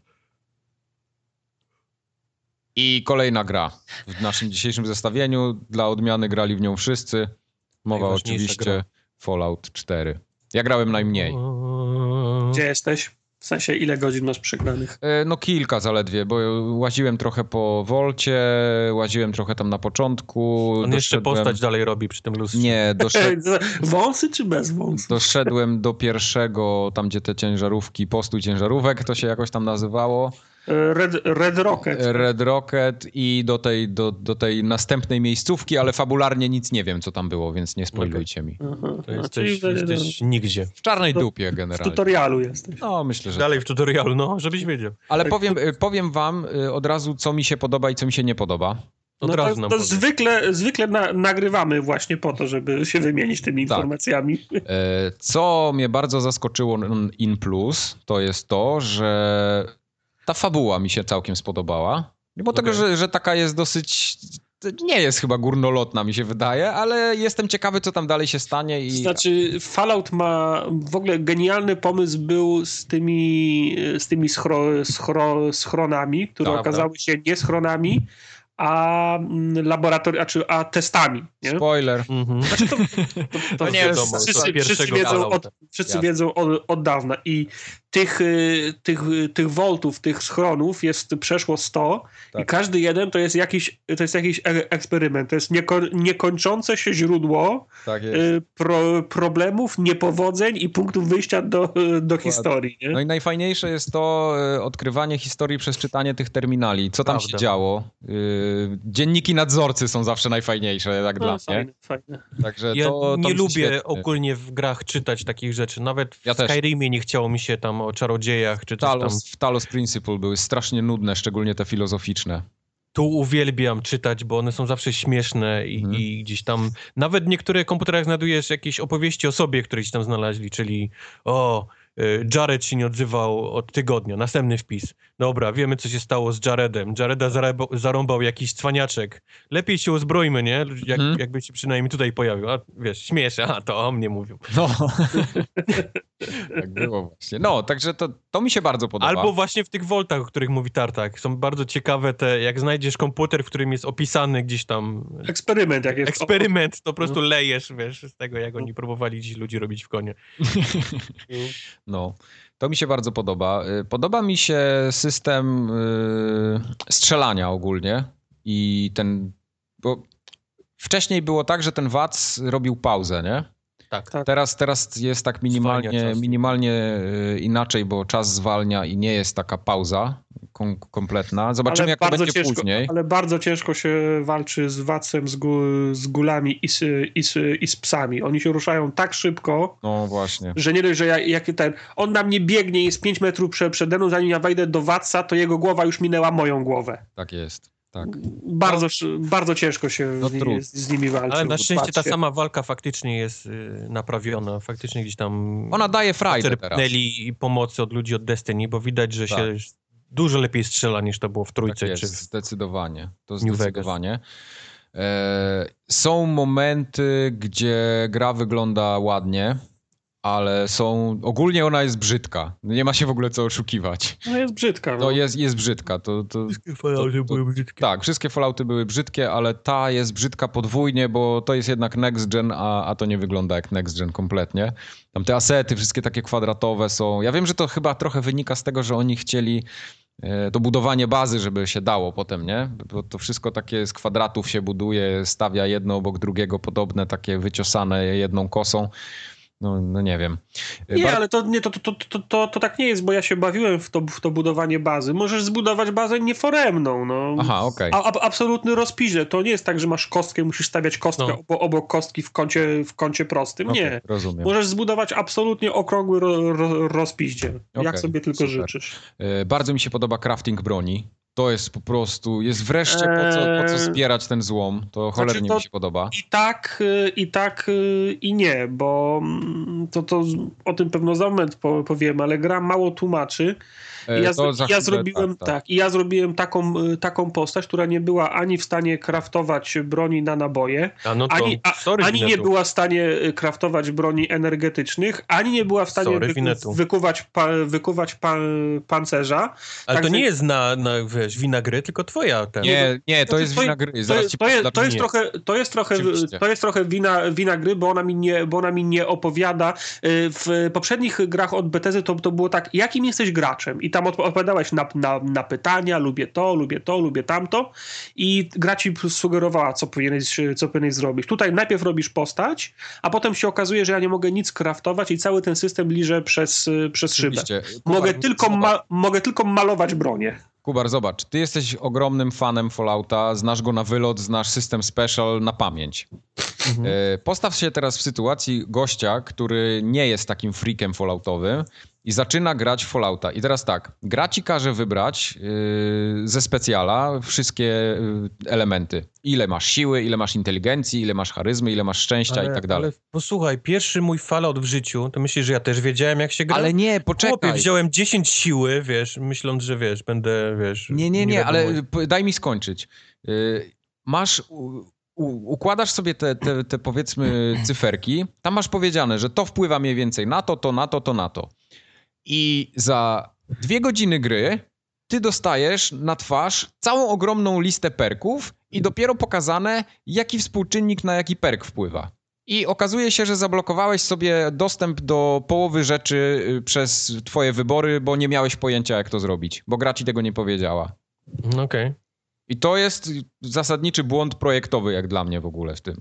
I kolejna gra w naszym dzisiejszym zestawieniu. Dla odmiany grali w nią wszyscy. Mowa Najważniejsza oczywiście gra. Fallout cztery. Ja grałem najmniej. Gdzie jesteś? W sensie ile godzin masz przegranych? E, No kilka zaledwie, bo łaziłem trochę po Wolcie, łaziłem trochę tam na początku. On jeszcze doszedłem- postać dalej robi przy tym lustrze. Nie, doszedł, Wąsy czy bez wąsów? doszedłem do pierwszego, tam gdzie te ciężarówki, postój ciężarówek, to się jakoś tam nazywało. Red, Red Rocket. Red Rocket i do tej, do, do tej następnej miejscówki, ale fabularnie nic nie wiem, co tam było, więc nie spoilujcie mi. Aha. To A, jesteś, czyli jesteś nigdzie. W czarnej To- dupie w generalnie. tutorialu jesteś. No, myślę, że... Dalej w tutorialu, no, żebyś wiedział. Ale powiem, powiem wam y, od razu, co mi się podoba i co mi się nie podoba. Od no razu to, nam to powie. zwykle, zwykle na, nagrywamy właśnie po to, żeby się wymienić tymi Tak. informacjami. Co mnie bardzo zaskoczyło in plus, to jest to, że ta fabuła mi się całkiem spodobała. Mimo okay. tego, że, że taka jest dosyć... Nie jest chyba górnolotna, mi się wydaje, ale jestem ciekawy, co tam dalej się stanie. I... Znaczy, Fallout ma w ogóle genialny pomysł był z tymi, z tymi schro, schro, schronami, które Dobra. okazały się nie schronami, a laboratorium, a, czy, a testami. Nie? Spoiler. Mhm. Znaczy to, to, to, to nie jest, wiadomo, wszyscy, to wszyscy wiedzą, od, wszyscy Jasne. wiedzą od, od dawna i tych, tych, tych voltów, tych schronów jest przeszło sto tak. i każdy jeden to jest jakiś, to jest jakiś eksperyment. To jest nieko, niekończące się źródło tak jest. Pro, problemów, niepowodzeń i punktów wyjścia do, do historii. Nie? No i najfajniejsze jest to odkrywanie historii przez czytanie tych terminali. Co tam Prawda. się działo? Dzienniki nadzorcy są zawsze najfajniejsze, tak no, dla fajne, mnie. Fajne. Także ja to, nie to lubię świetnie. ogólnie w grach czytać takich rzeczy. Nawet w ja Skyrimie nie chciało mi się tam o czarodziejach czy coś Talos, tam. W Talos Principle były strasznie nudne, szczególnie te filozoficzne. Tu uwielbiam czytać, bo one są zawsze śmieszne i, hmm. i gdzieś tam... Nawet w niektórych komputerach znajdujesz jakieś opowieści o sobie, które gdzieś tam znaleźli, czyli o... Jared się nie odzywał od tygodnia. Następny wpis. Dobra, wiemy, co się stało z Jaredem. Jareda zarąbał jakiś cwaniaczek. Lepiej się uzbrojmy, nie? Jak, hmm. Jakby się przynajmniej tutaj pojawił. A wiesz, śmiesz, a to o mnie mówił. No. Tak było właśnie. No, także to, to mi się bardzo podoba. Albo właśnie w tych voltach, o których mówi Tartak. Są bardzo ciekawe te, jak znajdziesz komputer, w którym jest opisany gdzieś tam... Eksperyment, jak jest. Eksperyment, to po prostu no. lejesz, wiesz, z tego, jak oni próbowali dziś ludzi robić w konie. No, to mi się bardzo podoba. Podoba mi się system yy, strzelania ogólnie i ten, bo wcześniej było tak, że ten W A C robił pauzę, nie? Tak, tak. Teraz, teraz jest tak minimalnie, minimalnie inaczej, bo czas zwalnia i nie jest taka pauza kom, kompletna. Zobaczymy, ale jak to będzie ciężko, później. Ale bardzo ciężko się walczy z W A C-em, z, gu, z gulami i z, i, z, i z psami. Oni się ruszają tak szybko, no właśnie, że nie dość, że ja, jak ten, on na mnie biegnie, jest pięć metrów prze, przede mną, zanim ja wejdę do W A C-a, to jego głowa już minęła moją głowę. Tak jest. Tak. Bardzo, no, bardzo ciężko się no, z, nimi, z nimi walczy. Ale na szczęście ta sama walka faktycznie jest y, naprawiona. Faktycznie gdzieś tam... Ona daje frajdę teraz. I pomocy od ludzi od Destiny, bo widać, że tak. się dużo lepiej strzela niż to było w trójce. Tak jest, czy w zdecydowanie. To New zdecydowanie. E, są momenty, gdzie gra wygląda ładnie, ale są... Ogólnie ona jest brzydka. Nie ma się w ogóle co oszukiwać. No jest brzydka. No, no jest, jest brzydka. To, to, wszystkie Fallouty to, to, były brzydkie. Tak, wszystkie Fallouty były brzydkie, ale ta jest brzydka podwójnie, bo to jest jednak next gen, a, a to nie wygląda jak next gen kompletnie. Tam te asety wszystkie takie kwadratowe są. Ja wiem, że to chyba trochę wynika z tego, że oni chcieli e, to budowanie bazy, żeby się dało potem, nie? Bo to wszystko takie z kwadratów się buduje, stawia jedno obok drugiego, podobne, takie wyciosane jedną kosą. No, no nie wiem. Nie, Bar- ale to, nie, to, to, to, to, to tak nie jest, bo ja się bawiłem w to, w to budowanie bazy. Możesz zbudować bazę nieforemną. No. Aha, okej. Okay. A, absolutny rozpiźle. To nie jest tak, że masz kostkę, musisz stawiać kostkę no. obok, obok kostki w kącie, w kącie prostym. Okay, nie. Rozumiem. Możesz zbudować absolutnie okrągły ro, ro, rozpiździel. Okay, jak sobie tylko super. życzysz. Yy, bardzo mi się podoba crafting broni. To jest po prostu, jest wreszcie po co, po co zbierać ten złom. To cholernie znaczy to mi się podoba. I tak, i tak, i nie, bo to, to o tym pewno za moment powiemy, ale gra mało tłumaczy. I ja, to ja zrobiłem tak, tak. I ja zrobiłem taką, taką postać, która nie była ani w stanie kraftować broni na naboje, A no to, ani, a, sorry, ani nie była w stanie kraftować broni energetycznych, ani nie była w stanie sorry, wyku, wykuwać, pa, wykuwać pa, pancerza. Ale tak to nie jest na, na wiesz, wina gry, tylko twoja. Ten. Nie, nie, to znaczy, jest to, wina gry. To, Zaraz jest, ci to, jest, to, jest nie. trochę, to jest trochę, to jest trochę wina, wina gry, bo ona mi nie, bo ona mi nie opowiada. W poprzednich grach od Bethesdy to, to było tak, jakim jesteś graczem? I tam odpowiadałeś Na, na, na pytania, lubię to, lubię to, lubię tamto i gra ci sugerowała, co powinieneś, co powinieneś zrobić. Tutaj najpierw robisz postać, a potem się okazuje, że ja nie mogę nic craftować i cały ten system liże przez, przez szybę. Mogę tylko, ma, mogę tylko malować bronię. Kubar, zobacz, ty jesteś ogromnym fanem Fallouta, znasz go na wylot, znasz system special na pamięć. Mhm. Postaw się teraz w sytuacji gościa, który nie jest takim freakiem falloutowym i zaczyna grać w Fallouta. I teraz tak, gra ci każe wybrać yy, ze specjala wszystkie yy, elementy. Ile masz siły, ile masz inteligencji, ile masz charyzmy, ile masz szczęścia ale, i tak dalej. Ale posłuchaj, pierwszy mój Fallout w życiu, to myślisz, że ja też wiedziałem, jak się gra? Ale nie, poczekaj. Chłopie, wziąłem dziesięć siły, wiesz, myśląc, że wiesz, będę, wiesz... Nie, nie, nie, nie ale p- daj mi skończyć. Yy, masz... U, u, układasz sobie te, te, te, powiedzmy, cyferki. Tam masz powiedziane, że to wpływa mniej więcej na to, to, na to, to, na to. I za dwie godziny gry ty dostajesz na twarz całą ogromną listę perków i dopiero pokazane, jaki współczynnik na jaki perk wpływa. I okazuje się, że zablokowałeś sobie dostęp do połowy rzeczy przez twoje wybory, bo nie miałeś pojęcia, jak to zrobić, bo gra ci tego nie powiedziała. Okej. Okay. I to jest zasadniczy błąd projektowy, jak dla mnie w ogóle w tym.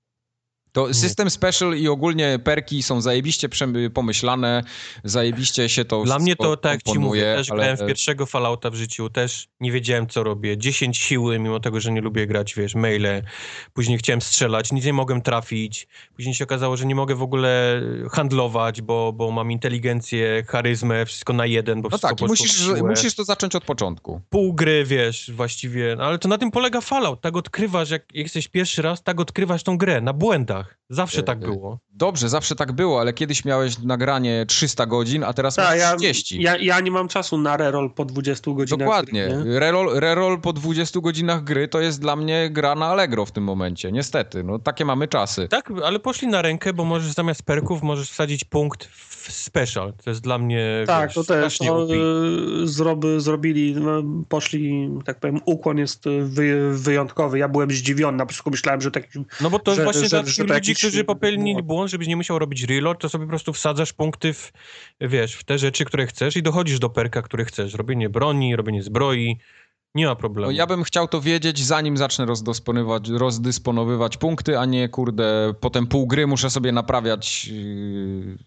To system special i ogólnie perki są zajebiście pomyślane, zajebiście się to Dla mnie to, tak jak ci mówię, też ale... grałem w pierwszego Fallouta w życiu, też nie wiedziałem, co robię. dziesięć siły, mimo tego, że nie lubię grać, wiesz, maile. Później chciałem strzelać, nic nie mogłem trafić. Później się okazało, że nie mogę w ogóle handlować, bo, bo mam inteligencję, charyzmę, wszystko na jeden, bo no wszystko tak, poszło musisz, w siłę. musisz to zacząć od początku. Pół gry, wiesz, właściwie, no, ale to na tym polega Fallout. Tak odkrywasz, jak jesteś pierwszy raz, tak odkrywasz tą grę, na błędach. Zawsze tak było. Dobrze, zawsze tak było, ale kiedyś miałeś nagranie trzysta godzin, a teraz Ta, masz ja, trzydzieści. Ja, ja nie mam czasu na reroll po dwudziestu godzinach. Dokładnie. Gry, reroll, reroll po dwudziestu godzinach gry to jest dla mnie gra na Allegro w tym momencie. Niestety, no takie mamy czasy. Tak, ale poszli na rękę, bo możesz zamiast perków możesz wsadzić punkt w special. To jest dla mnie, tak, wiesz, to też to, zrobi, zrobili, no, poszli, tak powiem, ukłon jest wy, wyjątkowy. Ja byłem zdziwiony, na początku myślałem, że taki... No bo to że, właśnie że, dla że, takich że ludzi, jakiś... którzy popełnili błąd, żebyś nie musiał robić reload, to sobie po prostu wsadzasz punkty w, wiesz, w te rzeczy, które chcesz i dochodzisz do perka, który chcesz. Robienie broni, robienie zbroi, nie ma problemu. No ja bym chciał to wiedzieć, zanim zacznę rozdysponowywać, rozdysponowywać punkty, a nie, kurde, potem pół gry muszę sobie naprawiać yy,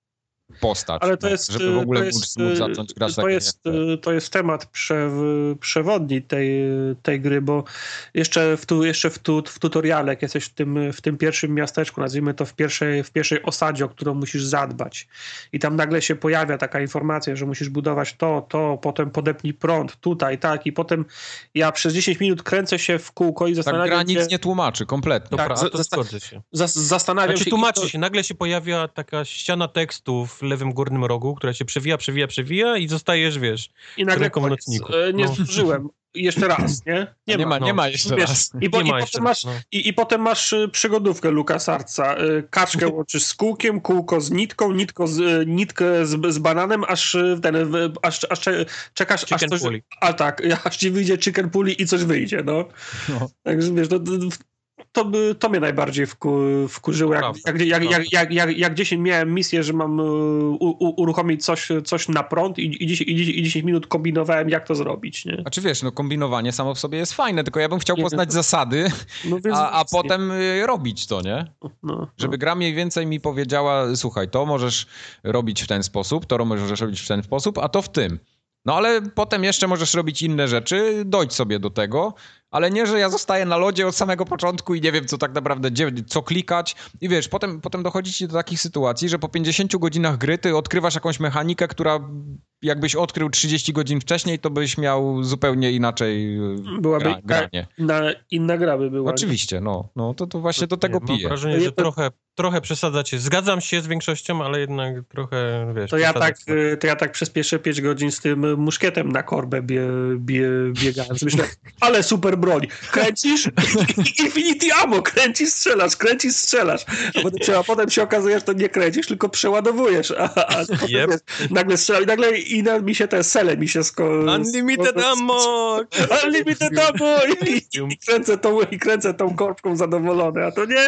postać. Ale to no, jest, żeby w ogóle to jest, móc zacząć grać to tak jest, to jest temat prze, przewodni tej, tej gry, bo jeszcze w, tu, jeszcze w, tu, w tutoriale, jak jesteś w tym, w tym pierwszym miasteczku, nazwijmy to w pierwszej, w pierwszej osadzie, o którą musisz zadbać i tam nagle się pojawia taka informacja, że musisz budować to, to, potem podepnij prąd, tutaj, tak i potem ja przez dziesięć minut kręcę się w kółko i zastanawiam się... Tak gra nic nie tłumaczy, kompletnie. Dobra, tak, a to zasta- zgodzę się. Zas- zastanawiam znaczy, się... tłumaczy to... się, nagle się pojawia taka ściana tekstu w lewym górnym rogu, która się przewija, przewija, przewija i zostajesz, wiesz, I nagle w nocniku. Nie no. zdążyłem. Jeszcze raz, nie? Nie, nie ma, no. nie ma jeszcze Wiesz, raz. I, po, Nie i, ma potem jeszcze masz, raz, no. i, I potem masz y, przygodówkę LucasArtsa. Y, kaczkę łączysz z kółkiem, kółko z nitką, nitko z, y, nitkę z, z bananem, aż y, ten, y, aż, aż cze- czekasz, aż Chicken coś... puli. A tak, aż ci wyjdzie chicken puli i coś wyjdzie, no. No. Także wiesz, no, to, by, to mnie najbardziej wku, wkurzyło. Jak, Prawda, jak, jak, prawda. jak, jak, jak, jak gdzieś miałem misję, że mam u, u, uruchomić coś, coś na prąd i, i, dziesięć, i, dziesięć, i dziesięć minut kombinowałem, jak to zrobić, nie? A czy wiesz, no kombinowanie samo w sobie jest fajne, tylko ja bym chciał Nie, poznać to- zasady, No, więc a, a właśnie. potem y, robić to, nie? No, Żeby gra mniej więcej mi powiedziała, słuchaj, to możesz robić w ten sposób, to możesz robić w ten sposób, a to w tym. No ale potem jeszcze możesz robić inne rzeczy, dojdź sobie do tego, ale nie, że ja zostaję na lodzie od samego początku i nie wiem, co tak naprawdę, gdzie, co klikać. I wiesz, potem, potem dochodzi ci do takich sytuacji, że po pięćdziesięciu godzinach gry ty odkrywasz jakąś mechanikę, która jakbyś odkrył trzydzieści godzin wcześniej, to byś miał zupełnie inaczej Byłaby gra, granie. inna, inna gra by była. Oczywiście, no, no to, to właśnie do tego Mam piję. wrażenie, To że ja- trochę, trochę przesadzacie. Zgadzam się z większością, ale jednak trochę, wiesz... To ja, tak, przesadzacie. y, to ja tak przez pierwsze pięć godzin z tym muszkietem na korbę bie, bie, biegałem. Myślę, ale super broń. Kręcisz? Infinity Ammo. Kręcisz, strzelasz, kręcisz, strzelasz. A potem, się- a potem się okazuje, że to nie kręcisz, tylko przeładowujesz. A, a potem Yep. wiesz, nagle strzelam i nagle i na, mi się te sele mi się sko... Unlimited sko- ammo! Unlimited Ammo! I, i, kręcę tą, I kręcę tą korbką zadowolony, a to nie?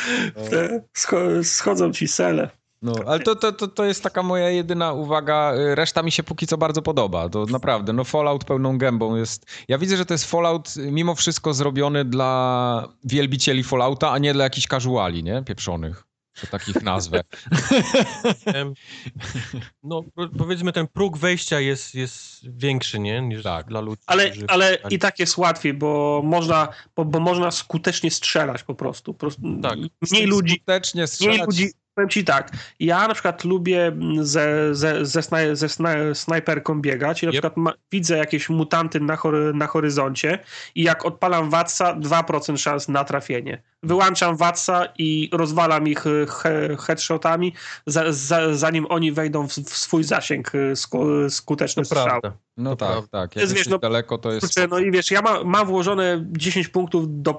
Te, scho, schodzą ci sele. No, ale to, to, to, to jest taka moja jedyna uwaga. Reszta mi się póki co bardzo podoba. To naprawdę, no Fallout pełną gębą jest. Ja widzę, że to jest Fallout mimo wszystko zrobiony dla wielbicieli Fallouta, a nie dla jakichś casuali, nie? Pieprzonych. Że takich nazwę. Em, No, po- powiedzmy, ten próg wejścia jest, jest większy, nie? Niż Tak. dla ludzi, Ale, którzy- ale i tak jest łatwiej, bo można, bo, bo można skutecznie strzelać po prostu. Po prostu Tak. Mniej ludzi, Skutecznie mniej strzelać. ludzi, Powiem ci tak, ja na przykład lubię ze, ze, ze, snaj, ze snaj, snajperką biegać i na yep. przykład ma, widzę jakieś mutanty na, hory, na horyzoncie i jak odpalam Watsa, dwa procent szans na trafienie. Wyłączam Watsa i rozwalam ich he, headshotami, za, za, zanim oni wejdą w, w swój zasięg sku, skuteczny to strzał. Prawda. No to tak, prawda. tak. Jak wiesz, no, daleko, to jest... Kurczę, no i wiesz, ja ma, mam włożone dziesięć punktów do,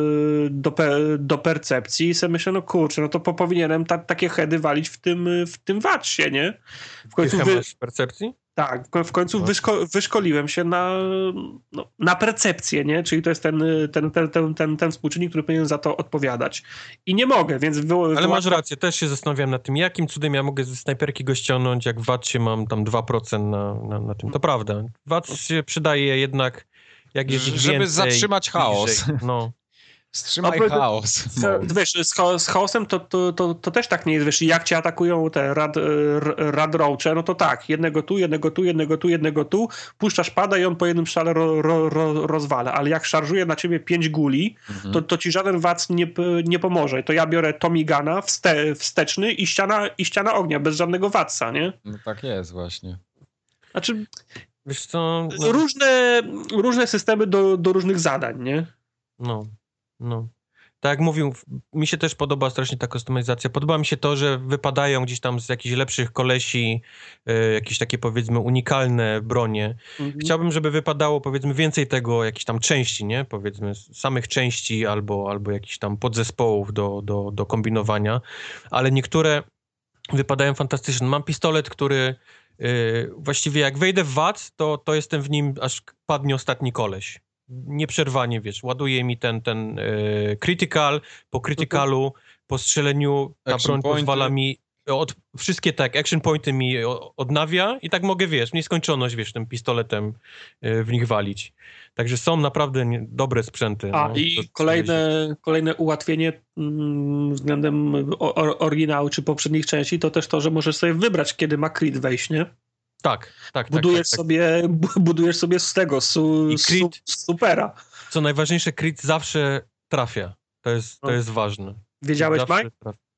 do, do percepcji i sobie myślę, no kurczę, no to po, powinienem ta, takie heady walić w tym, w tym Watsie, nie? W końcu wy... masz percepcji? Tak, w końcu wyszko, wyszkoliłem się na, no, na percepcję, nie? Czyli to jest ten, ten, ten, ten, ten, ten współczynnik, który powinien za to odpowiadać. I nie mogę, więc... Wy, Ale wyłączam... masz rację, też się zastanawiam nad tym, jakim cudem ja mogę ze snajperki go ściągnąć, jak w Watsie mam tam dwa procent na, na, na tym. To prawda. Wat się przydaje jednak, jak jest ich żeby więcej, zatrzymać chaos. Bliżej. No. Wstrzymaj no, chaos. Z, wiesz, z, z chaosem to, to, to, to też tak nie jest. Wiesz, jak cię atakują te rad, rad roache, no to tak, jednego tu, jednego tu, jednego tu, jednego tu, puszczasz pada i on po jednym strzale ro, ro, ro, rozwala. Ale jak szarżuje na ciebie pięć guli, mhm. to, to ci żaden wac nie, nie pomoże. To ja biorę Tommy Guna wste, wsteczny i ściana, i ściana ognia, bez żadnego waca, nie? No tak jest właśnie. Znaczy, wiesz co? No. Różne, różne systemy do, do różnych zadań, nie? No. No. Tak jak mówił, mi się też podoba strasznie ta kustomizacja. Podoba mi się to, że wypadają gdzieś tam z jakichś lepszych kolesi y, jakieś takie powiedzmy unikalne bronie. Mhm. Chciałbym, żeby wypadało powiedzmy więcej tego, jakichś tam części, nie? Powiedzmy samych części albo, albo jakichś tam podzespołów do, do, do kombinowania. Ale niektóre wypadają fantastycznie. Mam pistolet, który y, właściwie jak wejdę w Wac, to, to jestem w nim, aż padnie ostatni koleś. Nieprzerwanie, wiesz, ładuje mi ten, ten yy, critical, po criticalu, po strzeleniu ta action broń pointy. Pozwala mi, od, wszystkie tak, action pointy mi odnawia i tak mogę, wiesz, w nieskończoność, wiesz, tym pistoletem yy, w nich walić. Także są naprawdę nie, dobre sprzęty. A no, i to, kolejne, kolejne ułatwienie mm, względem or, oryginału czy poprzednich części to też to, że możesz sobie wybrać, kiedy ma crit wejść, nie? Tak, tak, budujesz tak, tak, sobie, tak. Budujesz sobie z tego, su, I crit, su, supera. Co najważniejsze, crit zawsze trafia. To jest, to jest ważne. Wiedziałeś, Mike?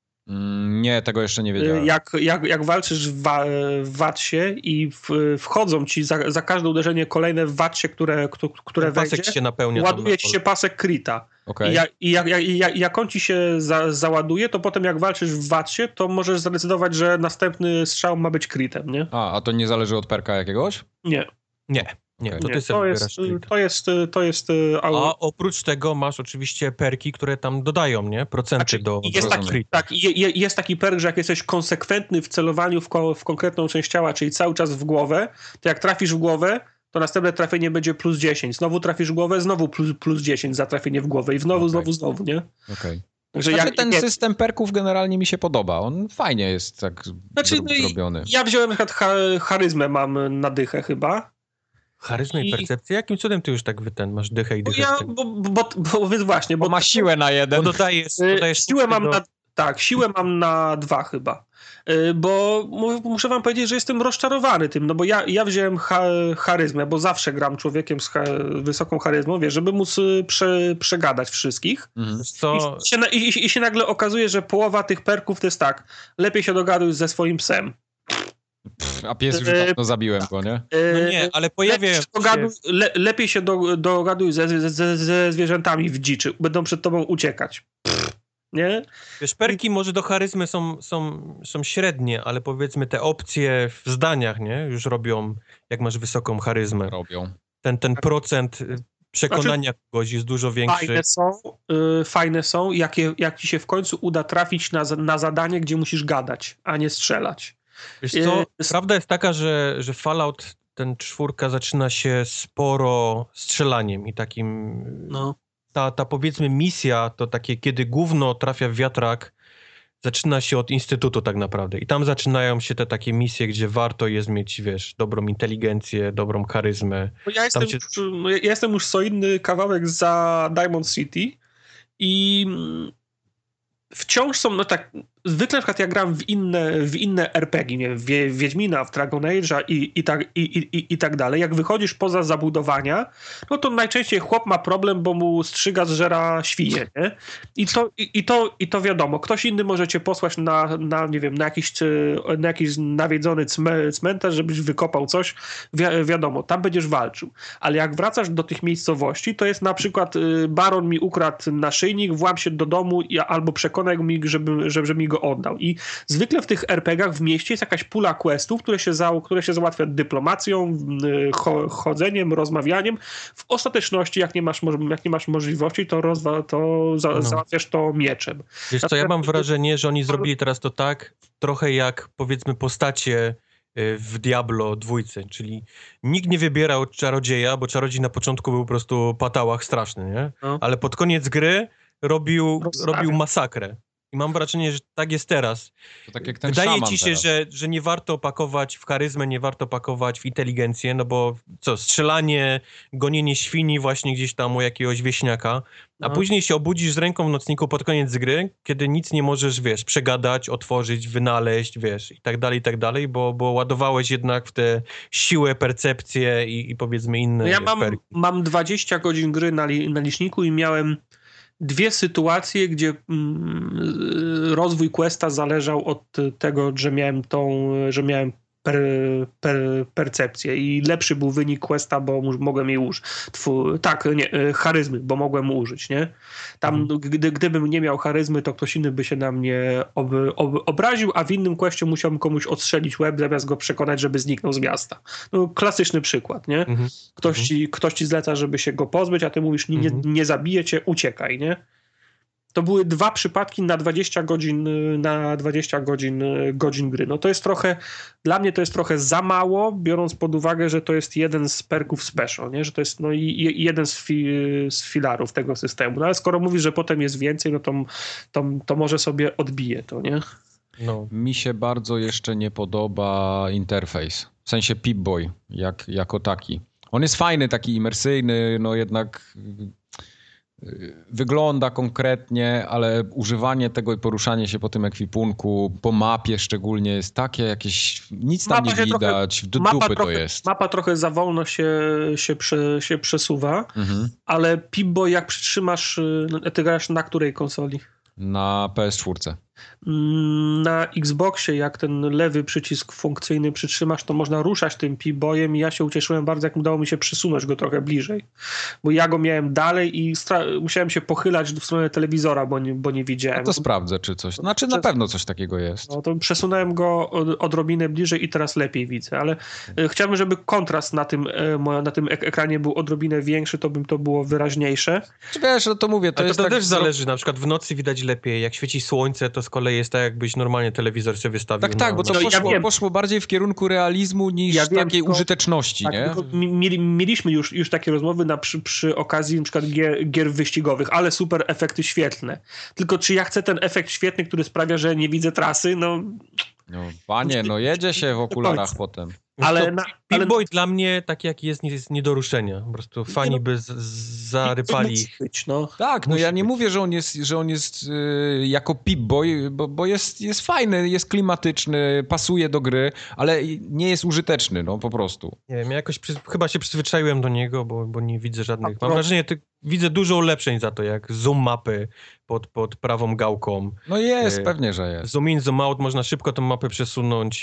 Mm, nie, tego jeszcze nie wiedziałem. Jak, jak, jak walczysz w, wa, w Watsie i w, wchodzą ci za, za każde uderzenie kolejne w Watsie, które, które pasek wejdzie, się napełnia ładuje ci się pasek krita. Okay. I, jak, i jak, jak, jak, jak on ci się za, załaduje, to potem jak walczysz w Watsie, to możesz zdecydować, że następny strzał ma być kritem, nie? A, a to nie zależy od perka jakiegoś? Nie. Nie. Nie, to, nie, ty to, jest, to jest to jest A oprócz tego masz oczywiście perki, które tam dodają, nie? Procenty znaczy, do... Jest do taki, tak, je, jest taki perk, że jak jesteś konsekwentny w celowaniu w, ko, w konkretną część ciała, czyli cały czas w głowę, to jak trafisz w głowę, to następne trafienie będzie plus dziesięć. Znowu trafisz w głowę, znowu plus, plus dziesięć za trafienie w głowę i znowu, okay. znowu, znowu, nie? Okej. Okay. Także znaczy, jak, ten nie... system perków generalnie mi się podoba. On fajnie jest tak znaczy, zrobiony. Ja wziąłem na przykład cha, charyzmę mam na dychę chyba. Charyzmę i, i percepcję? Jakim cudem ty już tak wy ten masz dychę i dychę? Ja, bo, bo, bo, bo więc właśnie. Bo, bo ma siłę na jeden. Bo dodajesz, dodajesz siłę mam do... na, tak, siłę mam na dwa chyba. Bo muszę wam powiedzieć, że jestem rozczarowany tym, no bo ja, ja wziąłem ha, charyzmę, bo zawsze gram człowiekiem z ha, wysoką charyzmą, wiesz, żeby móc prze, przegadać wszystkich. Mhm. Co? I, się, i, I się nagle okazuje, że połowa tych perków to jest tak, lepiej się dogaduj ze swoim psem. Pff, a pies już dawno zabiłem go, nie? No nie, ale pojawiają lepiej się. Dogaduj, le, lepiej się do, dogaduj ze, ze, ze zwierzętami w dziczy. Będą przed tobą uciekać. Pff, nie? Wiesz, perki może do charyzmy są, są, są średnie, ale powiedzmy te opcje w zdaniach, nie? Już robią, jak masz wysoką charyzmę. Robią. Ten, ten procent przekonania znaczy, kogoś jest dużo większy. Fajne są, yy, fajne są jak, je, jak ci się w końcu uda trafić na, na zadanie, gdzie musisz gadać, a nie strzelać. Wiesz co, prawda jest taka, że, że Fallout ten czwórka zaczyna się sporo strzelaniem i takim... No. Ta, ta powiedzmy misja, to takie kiedy gówno trafia w wiatrak, zaczyna się od instytutu tak naprawdę. I tam zaczynają się te takie misje, gdzie warto jest mieć, wiesz, dobrą inteligencję, dobrą charyzmę. No ja, jestem, się... już, no ja jestem już solidny kawałek za Diamond City i... Wciąż są, no tak, zwykle na przykład ja gram w inne, w inne er pe gie, nie wiem, w Wiedźmina, w Dragon Age'a i, i, tak, i, i, i tak dalej. Jak wychodzisz poza zabudowania, no to najczęściej chłop ma problem, bo mu strzyga zżera świnie, nie? I to, i, i to, i to wiadomo. Ktoś inny może cię posłać na, na nie wiem, na jakiś, na jakiś nawiedzony cme, cmentarz, żebyś wykopał coś. Wi- wiadomo, tam będziesz walczył. Ale jak wracasz do tych miejscowości, to jest na przykład baron mi ukradł naszyjnik, włam się do domu i, albo przekonaj mi, żeby, żeby, żeby mi go oddał. I zwykle w tych er pe gach w mieście jest jakaś pula questów, które się, za, które się załatwia dyplomacją, cho, chodzeniem, rozmawianiem. W ostateczności, jak nie masz, jak nie masz możliwości, to, rozwa, to za, no. załatwiasz to mieczem. Wiesz co, ja mam wrażenie, że oni zrobili teraz to tak, trochę jak powiedzmy postacie w Diablo dwójce, czyli nikt nie wybierał czarodzieja, bo czarodziej na początku był po prostu patałach straszny, nie? No. Ale pod koniec gry robił, robił masakrę. I mam wrażenie, że tak jest teraz. To tak jak ten Wydaje ci się, że, że nie warto pakować w charyzmę, nie warto pakować w inteligencję, no bo co, strzelanie, gonienie świni właśnie gdzieś tam u jakiegoś wieśniaka, a no. później się obudzisz z ręką w nocniku pod koniec gry, kiedy nic nie możesz, wiesz, przegadać, otworzyć, wynaleźć, wiesz, i tak dalej, i tak dalej, bo, bo ładowałeś jednak w tę siłę, percepcję i, i powiedzmy inne no ja wiesz, mam, perki. mam dwadzieścia godzin gry na, li, na liczniku i miałem dwie sytuacje, gdzie mm, rozwój questa zależał od tego, że miałem tą, że miałem per, per, percepcję i lepszy był wynik questa, bo mogłem jej użyć. Tfu, tak, nie, charyzmy, bo mogłem użyć, nie? Tam, mhm. gdy, gdybym nie miał charyzmy, to ktoś inny by się na mnie ob, ob, obraził, a w innym questie musiałbym komuś odstrzelić łeb, zamiast go przekonać, żeby zniknął z miasta. No, klasyczny przykład, nie? Mhm. Ktoś, mhm. ci, ktoś ci zleca, żeby się go pozbyć, a ty mówisz, nie, nie, nie zabiję cię, uciekaj, nie? To były dwa przypadki na dwadzieścia godzin, na dwadzieścia godzin, godzin gry. No to jest trochę, dla mnie to jest trochę za mało, biorąc pod uwagę, że to jest jeden z perków special, nie? Że to jest no, i, i jeden z, fi, z filarów tego systemu. No ale skoro mówisz, że potem jest więcej, no to, to, to może sobie odbije to, nie? No. Mi się bardzo jeszcze nie podoba interfejs. W sensie Pip-Boy, jak, jako taki. On jest fajny, taki imersyjny, no jednak wygląda konkretnie, ale używanie tego i poruszanie się po tym ekwipunku, po mapie szczególnie jest takie jakieś, nic tam mapa nie widać, trochę, do mapa dupy trochę, to jest. Mapa trochę za wolno się, się, prze, się przesuwa, mhm. ale Pip-Boy jak przytrzymasz, ty grasz na której konsoli? Na P S cztery. Na Xboxie, jak ten lewy przycisk funkcyjny przytrzymasz, to można ruszać tym Pip-Boyem i ja się ucieszyłem bardzo, jak udało mi się przesunąć go trochę bliżej. Bo ja go miałem dalej i stra- musiałem się pochylać w stronę telewizora, bo nie, bo nie widziałem. No to sprawdzę, czy coś. Znaczy na pewno coś takiego jest. No to przesunąłem go od, odrobinę bliżej i teraz lepiej widzę, ale hmm. chciałbym, żeby kontrast na tym, na tym ek- ekranie był odrobinę większy, to bym to było wyraźniejsze. Czy wiesz, no to mówię, to ale jest to, to tak... też zależy, na przykład w nocy widać lepiej, jak świeci słońce, to z kolei jest tak, jakbyś normalnie telewizor sobie wystawił. Tak, tak, na, bo to no, poszło, ja poszło bardziej w kierunku realizmu niż ja wiem, takiej tylko, użyteczności, tak, nie? Mieli, mieliśmy już, już takie rozmowy na, przy, przy okazji na przykład gier, gier wyścigowych, ale super efekty świetlne. Tylko czy ja chcę ten efekt świetny, który sprawia, że nie widzę trasy, no... No panie, no jedzie się w okularach potem. Ale na, ale Pip-Boy dla mnie taki jak jest, jest nie do ruszenia. Po prostu fani no, by z, z, zarypali. Być, no. Tak, no musi ja nie być. mówię, że on jest, że on jest yy, jako Pip-Boy, bo, bo jest, jest fajny, jest klimatyczny, pasuje do gry, ale nie jest użyteczny, no po prostu. Nie wiem, ja jakoś przy, chyba się przyzwyczaiłem do niego, bo, bo nie widzę żadnych... A, Mam wrażenie, ty, widzę dużo ulepszeń za to, jak zoom mapy pod, pod prawą gałką. No jest, yy, pewnie, że jest. Zoom in, zoom out, można szybko tą mapę przesunąć.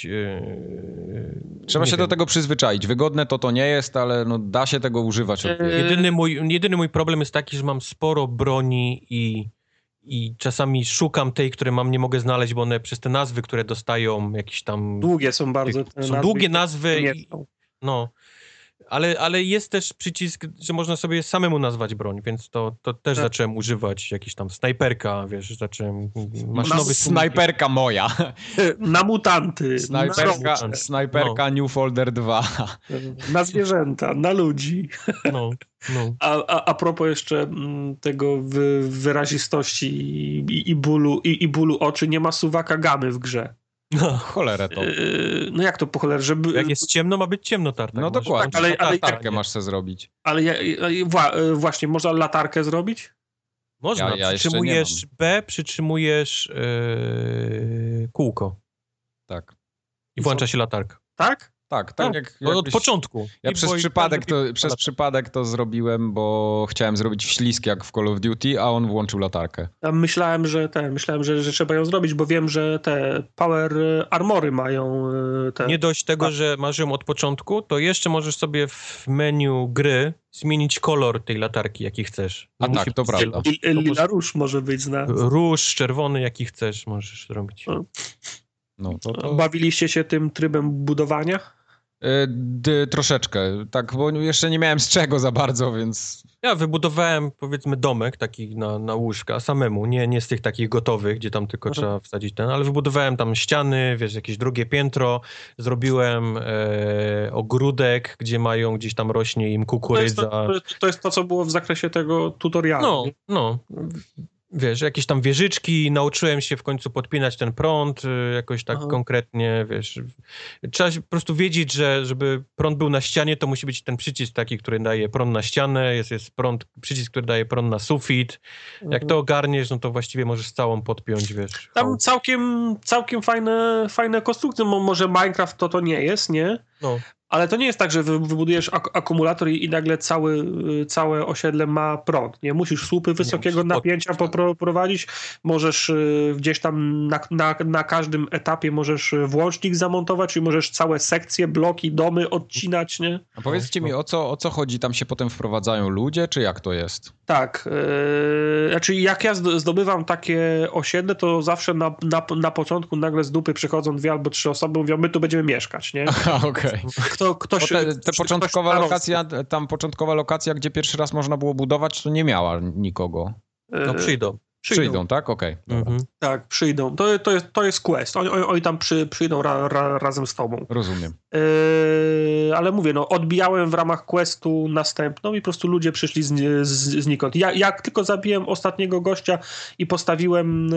Yy, Trzeba się wiem. do tego przyzwyczaić. Wygodne to to nie jest, ale no da się tego używać. Od... Jedyny mój, jedyny mój problem jest taki, że mam sporo broni i, i czasami szukam tej, które mam, nie mogę znaleźć, bo one przez te nazwy, które dostają jakieś tam... Długie są bardzo. Tych, są nazwy, długie nazwy. I, no. Ale, ale jest też przycisk, że można sobie samemu nazwać broń, więc to, to też tak. zacząłem używać. Jakiś tam snajperka, wiesz, zacząłem... Maszynowy snajperka moja. Na mutanty. Snajperka, na snajperka no. New Folder dwa. Na zwierzęta, na ludzi. No, no. A, a, a propos jeszcze tego wy, wyrazistości i, i, bólu, i, i bólu oczy, nie ma suwaka gamy w grze. No, cholerę to. Yy, no jak to po cholerę, żeby... Jak jest ciemno, ma być ciemno, tartak. No dokładnie, tak, ale, ale latarkę masz se zrobić. Ale ja, wła, właśnie, można latarkę zrobić? Można, Ja- ja jeszcze nie przytrzymujesz B, przytrzymujesz yy, kółko Tak. i włącza się latarka. Tak? Tak, tak Tak, jak, od jakbyś... początku. Ja I przez bo- przypadek, to, żeby- przez przypadek to zrobiłem, bo chciałem zrobić wślizg jak w Call of Duty, a on włączył latarkę. Ja myślałem, że ten, myślałem, że, że trzeba ją zrobić, bo wiem, że te Power Armory mają e, te... Nie dość tego, A. że masz ją od początku, to jeszcze możesz sobie w menu gry zmienić kolor tej latarki, jaki chcesz. A Musi tak, to być prawda. I- Lila róż może być zna. Róż, czerwony, jaki chcesz, możesz zrobić. No. No, to, to... Bawiliście się tym trybem budowania? Y, d, troszeczkę, tak, bo jeszcze nie miałem z czego za bardzo, więc... Ja wybudowałem, powiedzmy, domek taki na, na łóżka samemu, nie, nie z tych takich gotowych, gdzie tam tylko Mhm. trzeba wsadzić ten, ale wybudowałem tam ściany, wiesz, jakieś drugie piętro, zrobiłem e, ogródek, gdzie mają, gdzieś tam rośnie im To jest kukurydza. to, to, jest- to jest to, co było w zakresie tego tutorialu. No, nie? no. Wiesz, jakieś tam wieżyczki, nauczyłem się w końcu podpinać ten prąd y, jakoś tak Aha. konkretnie, wiesz. Trzeba się po prostu wiedzieć, że żeby prąd był na ścianie, to musi być ten przycisk taki, który daje prąd na ścianę, jest, jest prąd, przycisk, który daje prąd na sufit. Jak Mhm. to ogarniesz, no to właściwie możesz całą podpiąć, wiesz. Tam chałupę. całkiem, całkiem fajne, fajne konstrukcje. Mo- Może Minecraft to to nie jest, nie? No. Ale to nie jest tak, że wy- wybudujesz ak- akumulator i, i nagle cały, y, całe osiedle ma prąd. Nie musisz słupy wysokiego musisz napięcia podpiąć, popro- prowadzić. Możesz y, gdzieś tam na, na, na każdym etapie możesz y, włącznik zamontować, czyli możesz całe sekcje, bloki, domy odcinać, nie? A powiedzcie No, mi, no. o co, o co chodzi? Tam się potem wprowadzają ludzie, czy jak to jest? Tak. Yy, znaczy jak ja zd- zdobywam takie osiedle, to zawsze na, na, na początku nagle z dupy przychodzą dwie albo trzy osoby, mówią, my tu będziemy mieszkać, nie? Aha, okej. Kto, ktoś, Bo te, te ktoś- początkowa ktoś lokacja, tam początkowa lokacja, gdzie pierwszy raz można było budować, to nie miała nikogo. Yy, No przyjdą. przyjdą. Przyjdą, tak? Okej. dobra. Mhm. Tak, przyjdą. To, to, jest, to jest quest. Oni, oni, oni tam przy, przyjdą ra, ra, razem z tobą. Rozumiem. Yy, ale mówię, no odbijałem w ramach questu następną i po prostu ludzie przyszli z, z, znikąd. Ja, jak tylko zabiłem ostatniego gościa i postawiłem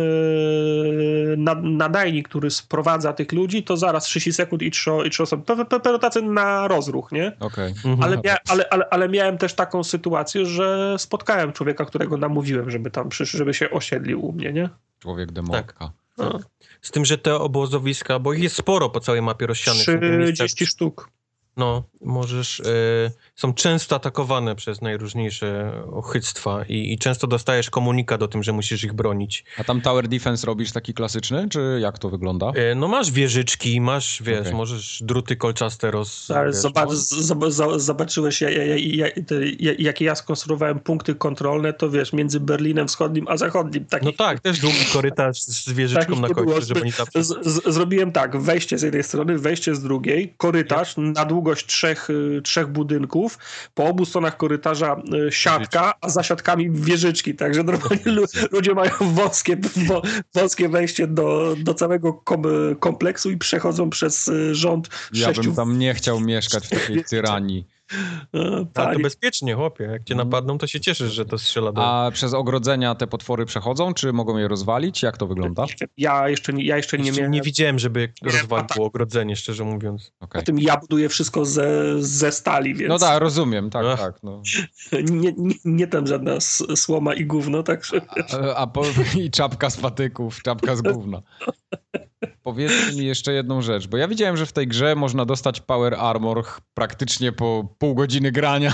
yy, nad, nadajnik, który sprowadza tych ludzi, to zaraz trzydzieści sekund i trzy, i trzy osoby. Pe, pe, pe, tacy na rozruch, nie? Okej. Mhm. Ale, mia, ale, ale, ale miałem też taką sytuację, że spotkałem człowieka, którego namówiłem, żeby tam przyszedł, żeby się osiedlił u mnie, nie? Człowiek demotka. No. Z tym, że te obozowiska, bo ich jest sporo po całej mapie rozsianych. są te miejsca- trzydzieści sztuk. No, możesz, y, są często atakowane przez najróżniejsze ochyctwa i, i często dostajesz komunikat o tym, że musisz ich bronić. A tam tower defense robisz taki klasyczny, czy jak to wygląda? Y, no masz wieżyczki, masz, wiesz, Okej. możesz druty kolczaste roz... Ale wiesz, zobacz, no, z- z- z- zobaczyłeś, ja, ja, ja, ja, te- ja, jakie ja skonstruowałem punkty kontrolne, to wiesz, między Berlinem Wschodnim a Zachodnim. Takich, no tak, też długi korytarz z wieżyczką takich na nie było. końcu, żeby nie zawsze... Z, z, zrobiłem tak, wejście z jednej strony, wejście z drugiej, korytarz na długość trzech, y, trzech budynków, po obu stronach korytarza y, siatka, a za siatkami wieżyczki, także normalnie lu, ludzie mają wąskie, wo, wąskie wejście do, do całego kom, kompleksu i przechodzą przez y, rząd Ja sześciu... bym tam nie chciał mieszkać w takiej tyranii. y, Ale to pali- bezpiecznie, chłopie, jak cię napadną, to się cieszysz, że to strzela do... A przez ogrodzenia te potwory przechodzą, czy mogą je rozwalić? Jak to wygląda? Ja jeszcze nie, ja jeszcze nie Jeszcze miałem... nie widziałem, żeby Nie, rozwaliło ogrodzenie, szczerze mówiąc. Okej. W tym ja buduję wszystko ze, ze stali, więc No tak, rozumiem, tak, Ach. tak. No. nie, nie, nie tam żadna s- słoma i gówno, także... A, a po, i czapka z patyków, czapka z gówna. Powiedzcie mi jeszcze jedną rzecz, bo ja widziałem, że w tej grze można dostać Power Armor ch- praktycznie po pół godziny grania.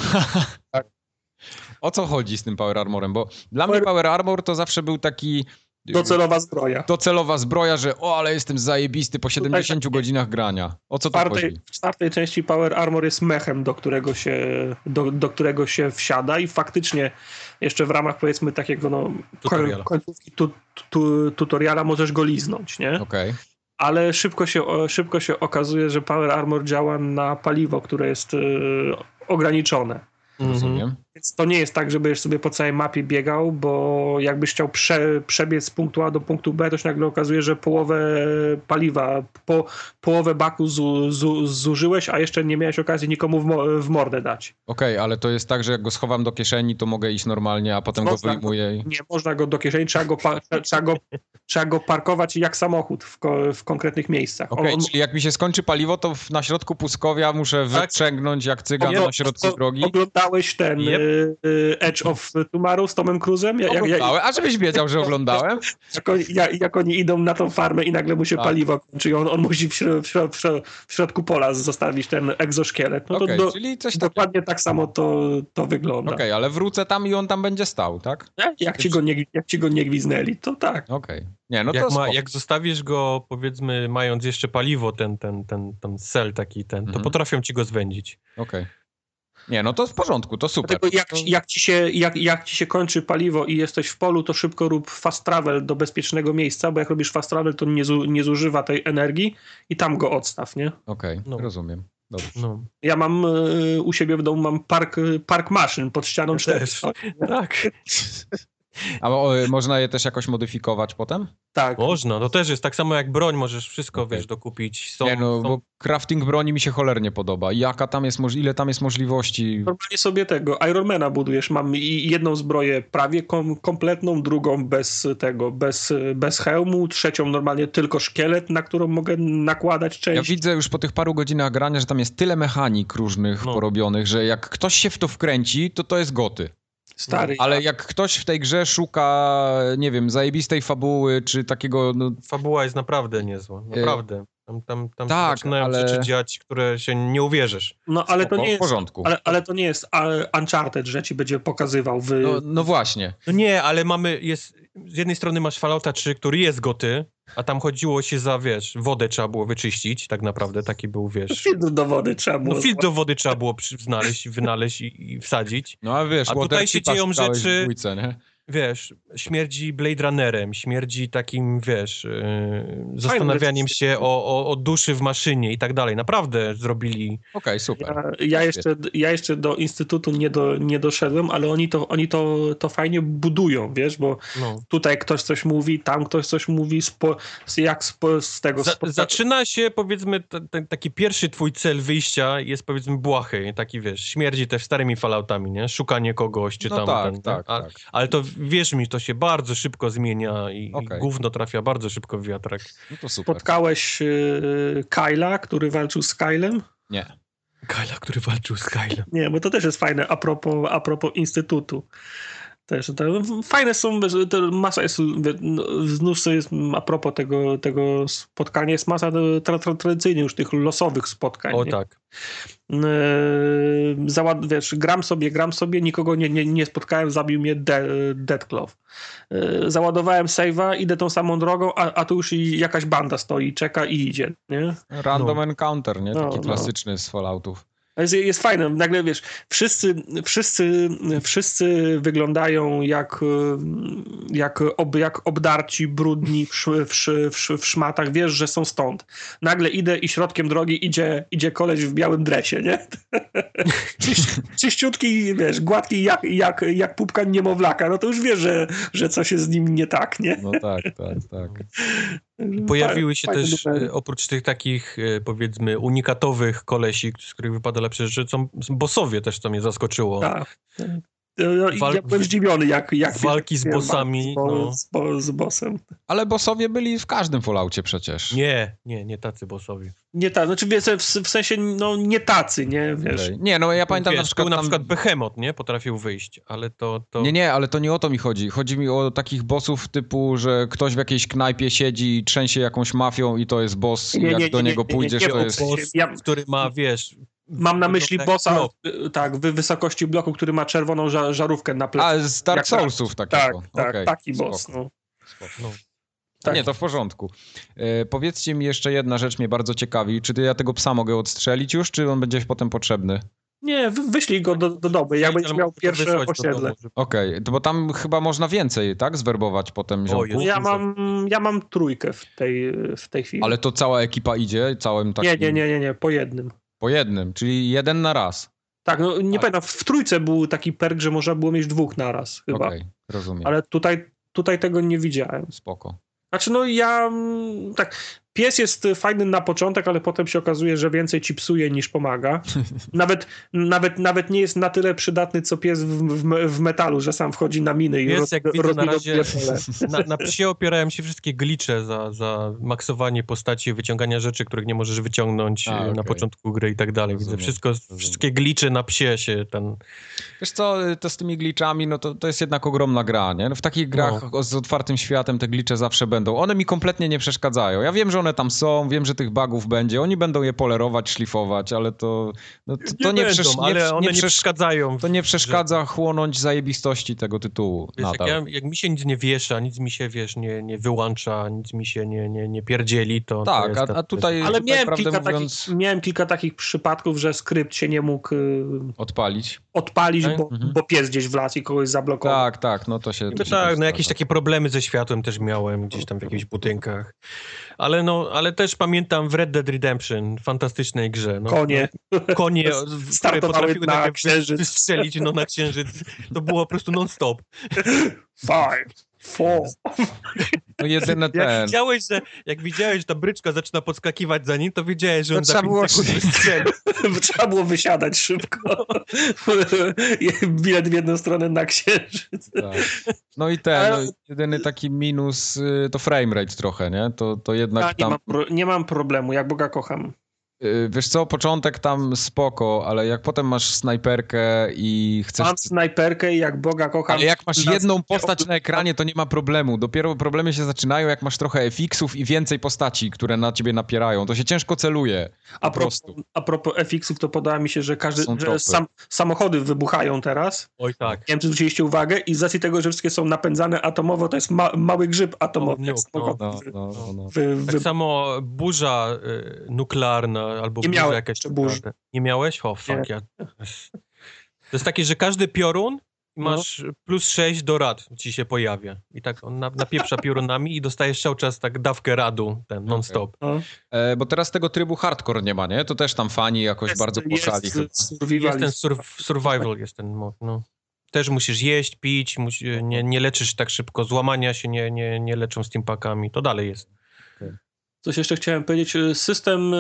O co chodzi z tym Power Armorem? Bo dla mnie Power Armor to zawsze był taki Docelowa zbroja. docelowa zbroja, że o, ale jestem zajebisty po siedemdziesięciu godzinach grania. O co W to czwartej, chodzi? w czwartej części Power Armor jest mechem, do którego się, do, do którego się wsiada i faktycznie jeszcze w ramach powiedzmy takiego no, Tutoriala. końcówki tu, tu, tutoriala możesz go liznąć, nie? Okej. Ale szybko się, o- szybko się okazuje, że Power Armor działa na paliwo, które jest y, ograniczone. Rozumiem. Więc to nie jest tak, że będziesz sobie po całej mapie biegał, bo jakbyś chciał prze, przebiec z punktu A do punktu B, to się nagle okazuje, że połowę paliwa, po, połowę baku zu, zu, zużyłeś, a jeszcze nie miałeś okazji nikomu w, mo, w mordę dać. Okej, ale to jest tak, że jak go schowam do kieszeni, to mogę iść normalnie, a potem go Można go- wyjmuję i... Nie można go do kieszeni, trzeba go, pa, trzeba go, trzeba go parkować jak samochód w, ko, w konkretnych miejscach. On- Okej, on- czyli jak mi się skończy paliwo, to w, na środku pustkowia muszę Tak. wyprzęgnąć jak cygan Oglo- na środku o- drogi. Oglądałeś ten Yep. Edge of Tomorrow z Tomem Cruise'em? Ja, jak, ja, a żebyś wiedział, że oglądałem? Jak oni, jak, jak oni idą na tą farmę i nagle mu się tak. paliwo kończy, on, on musi w, środ, w, środ, w środku pola zostawić ten egzoszkielet. No to okay, do, czyli coś dokładnie takiego. tak samo to, to wygląda. Okej, okay, ale wrócę tam i on tam będzie stał, tak? Jak, jak, ci, go nie, jak ci go nie gwiznęli, to tak. Okej. Okay. Nie, no jak, to ma, jak zostawisz go, powiedzmy, mając jeszcze paliwo, ten, ten, ten, ten cel taki, ten, to mhm. potrafią ci go zwędzić. Okej. Okay. Nie, no to w porządku, to super. Dlatego jak, to... jak, ci się, jak, jak ci się kończy paliwo i jesteś w polu, to szybko rób fast travel do bezpiecznego miejsca, bo jak robisz fast travel, to nie, zu, nie zużywa tej energii i tam go odstaw, nie? Okej, okay, no. rozumiem. Dobrze. No. Ja mam y, u siebie w domu mam park, park maszyn pod ścianą ja cztery. Tak. A o, można je też jakoś modyfikować potem? Tak. Można, to też jest tak samo jak broń, możesz wszystko, okay. wiesz, dokupić. Są, nie no, są... bo crafting broni mi się cholernie podoba. Jaka tam jest, ile tam jest możliwości? Normalnie sobie tego Ironmana budujesz. Mam jedną zbroję prawie kom, kompletną, drugą bez tego, bez, bez hełmu, trzecią normalnie tylko szkielet, na którą mogę nakładać część. Ja widzę już po tych paru godzinach grania, że tam jest tyle mechanik różnych no. porobionych, że jak ktoś się w to wkręci, to to jest goty. Stary. Ale jak ktoś w tej grze szuka, nie wiem, zajebistej fabuły, czy takiego... No... Fabuła jest naprawdę niezła, naprawdę. Tam, tam, tam tak, się zaczynają ale... rzeczy dziać, które się nie uwierzysz. No ale to nie jest... W porządku. Ale, ale to nie jest Uncharted, że ci będzie pokazywał w... No, no właśnie. No nie, ale mamy... jest z jednej strony masz Fallouta trzy, który jest goty, a tam chodziło się za, wiesz, wodę trzeba było wyczyścić, tak naprawdę, taki był, wiesz... Filtr do wody trzeba było... No filtr do wody trzeba było przy, znaleźć, wynaleźć i, i wsadzić. No a wiesz, a tutaj się dzieją rzeczy... Dwójce, nie? Wiesz, śmierdzi Blade Runnerem, śmierdzi takim, wiesz, yy, zastanawianiem się o, o, o duszy w maszynie i tak dalej. Naprawdę zrobili... Okej, okay, super. Ja, ja, jeszcze, ja jeszcze do Instytutu nie, do, nie doszedłem, ale oni to, oni to, to fajnie budują, wiesz, bo no. tutaj ktoś coś mówi, tam ktoś coś mówi, spo, jak spo, z tego... Za, spo... Zaczyna się, powiedzmy, t, t, taki pierwszy twój cel wyjścia jest, powiedzmy, błahy, taki, wiesz, śmierdzi też starymi Falloutami, nie? Szukanie kogoś, czy no tam... tak, ten, tak, a, tak. Ale to wierz mi, to się bardzo szybko zmienia i, okay. i gówno trafia bardzo szybko w wiatrak. No to super. Spotkałeś y, Kyla, który walczył z Kylem? Nie. Kyla, który walczył z Kylem. Nie, bo to też jest fajne a propos, a propos Instytutu. Też, to fajne są, to masa jest, znów jest a propos tego, tego spotkania, jest masa tra, tra, tradycyjnie już tych losowych spotkań. O nie? tak. Załad, wiesz, gram sobie, gram sobie, nikogo nie, nie, nie spotkałem, zabił mnie de, Deathclaw. Załadowałem save'a, idę tą samą drogą, a, a tu już jakaś banda stoi, czeka i idzie, nie? Random no. encounter, nie? Taki no, klasyczny no. z Falloutów. Jest, jest fajne, nagle wiesz, wszyscy, wszyscy, wszyscy wyglądają jak, jak, ob, jak obdarci, brudni w, w, w, w szmatach, wiesz, że są stąd. Nagle idę i środkiem drogi idzie, idzie koleś w białym dresie, nie? Czyś, czyściutki, wiesz, gładki jak, jak, jak pupka niemowlaka, no to już wiesz, że, że coś jest z nim nie tak, nie? No tak, tak, tak. Pojawiły się też, oprócz tych takich, powiedzmy, unikatowych kolesi, z których wypada lepsze rzeczy, są bossowie też, co mnie zaskoczyło. Tak. Wal... Ja byłem zdziwiony, jak... jak walki z bossami. Z, bo, no. z, bo, z bossem. Ale bossowie byli w każdym Falloutie przecież. Nie, nie, nie tacy bossowie. Nie tacy, znaczy wiesz, w, w sensie, no nie tacy, nie, wiesz. Okay. Nie, no ja pamiętam wiesz, na przykład... Tu na tam... przykład Behemoth, nie? Potrafił wyjść, ale to, to... Nie, nie, ale to nie o to mi chodzi. Chodzi mi o takich bossów typu, że ktoś w jakiejś knajpie siedzi i trzęsie jakąś mafią i to jest boss i jak nie, do nie, niego nie, nie, pójdziesz, nie, nie, to jest... Boss, ja... który ma, wiesz... Mam na myśli bossa, blok. tak, w wysokości bloku, który ma czerwoną ża żarówkę na plecach. A, z Dark Soulsów takiego. Tak, tak, okay. taki Spoko. boss. No. No. Tak. Nie, to w porządku. E, powiedzcie mi jeszcze jedna rzecz mnie bardzo ciekawi. Czy ja tego psa mogę odstrzelić już, czy on będzie potem potrzebny? Nie, wyślij go do, do domu, jak będziesz miał pierwsze osiedle. Okej, okay, bo tam chyba można więcej, tak, zwerbować potem ziomków? No ja mam, ja mam trójkę w tej, w tej chwili. Ale to cała ekipa idzie? Całym takim... Nie, nie, nie, nie, nie, po jednym. Po jednym, czyli jeden na raz. Tak, no nie tak. pamiętam, w trójce był taki perk, że można było mieć dwóch na raz chyba. Okej, okay, rozumiem. Ale tutaj, tutaj tego nie widziałem. Spoko. Znaczy no ja tak, pies jest fajny na początek, ale potem się okazuje, że więcej ci psuje niż pomaga. Nawet, nawet, nawet nie jest na tyle przydatny, co pies w, w, w metalu, że sam wchodzi na miny i Jest, jak widzę, na razie pole. na, na psie opierają się wszystkie glicze za, za maksowanie postaci, wyciągania rzeczy, których nie możesz wyciągnąć A, na okay. początku gry i tak dalej. Widzę wszystko, rozumiem. Wszystkie glicze na psie się ten... Wiesz co, to z tymi glitchami, no to, to jest jednak ogromna gra, nie? No w takich grach no. z otwartym światem te glicze zawsze będą. One mi kompletnie nie przeszkadzają. Ja wiem, że one tam są, wiem, że tych bugów będzie, oni będą je polerować, szlifować, ale to... No, to, to nie, nie, będą, przesz- ale nie, one nie, nie przeszkadzają. To nie przeszkadza że... chłonąć zajebistości tego tytułu. Wiesz, jak, ja, jak mi się nic nie wiesza, nic mi się, wiesz, nie, nie wyłącza, nic mi się nie, nie, nie pierdzieli, to... Tak, to a, a tutaj... Ale tutaj, miałem, kilka mówiąc... takich, miałem kilka takich przypadków, że skrypt się nie mógł... Odpalić. Odpalić, tak? bo, mhm. bo pies gdzieś wlazł i kogoś zablokował. Tak, tak, no to się... To no się tak, no jakieś takie problemy ze światłem też miałem gdzieś tam w jakichś budynkach. Ale no, ale też pamiętam w Red Dead Redemption, fantastycznej grze. No, konie. No, konie, które potrafiły na księżyc. wystrzelić no, na księżyc. To było po prostu non-stop. Five, four. No jedyne ten. Jak widziałeś, że, jak widziałeś, że ta bryczka zaczyna podskakiwać za nim, to wiedziałeś, że on to za pięć sekund wystrzeli. Trzeba było wysiadać szybko. Bilet w jedną stronę na księżyc. Tak. No i ten, no, jedyny taki minus to framerate trochę, nie? To, to jednak A, nie tam... Mam pro, nie mam problemu, jak Boga kocham. Wiesz co, początek tam spoko, ale jak potem masz snajperkę i chcesz... Mam snajperkę i jak Boga kocham... Ale jak masz jedną postać na ekranie, to nie ma problemu. Dopiero problemy się zaczynają, jak masz trochę F X-ów i więcej postaci, które na ciebie napierają. To się ciężko celuje. A propos, a propos F X-ów, to podoba mi się, że każdy że sam, samochody wybuchają teraz. Oj tak. Nie wiem, czy zwróciliście uwagę i z racji tego, że wszystkie są napędzane atomowo, to jest ma, mały grzyb atomowy. No, no, no, no, no, no. Wy, wy... Tak samo burza y, nuklearna albo nie burza miałem jakaś... burz. Nie miałeś? O, fuck, ja... To jest takie, że każdy piorun masz no. plus sześć do rad ci się pojawia. I tak on napieprza piorunami i dostajesz cały czas tak dawkę radu, ten non-stop. Okay. E, bo teraz tego trybu hardcore nie ma, nie? To też tam fani jakoś jest, bardzo poszali. Jest, jest ten sur survival, jest ten mod, no. Też musisz jeść, pić, musi, nie, nie leczysz tak szybko, złamania się nie, nie, nie leczą steampakami, to dalej jest. Okay. Coś jeszcze chciałem powiedzieć. System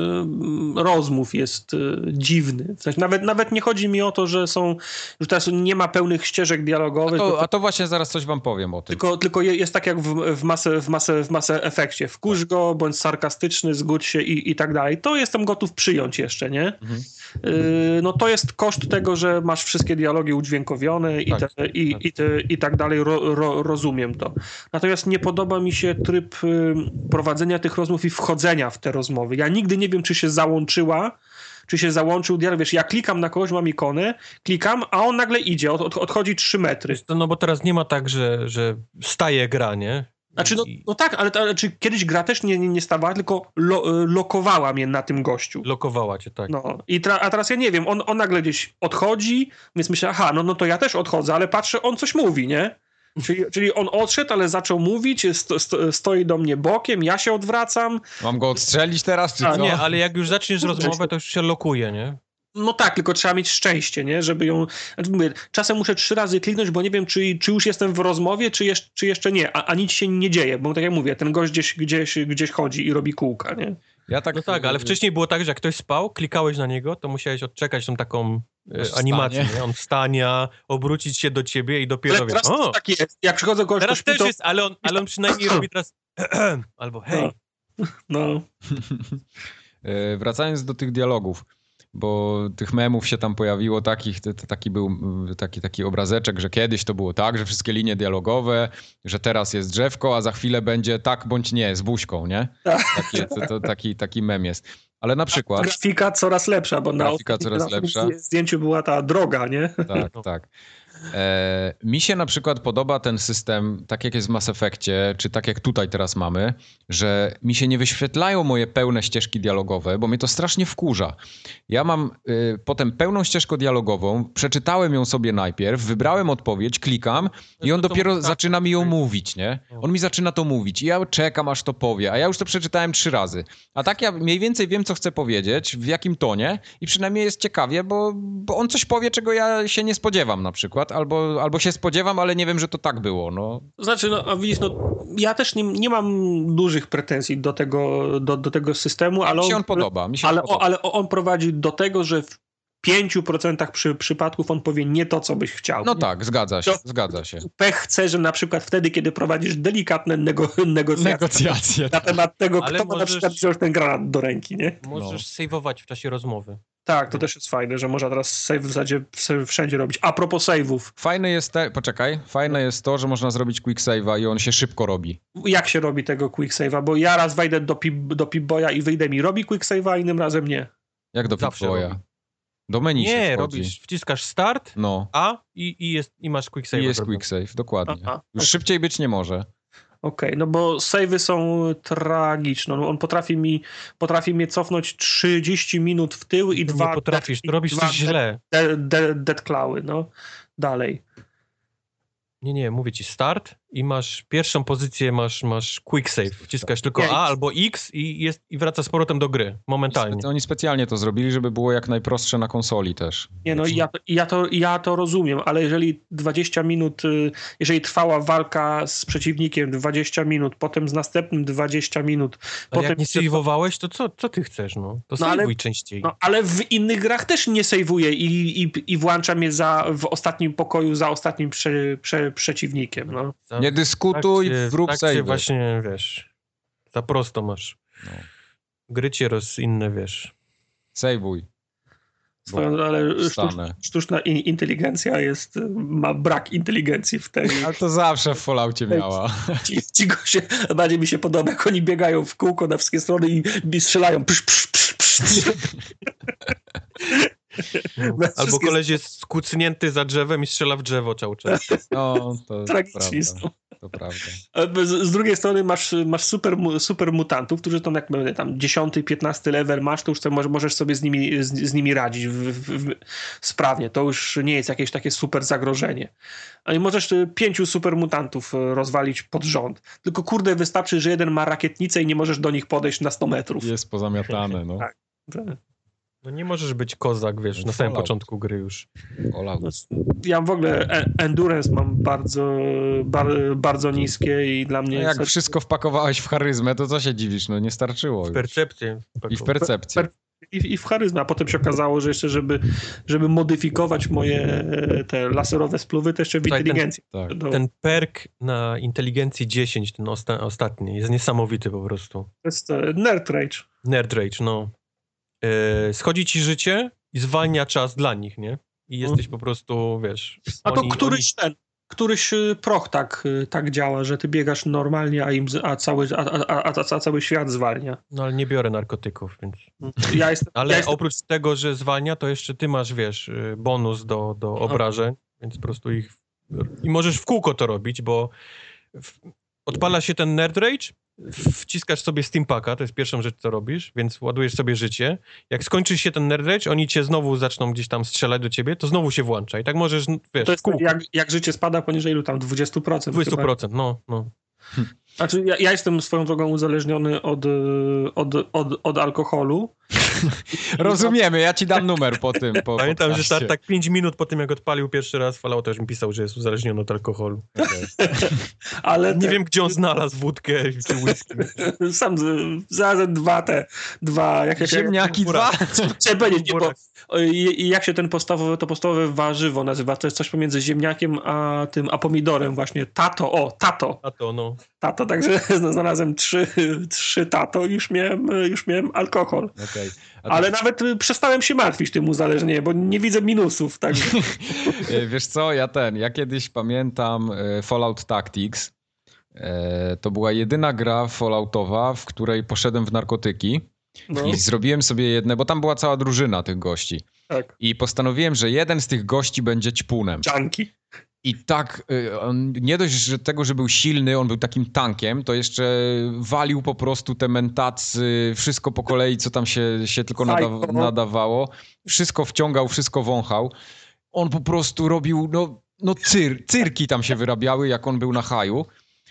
rozmów jest dziwny. W sensie nawet, nawet nie chodzi mi o to, że są, że teraz nie ma pełnych ścieżek dialogowych. A to, a to właśnie zaraz coś wam powiem o tym. Tylko, tylko jest tak jak w, w, masę, w, masę, w masę efekcie. Wkurz go, bądź sarkastyczny, zgódź się i, i tak dalej. To jestem gotów przyjąć jeszcze, nie? Mhm. Yy, no to jest koszt tego, że masz wszystkie dialogi udźwiękowione i, tak, te, i, tak. i, te, i tak dalej. Ro, ro, rozumiem to. Natomiast nie podoba mi się tryb y, prowadzenia tych rozmów i wchodzenia w te rozmowy. Ja nigdy nie wiem, czy się załączyła, czy się załączył dialog. Wiesz, ja klikam na kogoś, mam ikonę, klikam, a on nagle idzie, od, od, odchodzi trzy metry. No bo teraz nie ma tak, że, że staje gra, nie? Znaczy, no, no tak, ale, ale czy kiedyś gra też nie, nie, nie stawała, tylko lo, lokowała mnie na tym gościu. Lokowała cię, tak. No, i tra, a teraz ja nie wiem, on, on nagle gdzieś odchodzi, więc myślę, aha, no, no to ja też odchodzę, ale patrzę, on coś mówi, nie? Czyli, czyli on odszedł, ale zaczął mówić, sto, sto, stoi do mnie bokiem, ja się odwracam. Mam go odstrzelić teraz, czy a, co? Nie, ale jak już zaczniesz rozmowę, to już się lokuje, nie? No tak, tylko trzeba mieć szczęście, nie? Żeby ją... Znaczy mówię, czasem muszę trzy razy kliknąć, bo nie wiem, czy, czy już jestem w rozmowie, czy, jeszcze, czy jeszcze nie, a, a nic się nie dzieje, bo tak jak mówię, ten gość gdzieś, gdzieś, gdzieś chodzi i robi kółka, nie? Ja tak, no tak, ale wcześniej było tak, że jak ktoś spał, klikałeś na niego, to musiałeś odczekać tą taką e, animację, nie? On wstania, obrócić się do ciebie i dopiero ale wiesz, teraz o! Tak jest. Jak przychodzę kogoś, teraz to też to... jest, ale on, ale on przynajmniej robi teraz albo hej. No. no. e, wracając do tych dialogów, bo tych memów się tam pojawiło takich, t- t- taki był taki, taki obrazeczek, że kiedyś to było tak, że wszystkie linie dialogowe, że teraz jest drzewko, a za chwilę będzie tak bądź nie, z buźką, nie? Taki, to, to, taki, taki mem jest. Ale na przykład... Grafika coraz lepsza, bo grafika na, coraz na lepsza. zdjęciu była ta droga, nie? Tak, tak. E, mi się na przykład podoba ten system, tak jak jest w Mass Effectie, czy tak jak tutaj teraz mamy, że mi się nie wyświetlają moje pełne ścieżki dialogowe, bo mnie to strasznie wkurza. Ja mam y, potem pełną ścieżkę dialogową, przeczytałem ją sobie najpierw, wybrałem odpowiedź, klikam i on dopiero zaczyna mi ją mówić, nie? On mi zaczyna to mówić i ja czekam, aż to powie, a ja już to przeczytałem trzy razy. A tak ja mniej więcej wiem, co chcę powiedzieć, w jakim tonie i przynajmniej jest ciekawie, bo, bo on coś powie, czego ja się nie spodziewam na przykład. przykład, albo, albo się spodziewam, ale nie wiem, że to tak było, no. Znaczy, no, a widzisz, no, ja też nie, nie mam dużych pretensji do tego, do, do tego systemu, ale mi się on, on podoba, mi się ale, on podoba. ale on prowadzi do tego, że w pięciu procentach przy, przypadków on powie nie to, co byś chciał. No nie? tak, zgadza się, To zgadza się. Pech chce, że na przykład wtedy, kiedy prowadzisz delikatne nego, negocjacje, Negocjacje, na tak. temat tego, Ale kto ma na możesz- przykład wziąć ten granat do ręki, nie? Możesz sejwować w czasie rozmowy. Tak, to też jest fajne, że można teraz save w zasadzie wszędzie robić. A propos save'ów, Fajne jest te, poczekaj, fajne jest to, że można zrobić quick save'a i on się szybko robi. jak się robi tego quick save'a? Bo ja raz wejdę do, pip, do Pip-Boya i wyjdę mi robi quick save'a, a innym razem nie. Jak do Zawsze Pip-Boya? robi. Do menu się Nie, wchodzi. robisz, wciskasz start, No, A i, i, jest, i masz quick save. i jest quick save, dokładnie. Aha, Już okej. szybciej być nie może. Okej, no bo save'y są tragiczne. No on potrafi mi, potrafi mnie cofnąć trzydzieści minut w tył i Nie dwa... potrafisz, i to robisz dwa coś źle. De, de, dead clawy, no. Dalej. Nie, nie, mówię ci start i masz pierwszą pozycję, masz, masz quick save. Wciskasz tylko Nie, A albo X i, jest, i wraca z powrotem do gry, momentalnie. Spe- Oni specjalnie to zrobili, żeby było jak najprostsze na konsoli też. Nie, no ja, ja, to, ja to rozumiem, ale jeżeli dwadzieścia minut, y, jeżeli trwała walka z przeciwnikiem dwadzieścia minut, potem z następnym dwadzieścia minut, Ale potem... jak nie sejwowałeś, to co, co ty chcesz, no? To No ale- sejwuj częściej. No, ale w innych grach też nie sejwuję i, i, i włączam je za, w ostatnim pokoju za ostatnim prze, prze, przeciwnikiem, no. Za- Nie dyskutuj, tak się- wrób tak się save. właśnie, wiesz, za prosto masz. No. Grycie roz inne, wiesz. Sejwuj. Swoją, ale wstanę. sztuczna, sztuczna in- inteligencja jest, ma brak inteligencji w tej. Ale to zawsze w Falloutie miała. Ci, ci goście, bardziej mi się podoba, jak oni biegają w kółko na wszystkie strony i, i strzelają. Psz, psz, psz, psz. No. Na Albo wszystkie koleś jest skucnięty za drzewem i strzela w drzewo cały czas. No, to Tragiczni prawda. są. To prawda. Z, z drugiej strony masz, masz super, mu- super mutantów, którzy to jak mówię, tam dziesiąty, piętnasty level masz, to już sobie możesz, możesz sobie z nimi, z, z nimi radzić w, w, w, sprawnie. To już nie jest jakieś takie super zagrożenie. A i możesz y, pięciu super mutantów y, rozwalić pod rząd. Tylko kurde, wystarczy, że jeden ma rakietnicę i nie możesz do nich podejść na sto metrów. Jest pozamiatane, no. Tak. No nie możesz być kozak, wiesz, na samym Fallout. początku gry już. Fallout. Ja w ogóle e- endurance mam bardzo, bar, bardzo niskie i dla mnie... No jak jest- wszystko wpakowałeś w charyzmę, to co się dziwisz? No nie starczyło W już. percepcję. I w percepcję. Per- I, I w charyzmę, a potem się okazało, że jeszcze, żeby, żeby modyfikować moje e, te laserowe spluwy, to jeszcze w Słuchaj, ten- inteligencji. Tak. Do, Ten perk na inteligencji dziesięć, ten osta- ostatni, jest niesamowity po prostu. to jest e, Nerd Rage. Nerd Rage, no. Yy, schodzi ci życie i zwalnia czas dla nich, nie? I jesteś po prostu, wiesz... A to oni- któryś ten, któryś e, proch tak, e, tak działa, że ty biegasz normalnie, a, im, z- a, cały, a, a, a, a, a cały świat zwalnia. Oni, no ale nie biorę narkotyków, więc... Ja jestem, Ale ja jestem, oprócz tego, że zwalnia, to jeszcze ty masz, wiesz, yy, bonus do, do obrażeń, więc po prostu ich... I możesz w kółko to robić, bo w... odpala się ten Nerd Rage, wciskasz sobie Steampaka, to jest pierwszą rzecz, co robisz, więc ładujesz sobie życie. Jak skończy się ten Nerd Rage, oni cię znowu zaczną gdzieś tam strzelać do ciebie, to znowu się włącza i tak możesz, wiesz, to jest w kółko. jak, jak życie spada poniżej ilu tam, dwadzieścia procent. dwadzieścia chyba. procent, no, no. Znaczy, ja, ja jestem swoją drogą uzależniony od, e, od, od, od alkoholu. Rozumiemy, ja ci dam numer po tym. Po Pamiętam, że podcaście. tak, tak pięć minut po tym, jak odpalił pierwszy raz Fallouta, już mi pisał, że jest uzależniony od alkoholu. Okay. Ale Nie te- wiem, gdzie on znalazł wódkę czy whisky. Sam z- zarazem dwa te, dwa, jak, jak, Ziemniaki dwa. Chciałem powiedzieć, nie, bo o, i- i jak się ten podstawowe, to podstawowe warzywo nazywa? To jest coś pomiędzy ziemniakiem a tym, a pomidorem właśnie. Tato, o, tato. A to, no. Tato, także znalazłem trzy, trzy tato i już miałem, już miałem alkohol. Okay. A Ale nawet y, przestałem się martwić tym uzależnieniem, bo nie widzę minusów. Także. E, Wiesz co, ja ten, ja kiedyś pamiętam e, Fallout Tactics. E, To była jedyna gra falloutowa, w której poszedłem w narkotyki No, i zrobiłem sobie jedne, bo tam była cała drużyna tych gości. tak. I postanowiłem, że jeden z tych gości będzie ćpunem. Junkie. I tak, y, on nie dość, że tego, że był silny, on był takim tankiem, to jeszcze walił po prostu te mentacy, wszystko po kolei, co tam się, się tylko nada, Psycho. nadawało. Wszystko wciągał, wszystko wąchał. On po prostu robił, no, no cyr, cyrki tam się wyrabiały, jak on był na haju,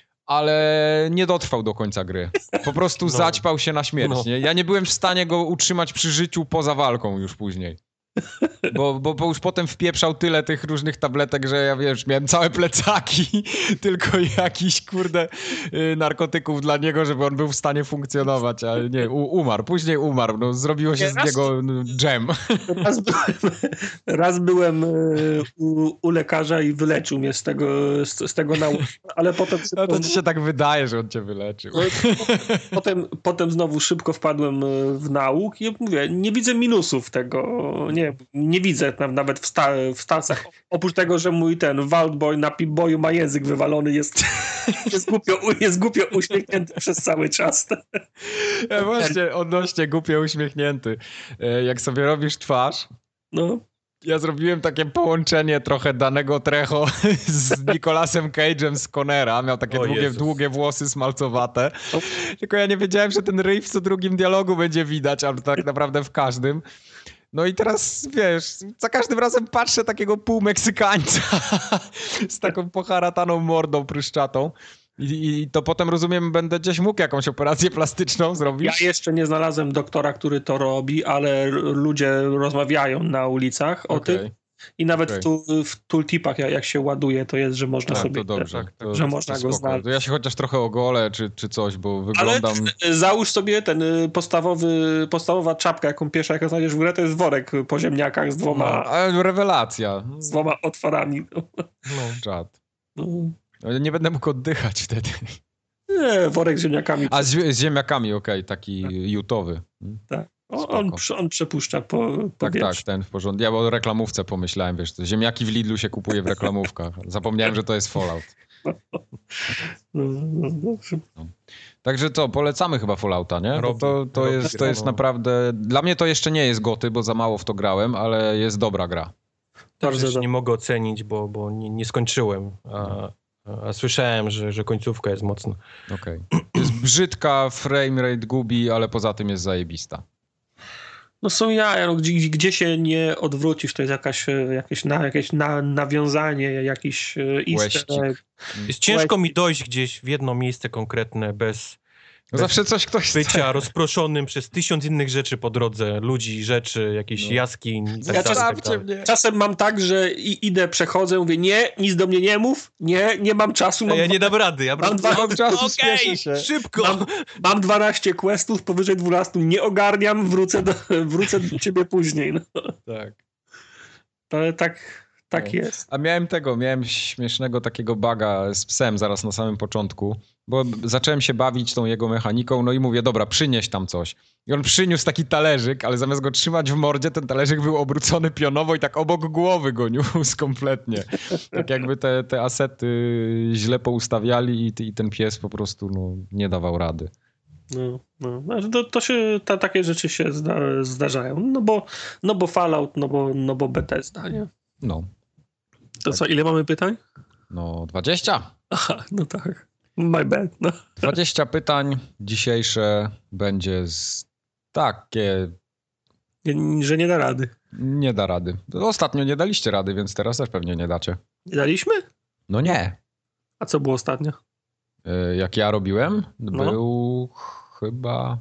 ale nie dotrwał do końca gry. Po prostu No. zaćpał się na śmierć. No. Nie? Ja nie byłem w stanie go utrzymać przy życiu poza walką już później. Bo, bo, bo już potem wpieprzał tyle tych różnych tabletek, że ja wiesz, miałem całe plecaki, tylko jakiś kurde y, narkotyków dla niego, żeby on był w stanie funkcjonować, ale nie, u, umarł, później umarł, no zrobiło się Nie, z raz- niego no, dżem. Raz byłem, raz byłem e, u, u lekarza i wyleczył mnie z tego, z, z tego nauki, ale potem No szybko, to ci się tak wydaje, że on cię wyleczył. potem, potem znowu szybko wpadłem w nauk i mówię, nie widzę minusów tego, nie, nie widzę tam nawet w, sta, w Starsach. Oprócz tego, że mój ten Wildboy na Pip-Boyu ma język wywalony, jest, jest, głupio, jest głupio uśmiechnięty przez cały czas. Ja właśnie odnośnie głupio uśmiechnięty. E, Jak sobie robisz twarz, No. ja zrobiłem takie połączenie trochę danego Trejo z Nicolasem Cage'em z Conera. Miał takie O długie, Jezus. długie włosy smalcowate. Tylko ja nie wiedziałem, że ten ryj w co drugim dialogu będzie widać, albo tak naprawdę w każdym. No i teraz, wiesz, za każdym razem patrzę takiego półmeksykańca z taką poharataną mordą pryszczatą. I, I to potem, rozumiem, będę gdzieś mógł jakąś operację plastyczną zrobić. Ja jeszcze nie znalazłem doktora, który to robi, ale r- ludzie rozmawiają na ulicach o Okej. tym. I nawet Okej. w, tu, w tooltipach, jak, jak się ładuje, to jest, że można Tak, sobie... to dobrze. tak, To, że to można go spoko. znaleźć. To ja się chociaż trochę ogolę, czy, czy coś, bo Ale wyglądam... załóż sobie ten y, podstawowy, podstawowa czapka, jaką pierwsza, jaką znajdziesz w grę, to jest worek po ziemniakach z dwoma, No, ale rewelacja. z dwoma otworami. No. Czad. No. Ale nie będę mógł oddychać wtedy. Nie, worek z ziemniakami. A z, z ziemniakami, okej, taki jutowy. Tak. O, spoko. on, prze- on przepuszcza po, Tak, powietrze. tak, ten w porządku. Ja o reklamówce pomyślałem, wiesz, to ziemniaki w Lidlu się kupuje w reklamówkach. Zapomniałem, że to jest Fallout. No, no, dobrze. Także co, polecamy chyba Fallouta, nie? Bo Robi- to, to, robi jest, to jest grę, no. naprawdę... Dla mnie to jeszcze nie jest goty, bo za mało w to grałem, ale jest dobra gra. Bardzo Też dobrze. nie mogę ocenić, bo, bo nie, nie skończyłem. A, a słyszałem, że, że końcówka jest mocna. Okej. Jest brzydka, framerate gubi, ale poza tym jest zajebista. No są jaja, no, gdzie, gdzie się nie odwrócisz, to jest jakaś, e, jakieś, na, jakieś na, nawiązanie, jakiś e, easter Łeścik. egg. Jest ciężko mi dojść gdzieś w jedno miejsce konkretne bez No zawsze coś ktoś chce. bycia rozproszonym przez tysiąc innych rzeczy po drodze. Ludzi, rzeczy, jakieś No. jaskiń i tak Ja dalej, tak Zostawcie dalej. mnie. Czasem mam tak, że i, idę, przechodzę, mówię, nie, nic do mnie nie mów, nie, nie mam czasu, A mam, ja dwa, nie dam rady. Ja mam, dwa, Mam czasu, Okej, spieszę się. szybko! mam, mam dwanaście questów, powyżej dwunastu nie ogarniam, wrócę do, wrócę do ciebie później. No. Tak. Ale tak, tak No. jest. A miałem tego, miałem śmiesznego takiego buga z psem zaraz na samym początku, bo zacząłem się bawić tą jego mechaniką, no i mówię, dobra, przynieś tam coś. I on przyniósł taki talerzyk, ale zamiast go trzymać w mordzie, ten talerzyk był obrócony pionowo i tak obok głowy go niósł kompletnie. Tak jakby te, te asety źle poustawiali i, i ten pies po prostu no, nie dawał rady. No, no. Znaczy, To, to się, ta, takie rzeczy się zda, zdarzają. No bo, no bo Fallout, no bo, no bo Bethesda, nie? No, To co, ile mamy pytań? no dwadzieścia. Aha, no tak. My bad, no. dwadzieścia pytań. Dzisiejsze będzie z takie... Nie, że nie da rady. Nie da rady. Ostatnio nie daliście rady, więc teraz też pewnie nie dacie. Nie daliśmy? No nie. A co było ostatnio? Y, Jak ja robiłem, No. był chyba...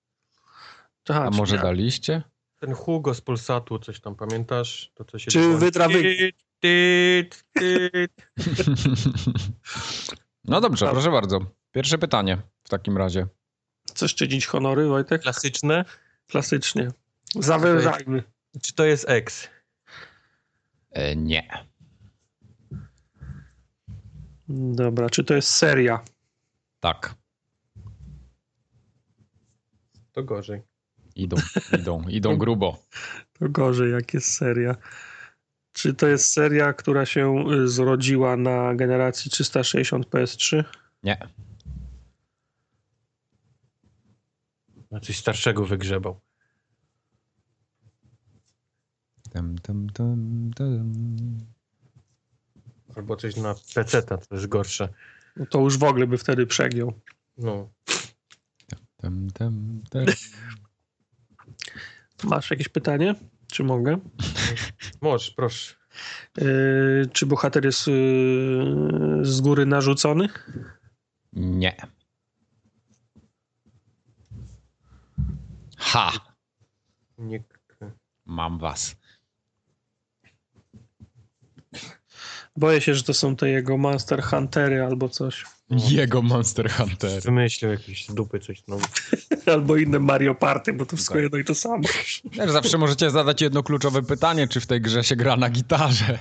Aha, A czy może nie? daliście? Ten Hugo z Polsatu, coś tam pamiętasz? To, co się Czy dzwoni. wytrawy... Tyt, tyt, tyt. No dobrze, Tak. proszę bardzo. Pierwsze pytanie w takim razie. Chcesz czynić honory, Wojtek? Klasyczne. Klasycznie. Zawężajmy. Czy to jest X? E, nie. Dobra, czy to jest seria? Tak. To gorzej. Idą, idą, idą grubo. To gorzej, jak jest seria. Czy to jest seria, która się y, zrodziła na generacji trzysta sześćdziesiąt P S trzy? Nie. Na coś starszego wygrzebał. Tum, tum, tum, tum. Albo coś na peceta, to jest gorsze. No to już w ogóle by wtedy przegiął. No. Tum, tum, tum. Masz jakieś pytanie? Czy mogę? Możesz, proszę. Yy, czy bohater jest yy, z góry narzucony? Nie. Ha! Nie... Mam was. Boję się, że to są te jego Monster Huntery albo coś. Jego Monster Hunter. Wymyślił jakieś dupy, coś no. Albo inne Mario Party, bo to wszystko Tak. jedno i to samo. Też zawsze możecie zadać jedno kluczowe pytanie, czy w tej grze się gra na gitarze.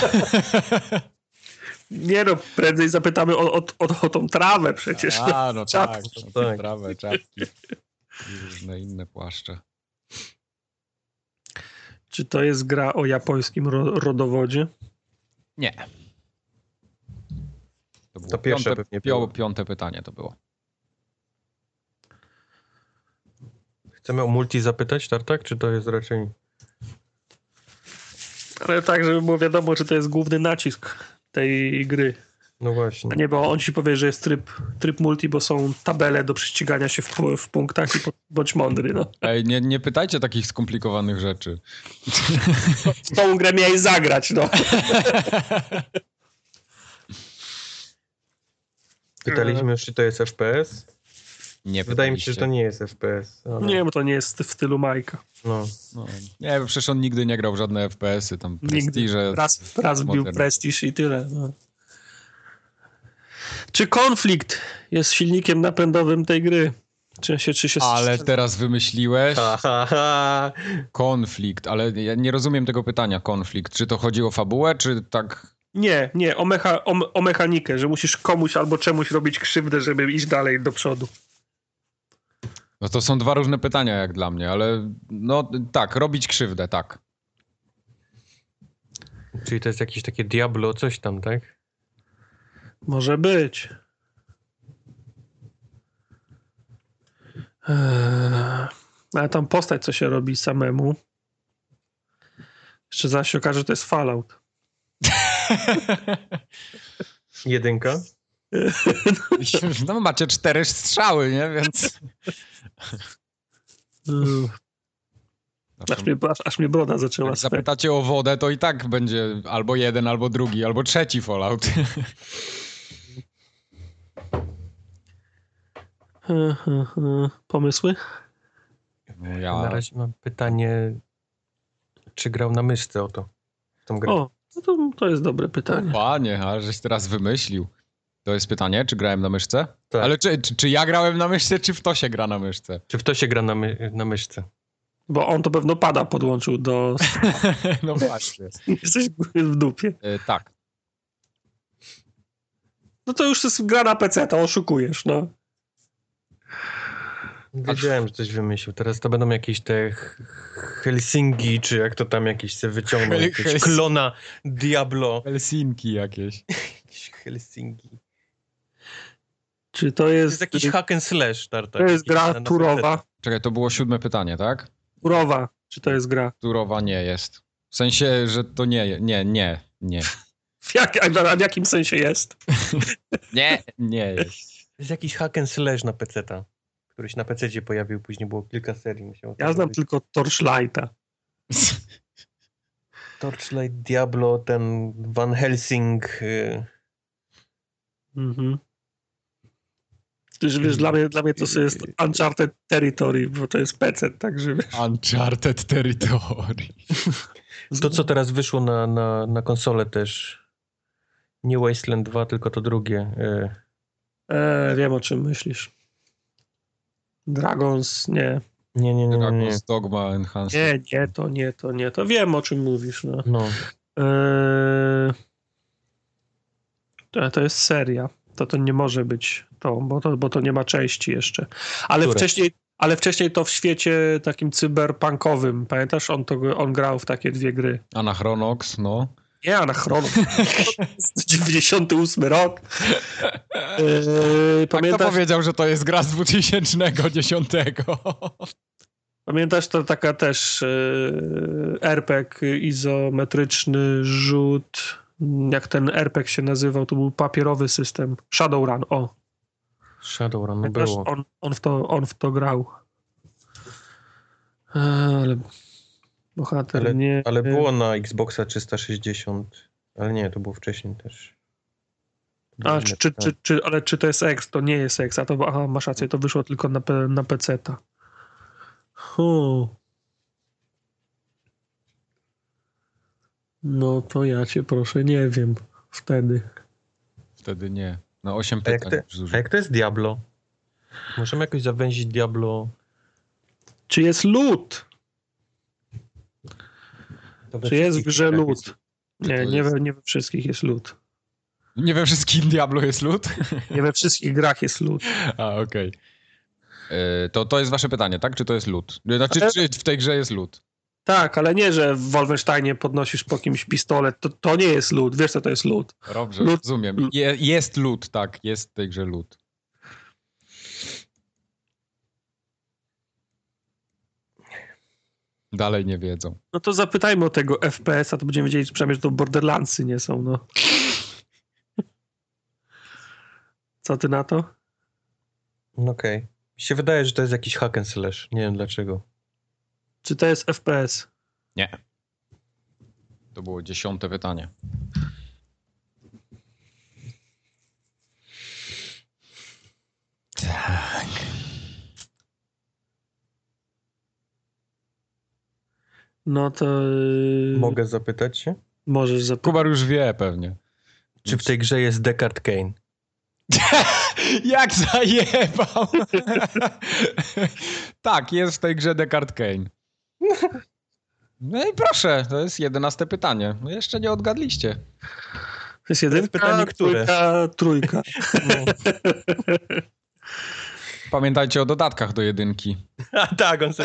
Nie no, prędzej zapytamy o, o, o, o tą trawę przecież. A, no tak, czapki. no, Tak. trawę, czapki i różne inne płaszcze. Czy to jest gra o japońskim ro, rodowodzie? Nie. To, było To pierwsze piąte, pewnie pio- było. piąte pytanie to było. Chcemy o multi zapytać, Tartak, czy to jest raczej... Ale tak, żeby było wiadomo, czy to jest główny nacisk tej gry. No właśnie. A nie, bo on ci powie, że jest tryb, tryb multi, bo są tabele do prześcigania się w, w punktach i po, bądź mądry, no. Ej, nie, nie pytajcie takich skomplikowanych rzeczy. W tą grę miałeś zagrać, no. Pytaliśmy już, czy to jest F P S. Nie Wydaje mi się, że to nie jest F P S. Ale... Nie, bo to nie jest w stylu Majka. No. No, nie, bo przecież on nigdy nie grał w żadne F P S-y, tam Nigdy. Prestige. Raz, raz bił modern. Prestige i tyle. No. Czy konflikt jest silnikiem napędowym tej gry? Czy się, czy się Ale teraz wymyśliłeś Ha, ha, ha. konflikt, ale ja nie rozumiem tego pytania, konflikt. Czy to chodzi o fabułę, czy tak... Nie, nie, o, mecha, o, o mechanikę, że musisz komuś albo czemuś robić krzywdę, żeby iść dalej do przodu. No to są dwa różne pytania jak dla mnie, ale no tak, robić krzywdę, tak. Czyli to jest jakieś takie Diablo, coś tam, tak? Może być. Eee, ale tam postać, co się robi samemu. Jeszcze zaraz się okaże, że to jest Fallout. Jedynka. No macie cztery strzały, nie? Więc... Eee, aż, mnie, aż, aż mnie broda zaczęła Jak spać. zapytacie o wodę, to i tak będzie albo jeden, albo drugi, albo trzeci Fallout. Pomysły? No Na ja... razie mam pytanie, czy grał na myszce o to. W tą grę. O, no to, to jest dobre pytanie. Panie, a żeś teraz wymyślił. To jest pytanie, czy grałem na myszce? Tak. Ale czy, czy, czy ja grałem na myszce, czy w to się gra na myszce? Czy w to się gra na, my, na myszce? Bo on to pewno pada podłączył do... No właśnie. Jesteś w dupie. E, tak. No to już jest gra na P C, to oszukujesz, no. Wiedziałem, że coś wymyślił. Teraz to będą jakieś te H- Helsinki, czy jak to tam jakieś se wyciągną. Hel- Jakieś Hels- klona Diablo. Helsinki jakieś. Jakieś Helsinki. Czy to To jest... jest jakiś hack and slash, Tartak. To jest Jakiś gra na- na turowa. Czekaj, to było siódme pytanie, tak? Turowa. Czy to jest gra? Turowa nie jest. W sensie, że to nie, je- nie, nie, nie. W, jak, a w jakim sensie jest? Nie, nie jest. To jest jakiś hack and slash na peceta, który się na pececie pojawił, później było kilka serii. Musiało Ja to znam być. tylko Torchlighta. Torchlight, Diablo, ten Van Helsing. Y... Mhm. Wiesz, wiesz, dla mnie, dla mnie to jest Uncharted Territory, bo to jest P C, także wiesz. Uncharted Territory. To, co teraz wyszło na, na, na konsolę też. Nie Wasteland dwa, tylko to drugie. Y... E, wiem, o czym myślisz. Dragons, nie. Nie, nie, nie, nie, nie. Dragon's Dogma Enhanced. Nie, nie, to nie, to nie, to wiem, o czym mówisz, no. No. Eee, to, to jest seria. To to nie może być to, bo to, bo to nie ma części jeszcze. Ale Które? wcześniej, ale wcześniej to w świecie takim cyberpunkowym, pamiętasz? On, to, on grał w takie dwie gry. Anachronox, no. Nie, Anachron. dziewięćdziesiąty ósmy rok. Eee, Tak to pamiętasz, powiedział, że to jest gra z dwa tysiące dziesiątego. pamiętasz to taka też e, er pe gie izometryczny rzut. Jak ten er pe gie się nazywał, to był papierowy system. Shadowrun, o. Shadowrun, no Pamiętasz? było. On, on, w to, on w to grał. E, Ale bohater Ale, nie... ale było na Xboxa trzysta sześćdziesiąt. Ale nie, to było wcześniej też. A, czy, czy, czy, czy, ale czy to jest X? To nie jest X. A to, aha, masz rację, to wyszło tylko na, pe- na peceta. Huh. No to ja cię proszę, nie wiem. Wtedy. Wtedy nie. Na osiem A jak, pytań. te, a jak to jest Diablo? Możemy jakoś zawęzić Diablo... Czy jest lód? To we Czy jest w wszystkich grze grach lód? jest- Nie, to nie jest- we, nie we wszystkich jest lód. Nie we wszystkim Diablo jest lód? Nie we wszystkich grach jest lód. A, okej. Okay. To, to jest wasze pytanie, tak? Czy to jest lód? Znaczy, Ale- czy w tej grze jest lód? Tak, ale nie, że w Wolfensteinie podnosisz po kimś pistolet. To, to nie jest lód. Wiesz, co to jest lód? Dobrze, Lód- rozumiem. Je, jest lód, tak. Jest w tej grze lód. Dalej nie wiedzą. No to zapytajmy o tego F P S-a, to będziemy wiedzieli, że przynajmniej, że to Borderlandsy nie są, no. Co ty na to? No okej. Mi się wydaje, że to jest jakiś hack and slash. Nie wiem dlaczego. Czy to jest F P S? Nie. To było dziesiąte pytanie. Tak. No to... yy, Mogę zapytać się? Możesz zapytać. Kubar już wie pewnie. Czy w tej grze jest Deckard Cain? Jak zajebał! Tak, jest w tej grze Deckard Cain. No i proszę, to jest jedenaste pytanie. No jeszcze nie odgadliście. To jest jedynka, pytanie, które? trójka, trójka. No. Pamiętajcie o dodatkach do jedynki. A tak, on sobie...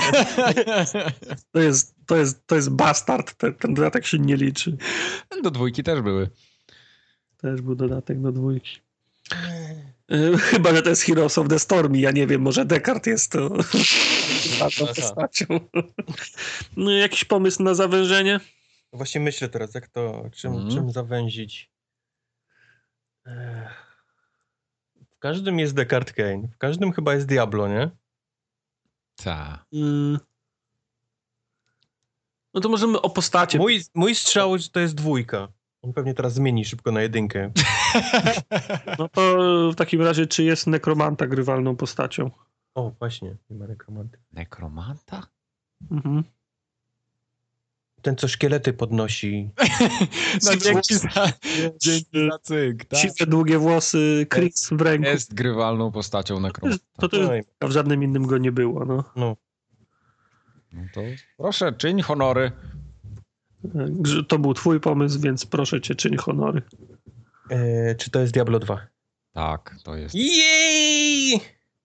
To jest, to jest, to jest bastard, ten, ten dodatek się nie liczy. Do dwójki też były. Też był dodatek do dwójki. Yy, Chyba, że to jest Heroes of the Storm i ja nie wiem, może Descartes jest to ważną postacią. No, jakiś pomysł na zawężenie? Właśnie myślę teraz, jak to, czym, Mhm. czym zawęzić. Ech. W każdym jest Deckard Cain. W każdym chyba jest Diablo, nie? Ta. Yy. No to możemy o postacie. Mój, mój strzał to jest dwójka. On pewnie teraz zmieni szybko na jedynkę. No to w takim razie, czy jest Nekromanta grywalną postacią? O, właśnie, nie ma nekromanty. Nekromanta? Mhm. Ten, co szkielety podnosi. No dzięki za, dzięki za cyk. Tak. Siwe, długie włosy, Chris w ręku. Jest grywalną postacią Nekromanta. To też Oj, w żadnym innym go nie było, no. no. No to proszę, czyń honory. Grze- To był twój pomysł, więc proszę cię, czyń honory. E, czy to jest Diablo dwa? Tak, to jest. Jej!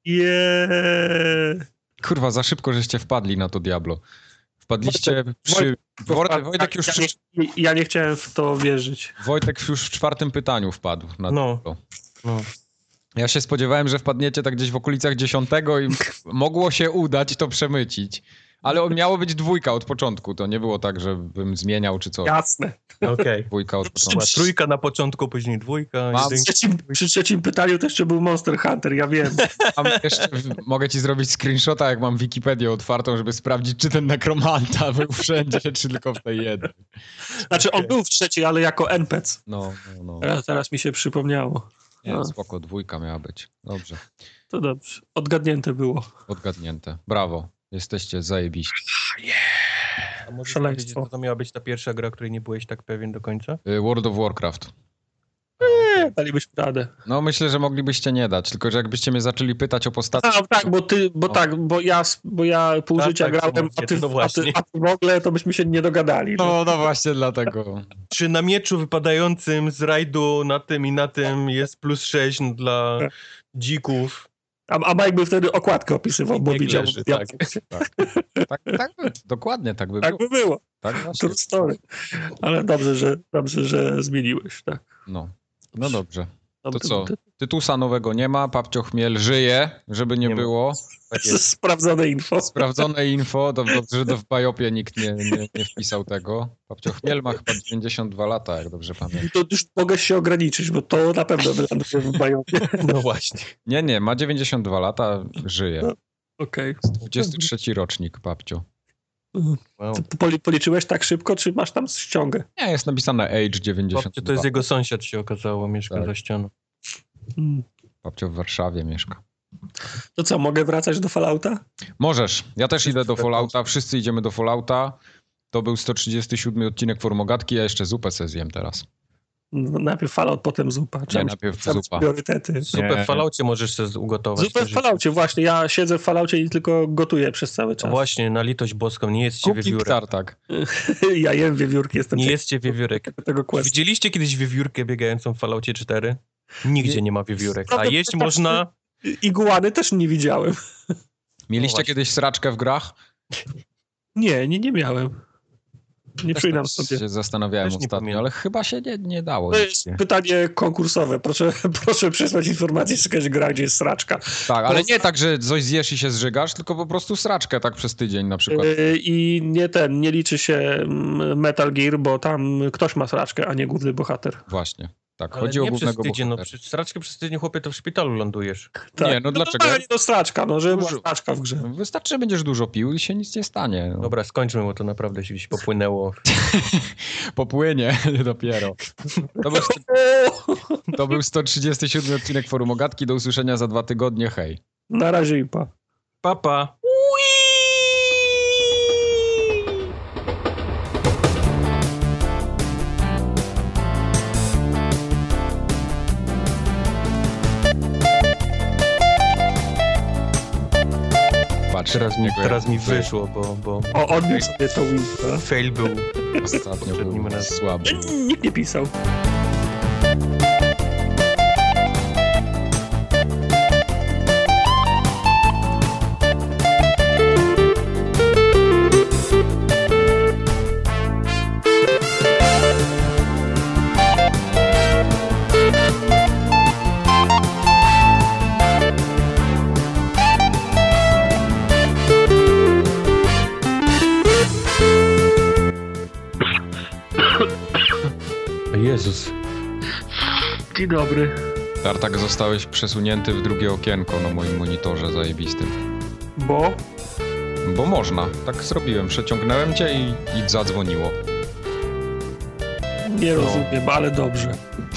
Jeee! Kurwa, za szybko żeście wpadli na to Diablo. Wpadliście przy... Wojtek, Wojtek, już ja, przy... nie, ja nie chciałem w to wierzyć. Wojtek już w czwartym pytaniu wpadł na No. Diablo. No. Ja się spodziewałem, że wpadniecie tak gdzieś w okolicach dziesiątego i mogło się udać to przemycić. Ale on miało być dwójka od początku. To nie było tak, żebym zmieniał czy co. Jasne. Okej. Dwójka od początku. Była trójka na początku, później dwójka. Mam- Przy jedynka. trzecim, przy trzecim pytaniu to jeszcze był Monster Hunter, ja wiem. Mam jeszcze, mogę ci zrobić screenshota, jak mam Wikipedię otwartą, żeby sprawdzić, czy ten nekromanta był wszędzie, czy tylko w tej jednej. Znaczy on Okej. był w trzeciej, ale jako N P C. No, no, no. Teraz, teraz mi się przypomniało. Nie, No. spoko, dwójka miała być. Dobrze, To dobrze. Odgadnięte było. odgadnięte. Brawo, jesteście zajebiści. A możesz Szaleństwo. powiedzieć, że to miała być ta pierwsza gra, której nie byłeś tak pewien do końca? Y, World of Warcraft. Nie, dalibyśmy radę. No myślę, że moglibyście nie dać, tylko że jakbyście mnie zaczęli pytać o postaci... A, tak, bo ty, bo No. tak, bo ja, bo ja pół Tak, życia tak, grałem, a ty, no a, ty, właśnie. a ty w ogóle to byśmy się nie dogadali. No. No, no właśnie dlatego. Czy na mieczu wypadającym z rajdu na tym i na tym jest plus sześć dla dzików? A, a Mike by wtedy okładkę opisywał, bo Jak widział. leży, ja- tak. Tak, tak, tak by, dokładnie tak by Tak było. by było. Tak właśnie. To story. Ale dobrze, że, dobrze, że zmieniłeś, tak. No, no dobrze. To Dobry co? ty- Tytusa nowego nie ma, Papcio Chmiel żyje, żeby nie, Nie ma. było. Tak jest. Sprawdzone info. Sprawdzone info, to dobrze, że w Bajopie nikt nie, nie, nie wpisał tego. Papcio Chmiel ma chyba dziewięćdziesiąt dwa lata, jak dobrze pamiętam. To już mogę się ograniczyć, bo to na pewno wyląduje w Bajopie. No właśnie. Nie, nie, ma dziewięćdziesiąt dwa lata, żyje. No. Okej. dwudziesty trzeci rocznik, Papcio. Wow. To poli- Policzyłeś tak szybko, czy masz tam ściągę? Nie, jest napisane age dziewięćdziesiąt Babcie, dwa. to jest jego sąsiad, się okazało, mieszka Tak. za ścianą. Hmm. Papcio w Warszawie mieszka. To co, mogę wracać do Fallouta? Możesz. Ja też idę do Super. Fallouta. Wszyscy idziemy do Fallouta. To był sto trzydziesty siódmy odcinek Formogatki. Ja jeszcze zupę se zjem teraz. No, najpierw Fallout, potem zupa. Nie, najpierw zupa. Priorytety. Zupę w Falloutie możesz sobie ugotować. Zupę w Falloutie, właśnie. Ja siedzę w Falloutie i tylko gotuję przez cały czas. No właśnie, na litość boską, nie jedzcie wiewiórek. Tak. Ja jem wiewiórki, jestem... Nie jedzcie wiewiórek. Tego questu. Widzieliście kiedyś wiewiórkę biegającą w Falloutie cztery? Nigdzie nie, nie ma wiewiórek. A Prawda, jeść tak, można... Iguany też nie widziałem. Mieliście No kiedyś sraczkę w grach? Nie, nie, nie miałem. Nie przyjmam Też sobie. się zastanawiałem Też nie ostatnio, pamiętam. ale chyba się nie, nie dało. To jest pytanie konkursowe. Proszę, proszę przesłać informację z jakaś gra, gdzie jest sraczka. Tak, ale Poza- nie tak, że coś zjesz i się zżygasz, tylko po prostu sraczkę tak przez tydzień na przykład. Yy, I nie ten, nie liczy się mm, Metal Gear, bo tam ktoś ma sraczkę, a nie główny bohater. Właśnie. Tak, Ale chodzi o nie przez głównego tydzień, no bohatera. przy sraczkę przez tydzień, chłopie, to w szpitalu lądujesz. Tak. Nie, no dlaczego? No, nie do sraczka, no, żeby była Dużo- sraczka w grze. Wystarczy, że będziesz dużo pił i się nic nie stanie. No. Dobra, skończmy, bo to naprawdę się gdzieś popłynęło. Popłynie dopiero. To był, to był sto trzydziesty siódmy odcinek Forum Ogatki. Do usłyszenia za dwa tygodnie. Hej. Na razie i pa. Papa. Patrz, Teraz mi, jakiego teraz ja- mi wyszło, bo, bo O, odbił sobie to Wii. fail był. Ostatnio był Poprzednim razem. słaby. Nikt nie pisał. Jezus. Dzień dobry. Tartak, zostałeś przesunięty w drugie okienko na moim monitorze zajebistym. Bo? Bo można. Tak zrobiłem. Przeciągnąłem cię i, i zadzwoniło. Nie rozumiem, ale dobrze.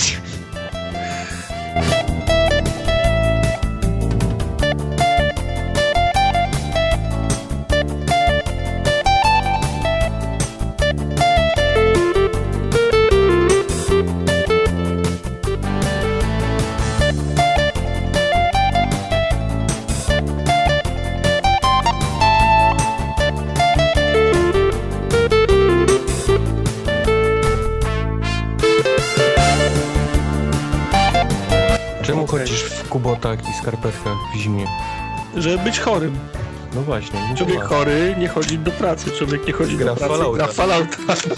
Czemu Okej. chodzisz w kubotach i skarpetkach w zimie? Żeby być chorym. No właśnie. nie Człowiek ma. chory nie chodzi do pracy. Człowiek nie chodzi Gra do w pracy. Fallouta. Gra w Fallouta.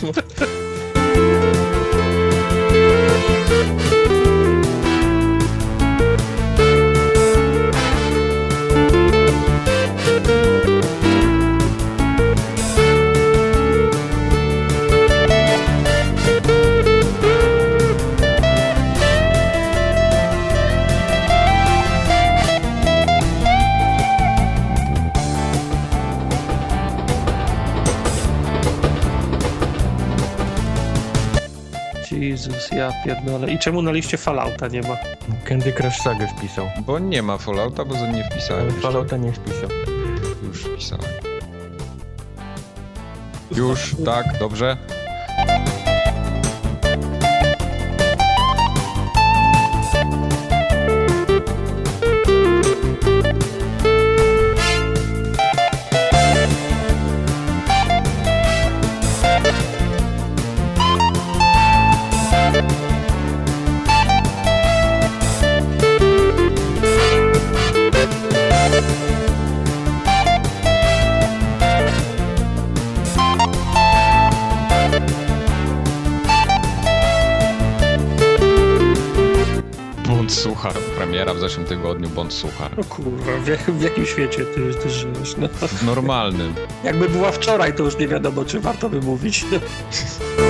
Jezus, ja pierdolę. I czemu na liście Fallouta nie ma? Candy Crush Saga wpisał. Bo nie ma Fallouta, bo nie wpisałem. Ale jeszcze. Fallouta nie wpisał. Już wpisałem. Już, tak, dobrze. Bond Suchar. Premiera w zeszłym tygodniu, Bond Suchar. No kurwa, w, w jakim świecie ty, ty żyjesz? No. W normalnym. Jakby była wczoraj, to już nie wiadomo, czy warto by mówić. No.